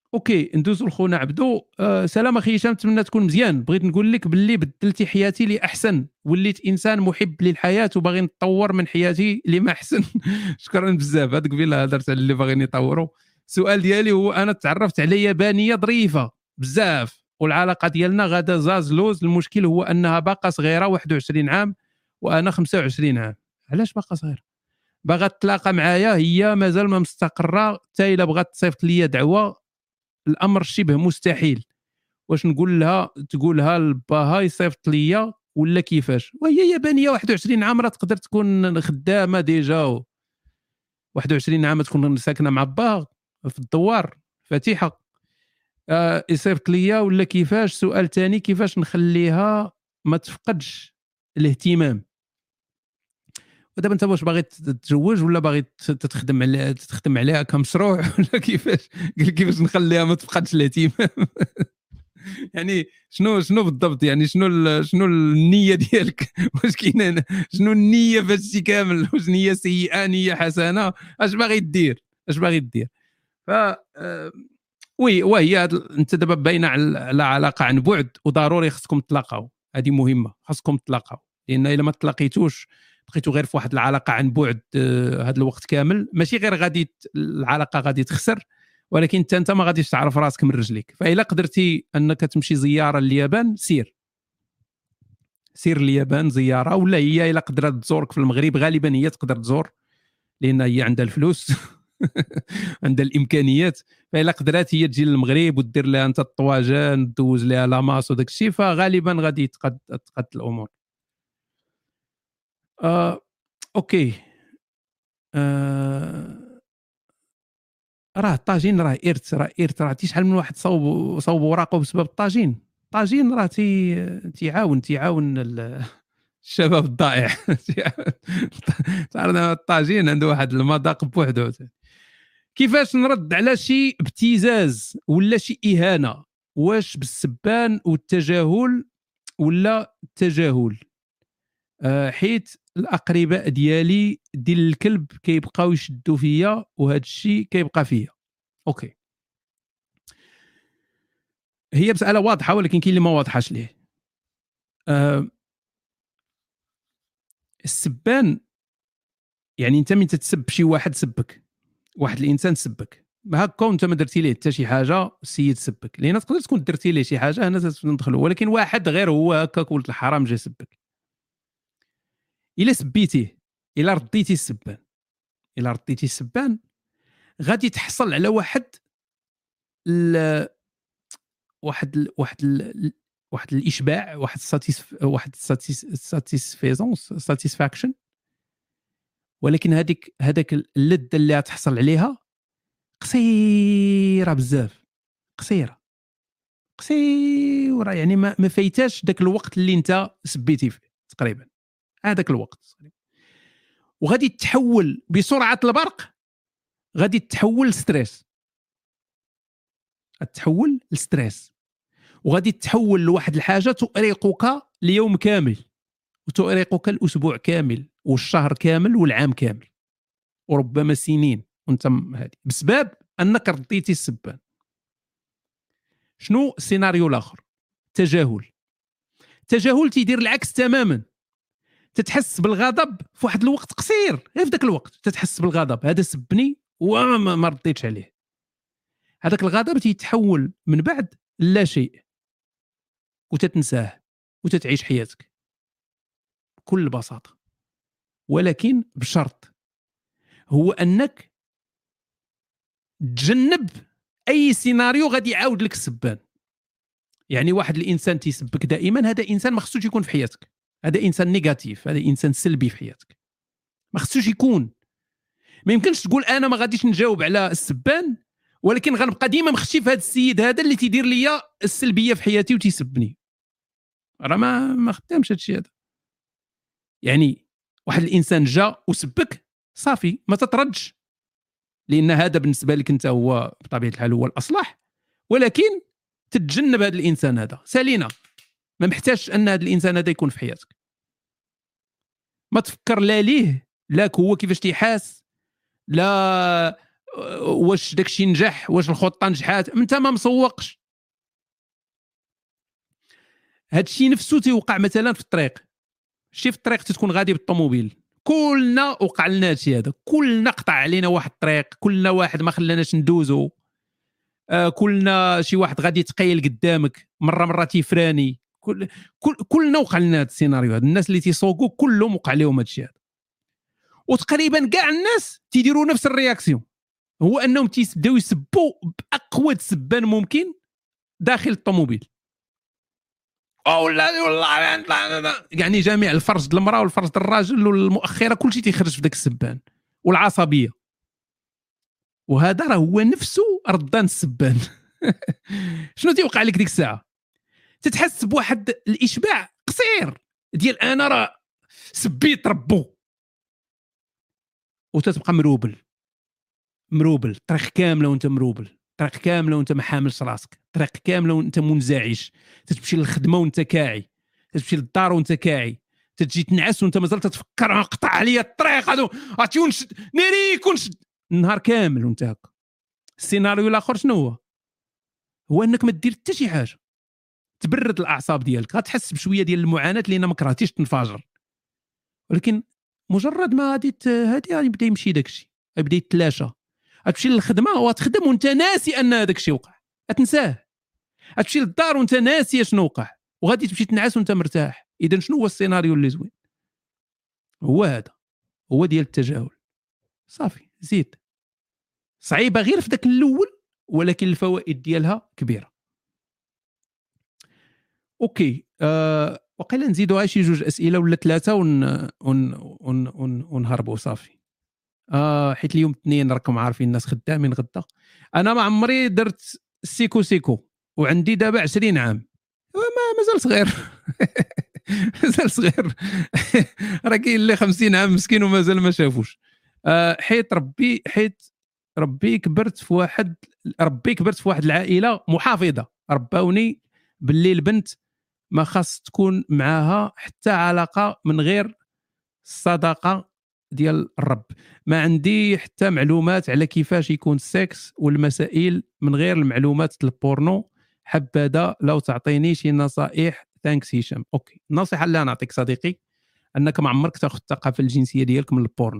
اوكي ندوزو لخونا عبدو. أه سلام اخي هشام، نتمنى تكون مزيان. بغيت نقول لك باللي بدلتي حياتي لاحسن، وليت انسان محب للحياه وباغي نطور من حياتي لما احسن. شكرا بزاف. هاد قبيله هضرت على اللي باغيين يطوروا. السؤال ديالي هو انا تعرفت على يابانيه ظريفه بزاف والعلاقه ديالنا غادا زاز لوز. المشكل هو انها باقا صغيره واحد وعشرين عام وانا خمسة وعشرين عام. علاش باقا صغيره؟ باغا تلاقى معايا، هي مازال ما مستقره، حتى الا بغات تصيفط ليا دعوه الامر شبه مستحيل. واش نقول لها تقولها لباها يصيفط ليا ولا كيفاش؟ وهي يابانيه واحد وعشرين عام راه تقدر تكون خدامه ديجا، واحد وعشرين عام تكون ساكنه مع باها في الدوار فاتحه. آه يصيفط ليا ولا كيفاش؟ سؤال ثاني، كيفاش نخليها ما تفقدش الاهتمام؟ ودابا انت واش باغي تتزوج ولا باغي تخدم على تخدم عليها كمشروع ولا كيفاش؟ قال كيفاش نخليها ما تفقدش الاهتمام؟ يعني شنو شنو بالضبط؟ يعني شنو شنو النيه ديالك؟ واش كاينه شنو النيه في هادشي كامل؟ واش نيه سيئه نيه حسنه؟ اش باغي دير؟ اش باغي دير؟ ف وي وهي انت دابا باينه على علاقه عن بعد وضروري خصكم تلاقاو. هذه مهمه، خصكم تلاقاو، لان الا ما تلاقيتوش بقيتوا غير في واحد العلاقه عن بعد هذا الوقت كامل، ماشي غير غادي العلاقه غادي تخسر، ولكن انت انت ما غاديش تعرف راسك من رجليك. فإلا قدرتي انك تمشي زياره لليابان سير سير اليابان زياره، ولا هي الا قدرت تزورك في المغرب غالبا هي تقدر تزور لان هي عندها الفلوس عندها الامكانيات. فإلا قدرت هي تجي للمغرب ودير لها انت الطواجن دوز لها لاماس وداك الشيء، فغالبا غادي تقد تقد الامور. آه، اوكي. آه، راه الطاجين راه إرث، راه إرث، راه شحال من واحد صوب صوب وراقه بسبب الطاجين. الطاجين راه تي تيعاون تيعاون الشباب الضائع. تعرف الطاجين عنده واحد المذاق بوحدو. كيفاش نرد على شي ابتزاز ولا شي إهانة؟ واش بالسبان والتجاهل ولا التجاهل؟ أه حيت الأقرباء ديالي ديال الكلب كيبقاو يشدوا فيا وهذا الشيء كيبقى فيا. اوكي، هي مسألة واضحة ولكن كاين اللي ما واضحاش ليه. أه السبان يعني انت من تتسب شي واحد سبك، واحد الانسان سبك هكا وانت ما درتي ليه حتى شي حاجه، السيد سبك، لان تقدر تكون درتي ليه شي حاجه هنا تندخلوا، ولكن واحد غير هو هكاك ولد الحرام جا سبك. الا سبيتيه، الا رديتي السبان، الا رديتي السبان غادي تحصل على واحد ال... واحد ال... واحد ال... واحد الاشباع، واحد الساتيس واحد الساتيسفيزونس ساتيسفاكشن، ولكن هذيك هذاك اللذه اللي تحصل عليها قصيره بزاف، قصيره قصيره يعني ما ما فايتاش داك الوقت اللي انت سبيتي فيه تقريبا، هذاك الوقت، وغادي تتحول بسرعه البرق، غادي تتحول ستريس، تتحول لستريس، وغادي تتحول لواحد الحاجه تؤرقك ليوم كامل، وتؤرقك الاسبوع كامل والشهر كامل والعام كامل وربما سنين، وانت هذه بسبب انك رديتي السبان. شنو السيناريو الاخر؟ تجاهل. تجاهل تيدير العكس تماما، تتحس بالغضب في واحد الوقت قصير، غير في ذاك الوقت تتحس بالغضب، هذا سبني وما ما رديتش عليه، هذاك الغضب تيتحول من بعد لا شيء وتتنساه وتتعيش حياتك بكل بساطه، ولكن بشرط هو انك تجنب اي سيناريو غادي يعاود لك السبان. يعني واحد الانسان تيسبك دائما، هذا انسان ما خصوش يكون في حياتك، هذا انسان نيجاتيف، هذا انسان سلبي في حياتك، ما خصوش يكون. ما يمكنش تقول انا ما غاديش نجاوب على السبان ولكن غنبقى ديما مخشي في هذا السيد هذا اللي تيدير ليا السلبيه في حياتي وتيسبني، راه ما ما خدامش هذا الشيء هذا. يعني واحد الانسان جا وسبك صافي ما تتردش، لان هذا بالنسبه لك انت هو بطبيعه الحال هو الاصلح، ولكن تتجنب هذا الانسان هذا سالينا، ما محتاجش ان هذا الانسان هذا يكون في حياتك. ما تفكر لا ليه لا هو كيفاش تيحاس، لا واش داكشي نجح، واش الخطه نجحات، انت ما مسوقش. هادشي نفسه تيوقع مثلا في الطريق، شي في الطريق تكون غادي بالطوموبيل، كلنا وقع لنا هادشي هذا، كلنا قطع علينا واحد الطريق، كلنا واحد ما خلاناش ندوزو، آه كلنا شي واحد غادي يتقيل قدامك، مره مره تيفراني، كل كل كلنا وقع لنا هذا السيناريو هذا. الناس اللي تيسوقوا كلهم وقع لهم هادشي هذا، وتقريبا كاع الناس تيديروا نفس الرياكسيون، هو انهم تيبداو يسبوا باقوى سبان ممكن داخل الطوموبيل، او لا والله يعني جميع الفرج ديال المراه والفرج ديال الراجل والمؤخره كلشي تيخرج في داك السبان والعصبيه، وهذا راه هو نفسه ردان السبان. شنو تيوقع لك ديك الساعه؟ تتحس بواحد الاشباع قصير ديال انا راه سبيت ربو، وتتبقى مروبل مروبل الطريق كامله وانت مروبل، الطريق كامله وانت ما حاملش راسك، الطريق كامله وانت منزعج، تتمشي للخدمه وانت كاعي، تمشي للدار وانت كاعي، تجي تنعس وانت مازال تتفكر قطع عليا الطريق هادو عرفتي ونشد ناري كنشد النهار كامل وانت هكا. السيناريو الاخر شنو هو؟ هو انك ما دير حتى شي حاجه، تبرد الاعصاب ديالك، غتحس بشويه ديال المعاناه لان ما كرهتيش تنفجر، ولكن مجرد ما غادي هادي غادي يبدا يمشي داكشي، غيبدا يتلاشى، غتمشي للخدمه وتخدم وانت ناسي ان هذاك الشيء وقع، غتنساه، غتمشي للدار وانت ناسي شنو وقع، وغادي تمشي تنعس وانت مرتاح. اذا شنو هو السيناريو اللي زوين؟ هو هذا، هو ديال التجاهل. صافي زيد، صعيبه غير في ذاك الاول ولكن الفوائد ديالها كبيره. اوكي أه وقيلا نزيدوا غير شي جوج اسئله ولا ثلاثه ون ون ون ون ونهربوا صافي. اه حيت اليوم اثنين راكم عارفين الناس خدامين غدا. انا ما عمري درت سيكو سيكو وعندي دابا عشرين عام، ما مازال صغير. مازال صغير. راه كاين اللي خمسين عام مسكين ومازال ما شافوش. آه حيت ربي حيت ربي كبرت في واحد ربي كبرت في واحد العائله محافظه، رباوني باللي البنت ما خاص تكون معاها حتى علاقه من غير الصداقه ديال الرب. ما عندي حتى معلومات على كيفاش يكون السكس والمسائل من غير المعلومات البورنو. حبذا لو تعطيني شي نصائح. ثانكس هشام. اوكي، النصيحه اللي انا نعطيك صديقي انك ما عمرك تاخذ الثقافه الجنسيه ديالك من البورنو.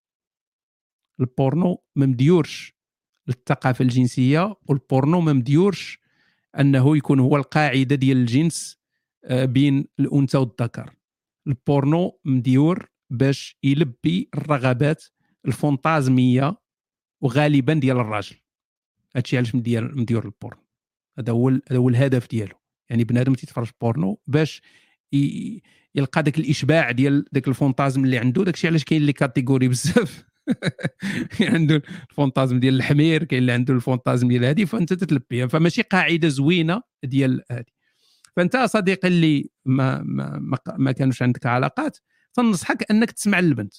البورنو ما مديورش للثقافه الجنسيه، والبورنو ما مديورش انه يكون هو القاعده ديال الجنس بين الانثى والذكر. البورنو مديور باش يلبي الرغبات الفونتازميه وغالبا ديال الراجل. هادشي علاش مدير مديور البورنو، هذا هو هذا هو الهدف ديالو. يعني بنادم تيتفرج بورنو باش يلقى داك الاشباع ديال داك الفونتازم اللي عنده. داكشي علاش كاين لي كاتيجوري بزاف. عنده الفونتازم ديال الحمير، كاين اللي عنده الفونتازم ديال هذه، فانت تتلبيها. فماشي قاعده زوينه ديال هذه. فانت صديقي اللي ما ما ما, ما كانوش عندك علاقات، تنصحك انك تسمع للبنت.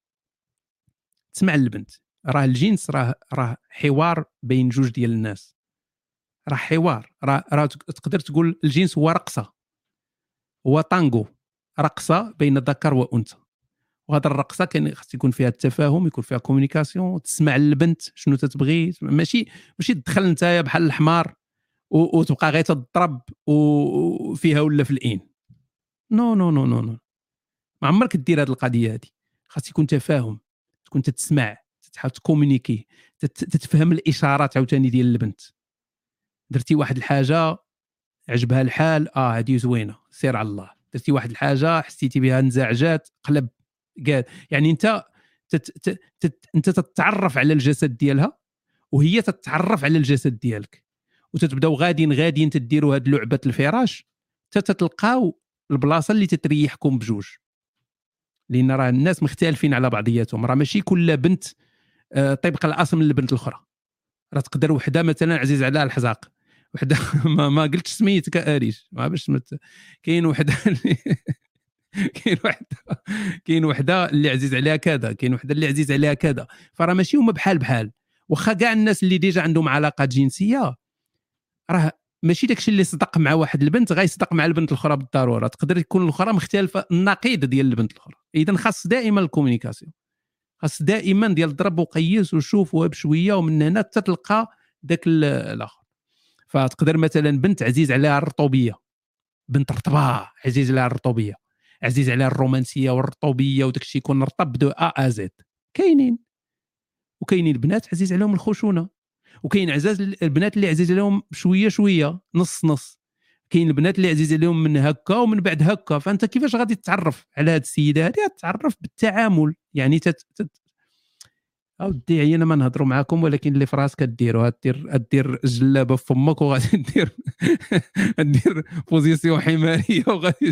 تسمع للبنت. راه الجنس راه راه حوار بين جوج ديال الناس، راه حوار. راه راه تقدر تقول الجنس هو رقصه، هو طانغو، رقصه بين ذكر وانثى. وهذا الرقصه كان خص يكون فيها التفاهم، يكون فيها كومونيكاسيون، تسمع للبنت شنو تتبغي. ماشي ماشي تدخل نتايا بحال الحمار وتبقى غير تضرب وفيها ولا في الان. نو نو نو نو نو ما عمرك دير هذه القضيه هذه. خاص يكون تفاهم، تكون تتسمع، تحاول تكومونيكي، تتفهم الاشارات عاوتاني ديال البنت. درتي واحد الحاجه عجبها الحال، اه هذه زوينه، سير على الله. درتي واحد الحاجه حسيتي بها انزعاجات، قلب قال. يعني انت تت تت تت انت تتعرف على الجسد ديالها وهي تتعرف على الجسد ديالك، وتتبداو غاديين غاديين تديروا هاد لعبه الفراش تتلقاو البلاصه اللي تتريحكم بجوج. لان راه الناس مختلفين على بعضياتهم. راه ماشي كل بنت طبق الاصل من البنت الاخرى. راه تقدر وحده مثلا عزيز عليها الحزاق، وحده ما, ما قلتش سميتك اريش، ما باش مت... كاين وحده كاين وحده كاين وحده اللي عزيز عليها كذا، كاين وحده اللي عزيز عليها كذا. فراه ماشي هما بحال بحال. واخا كاع الناس اللي ديجا عندهم علاقات جنسيه، راه ماشي داكشي اللي صدق مع واحد البنت غيصدق مع البنت الاخرى بالضروره. تقدر تكون الاخرى مختلفه، النقيض ديال البنت الاخرى. اذا خاص دائما الكومونيكاسيون، خاص دائما ديال ضرب وقيس وشوف وبشويه ومن هنا تتلقى داك الاخر. فتقدر مثلا بنت عزيز عليها الرطوبيه، بنت رطبه عزيز عليها الرطوبيه، عزيز عليها الرومانسيه والرطوبيه وداك الشيء يكون رطب دو ا ا زد. كاينين وكاينين البنات عزيز عليهم الخشونه، وكاين عزاز البنات اللي عزيز عليهم شويه شويه نص نص، كاين البنات اللي عزيز عليهم من هكا ومن بعد هكا. فانت كيفاش غادي تتعرف على هذه السيده هذه؟ تتعرف بالتعامل. يعني تت... تت... اودي عينا ما نهضروا معاكم، ولكن اللي في راسك ديروا، دير دير جلابه في فمك وغادي دير دير بوزيسيون حماريه وغادي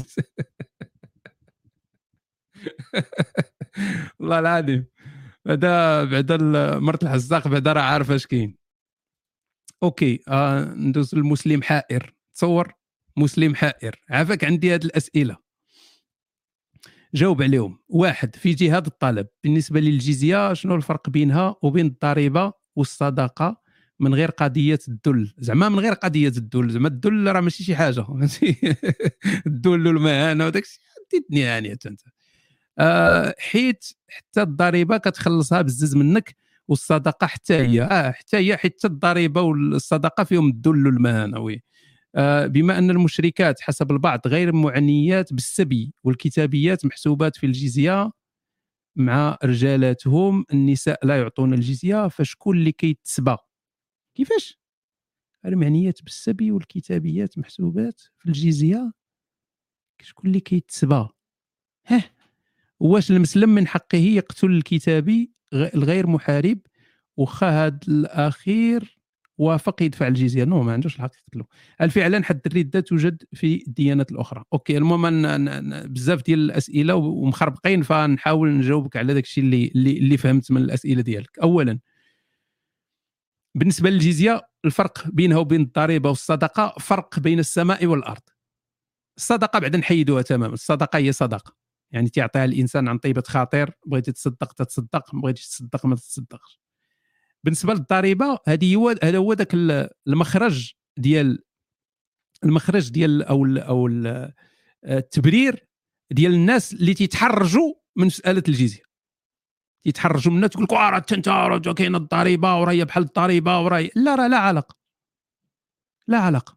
والله العظيم. بعدا بعدا مرت الحزاق بعدا راه عارفه اش كاين. اوكي آه ندوز المسلم حائر. تصور مسلم حائر، عافاك عندي هذه الاسئله جاوب عليهم. واحد، في جهاد الطلب بالنسبه للجزيه شنو الفرق بينها وبين الضريبه والصدقه من غير قضيه الذل؟ زعما من غير قضيه الذل، زعما الذل راه ماشي شي حاجه الذل والمهانه وداك الشيء الدنيا يعني انت آه حيت حتى الضريبه كتخلصها بزز منك، والصدقه حتى هي اه حتى هي حتى الضريبه والصدقه فيهم الذل والمهانه. وي آه بما ان المشركات حسب البعض غير معنيات بالسبي والكتابيات محسوبات في الجزيه مع رجالاتهم، النساء لا يعطون الجزيه، فشكون اللي كيتسبى؟ كيفاش غير معنيات بالسبي والكتابيات محسوبات في الجزيه؟ شكون اللي كيتسبى؟ ها واش المسلم من حقه يقتل الكتابي الغير محارب وخا هذا الاخير وافق يدفع الجزيه؟ نو ما عندوش الحق يقتلو. هل فعلا حد الرده توجد في الديانات الاخرى؟ اوكي المهم بزاف ديال الاسئله ومخربقين، فنحاول نجاوبك على داك الشيء اللي اللي فهمت من الاسئله ديالك. اولا بالنسبه للجزيه الفرق بينها وبين الضريبه والصدقه فرق بين السماء والارض. الصدقه بعد نحيدوها تماما، الصدقه هي صدقه يعني تعطيها الانسان عن طيبه خاطر، بغيتي تصدق تتصدق، ما بغيتيش تصدق ما تتصدقش. بالنسبه للضريبه هذه هو هذا هو ذاك المخرج ديال المخرج ديال او ال او ال التبرير ديال الناس اللي تيتحرجوا من مساله الجزيه. يتحرجوا منها تقول لك راه انت راه كاينه الضريبه وراهي بحال الضريبه وراهي لا راه لا علاقه لا علاقه.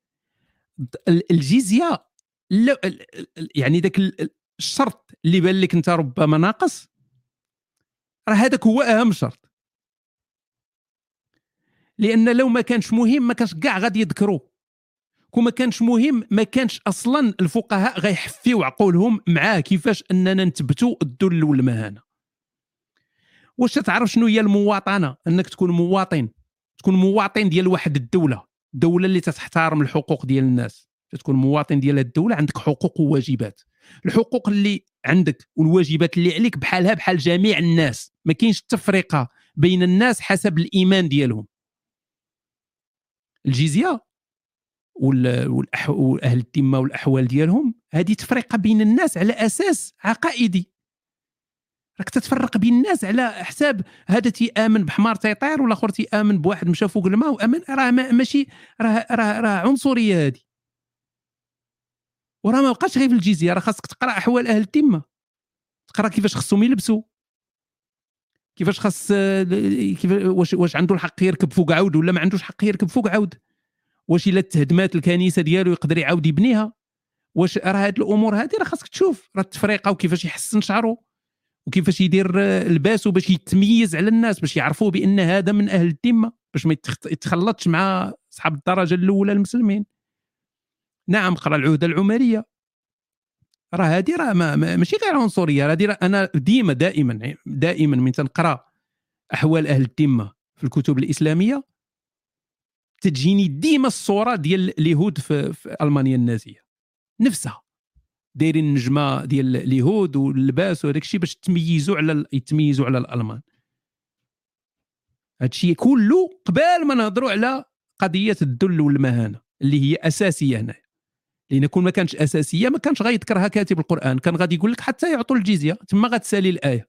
الجزيه لا يعني ذاك الشرط اللي بان لك انت ربما ناقص، راه هذاك هو اهم شرط، لان لو ما كانش مهم ما كانش كاع غادي يذكروه، كون ما كانش مهم ما كانش اصلا الفقهاء غيحفيو عقولهم معاه كيفاش اننا نثبتوا الذل والمهانه. واش تعرف شنو هي المواطنه؟ انك تكون مواطن، تكون مواطن ديال واحد الدوله، دوله اللي تحترم الحقوق ديال الناس، تكون مواطن ديال الدوله عندك حقوق وواجبات. الحقوق اللي عندك والواجبات اللي عليك بحالها بحال جميع الناس، ما كاينش تفرقه بين الناس حسب الايمان ديالهم. الجزيه والاهل الذمه والاحوال ديالهم هذه تفرقه بين الناس على اساس عقائدي. راك تتفرق بين الناس على حساب هذا تيامن بحمار تيطير والاخر تيامن بواحد مشى فوق الماء وامن، راه ماشي راه راه راه عنصريه هذه. وراه ما بقاش غير في الجزيه، راه خاصك تقرا احوال اهل الذمه، تقرا كيفاش خصهم يلبسوا، كيفاش خاص كيف واش واش عنده الحق يركب فوق عود ولا ما عندوش حق يركب فوق عود، واش الا تهدمات الكنيسه ديالو يقدر يعاود يبنيها، واش راه هاد الامور هذه راه خاصك تشوف راه التفريقه وكيفاش يحسن شعره وكيفاش يدير لباسه باش يتميز على الناس، باش يعرفوه بان هذا من اهل الذمه، باش ما يتخلطش مع اصحاب الدرجه الاولى المسلمين. نعم قرا العهده العمريه، راه هذه راه ما ماشي غير عنصريه، هذه انا ديما دائما دائما من تنقرا احوال اهل الذمه في الكتب الاسلاميه تجيني ديما الصوره ديال اليهود في, في المانيا النازيه نفسها، دايرين النجمه ديال اليهود واللباس وهذاك الشيء باش تميزوا على يتميزوا على الالمان. هذا الشيء كله قبل ما نهضروا على قضيه الذل والمهانه اللي هي اساسيه هنا، لان كون ما كانش اساسيه ما كانش غيذكرها كاتب القران، كان غادي يقول لك حتى يعطوا الجزيه تما غتسالي الايه،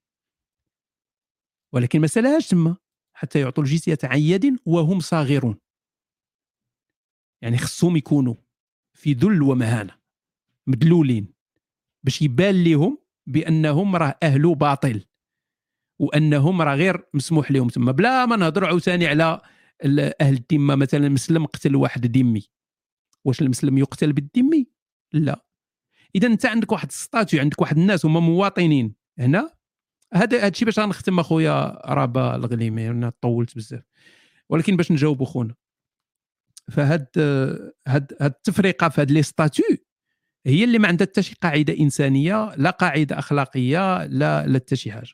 ولكن ما سالهاش تما حتى يعطوا الجزيه عن يد وهم صاغرون، يعني خصهم يكونوا في ذل ومهانه مدلولين باش يبان لهم بانهم راه اهل باطل، وانهم راه غير مسموح لهم تما، بلا ما نهضروا عاوتاني على اهل الذمه. مثلا المسلم قتل واحد ذمي، واش المسلم يقتل بالذمي؟ لا. اذا انت عندك واحد الستاتيو، عندك واحد الناس هما مواطنين هنا. هذا هادشي باش غنختم اخويا رابا الغليمي، انا طولت بزاف، ولكن باش نجاوب خونا. فهاد هاد هاد التفرقه في هاد لي ستاتيو هي اللي ما عندها حتى شي قاعده انسانيه، لا قاعده اخلاقيه، لا لا حتى شي حاجه.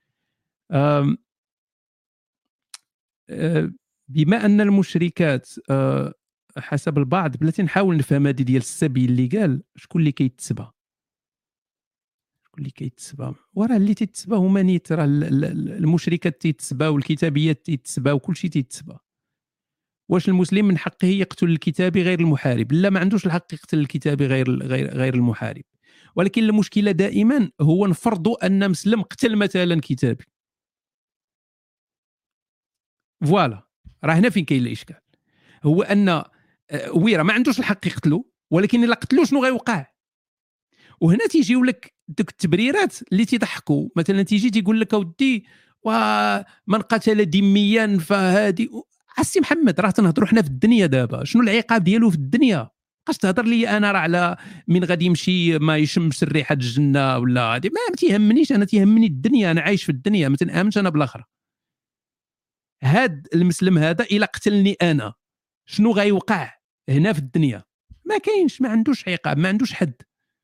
بما ان المشركات حسب البعض، بلاتي نحاول نفهم هذه ديال السبي اللي قال، شكون اللي كيتسبى؟ شكون اللي كيتسبى؟ وراه اللي تيتسبى هما نيت، راه المشركات تيتسبى والكتابيات تيتسبى وكل شيء تيتسبى. واش المسلم من حقه يقتل الكتابي غير المحارب؟ لا، ما عندوش الحق يقتل الكتابي غير غير غير المحارب. ولكن المشكله دائما هو نفرضوا ان مسلم قتل مثلا كتابي. فوالا، راه هنا فين كاين الاشكال، هو ان ويرا ما عندوش الحق يقتلو، ولكن الا قتلو شنو غيوقع؟ وهنا تيجيو لك دوك التبريرات اللي تيضحكوا. مثلا تيجي تيقول لك اودي ومن قتل ذميا فهادي. عسي محمد، راه تنهضروا حنا في الدنيا دابا، شنو العقاب ديالو في الدنيا؟ بقاش تهضر لي انا راه على من غادي يمشي ما يشمش ريحه الجنه ولا هادي، ما تيهمنيش انا، تيهمني الدنيا، انا عايش في الدنيا، ما تنامنش انا بالاخره. هاد المسلم هذا الا قتلني انا شنو غيوقع هنا في الدنيا؟ ما كاينش، ما عندوش عقاب، ما عندوش حد.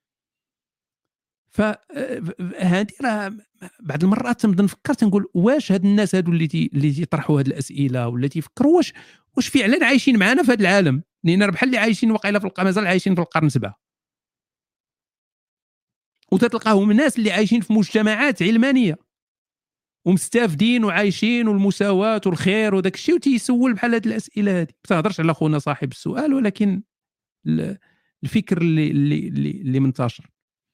فهذه راه بعض المرات تنبدا نفكر تنقول واش هاد الناس هادو اللي تي اللي تيطرحوا هاد الاسئله ولا تيفكروا واش واش فعلا عايشين معنا في هذا العالم؟ لان راه بحال اللي عايشين واقيلا في مازال عايشين في القرن سبعة، وتتلقاهم ناس اللي عايشين في مجتمعات علمانيه ومستافدين وعايشين والمساواة والخير وداك الشيء، وتيسول بحال هاد الاسئله هذه. ما تهضرش على خونا صاحب السؤال، ولكن الفكر اللي اللي اللي منتشر.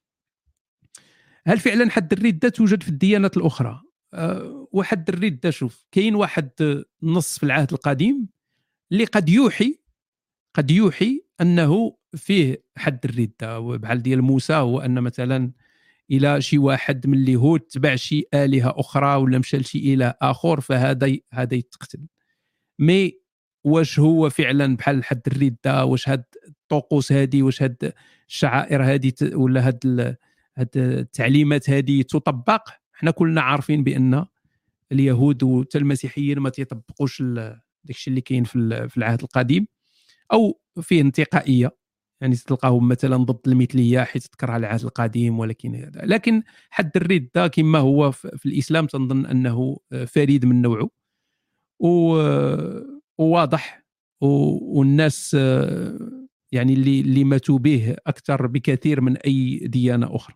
هل فعلا حد الردة توجد في الديانات الاخرى؟ أه وحد الردة، شوف، كاين واحد نص في العهد القديم اللي قد يوحي قد يوحي انه فيه حد الردة، بحال ديال موسى، هو ان مثلا الى شي واحد من اليهود تبع شي الهه اخرى ولا مشى لشي اله اخر فهذا هذا يتقتل. مي واش هو فعلا بحال حد الرده؟ واش هاد الطقوس هذه، واش هاد الشعائر هذه ولا هاد هاد التعليمات هذه تطبق؟ احنا كلنا عارفين بان اليهود وحتى المسيحيين ما تيطبقوش داكشي اللي كاين في العهد القديم، او فيه انتقائيه، يعني تلقاهم مثلا ضد المثليه حيت تكره العهد القديم. ولكن هذا لكن حد الردة كما هو في الاسلام تنظن انه فريد من نوعه وواضح، والناس يعني اللي اللي ماتوا به اكثر بكثير من اي ديانه اخرى.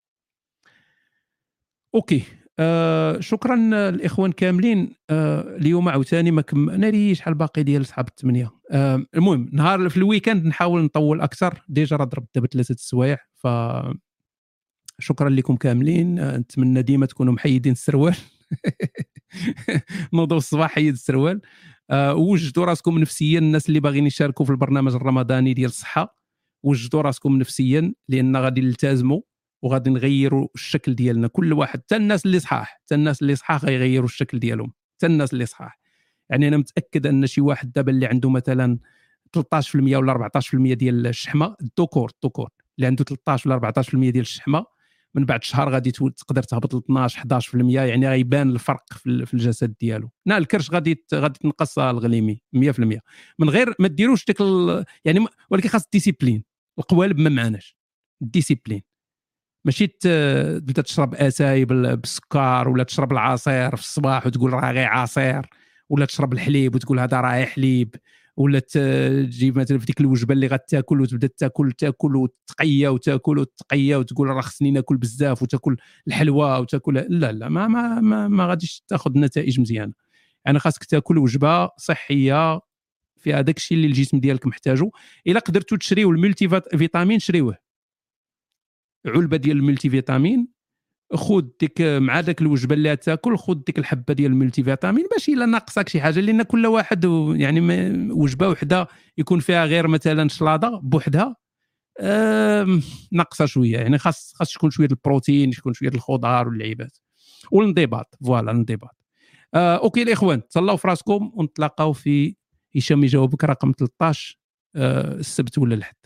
اوكي، آه شكرا الاخوان كاملين. آه اليوم عاوتاني ما كملنا شحال باقي ديال اصحاب الثمانيه. آه المهم نهار في الويكاند نحاول نطول اكثر، ديجا راه ضربت دابا ثلاثه السوايع. ف شكرا لكم كاملين. آه نتمنى ديما تكونوا محيدين السروال نوضوا الصباح حيد السروال. آه وجدوا راسكم نفسيا، الناس اللي باغيين يشاركوا في البرنامج الرمضاني ديال الصحه، وجدوا راسكم نفسيا، لان غادي نلتزموا وغادي نغيروا الشكل ديالنا. كل واحد، حتى الناس اللي صحاح، حتى الناس اللي صحاح غيغيروا الشكل ديالهم، حتى الناس اللي صحاح. يعني انا متاكد ان شي واحد دابا اللي عنده مثلا ثلاثة عشر بالمئة ولا أربعة عشر بالمئة ديال الشحمه، الذكور الذكور اللي عنده ثلاثة عشر ولا أربعة عشر بالمئة ديال الشحمه، من بعد شهر غادي تقدر تهبط ل اثناش إحدى عشر بالمئة. يعني غيبان الفرق في الجسد ديالو. نا الكرش غادي غادي تنقص الغليمي مية بالمئة من غير ما ديروش ديك ال... يعني ولكن خاص الديسيبلين. القوالب ما معناش الديسيبلين، ماشي تبدا تشرب اتاي بالسكر ولا تشرب العصير في الصباح وتقول راه غير عصير، ولا تشرب الحليب وتقول هذا راه حليب، ولا تجيب مثلا في ديك الوجبه اللي غتاكل وتبدا تاكل تاكل وتقيا وتاكل وتقيا وتقول راه خصني ناكل بزاف وتاكل الحلوى وتاكل. لا لا ما ما ما, ما غاديش تاخذ نتائج مزيانه. يعني خاصك تاكل وجبه صحيه فيها داك الشيء اللي الجسم ديالك محتاجه. الا قدرتوا تشريو الملتي فيتامين شريوه، علبه ديال الملتي فيتامين، خذ ديك مع داك الوجبه اللي تاكل، خذ ديك الحبه ديال الملتي فيتامين باش الا ناقصك شي حاجه. لان كل واحد يعني وجبه وحده يكون فيها غير مثلا شلاضه بوحدها ناقصه شويه. يعني خاص خاص تكون شويه البروتين، تكون شويه الخضار واللعيبات. والانضباط. فوالا الانضباط. آه اوكي الاخوان، تهلاو في راسكم ونتلاقاو في هشام يجاوبك رقم ثلاثة عشر آه السبت ولا الحد.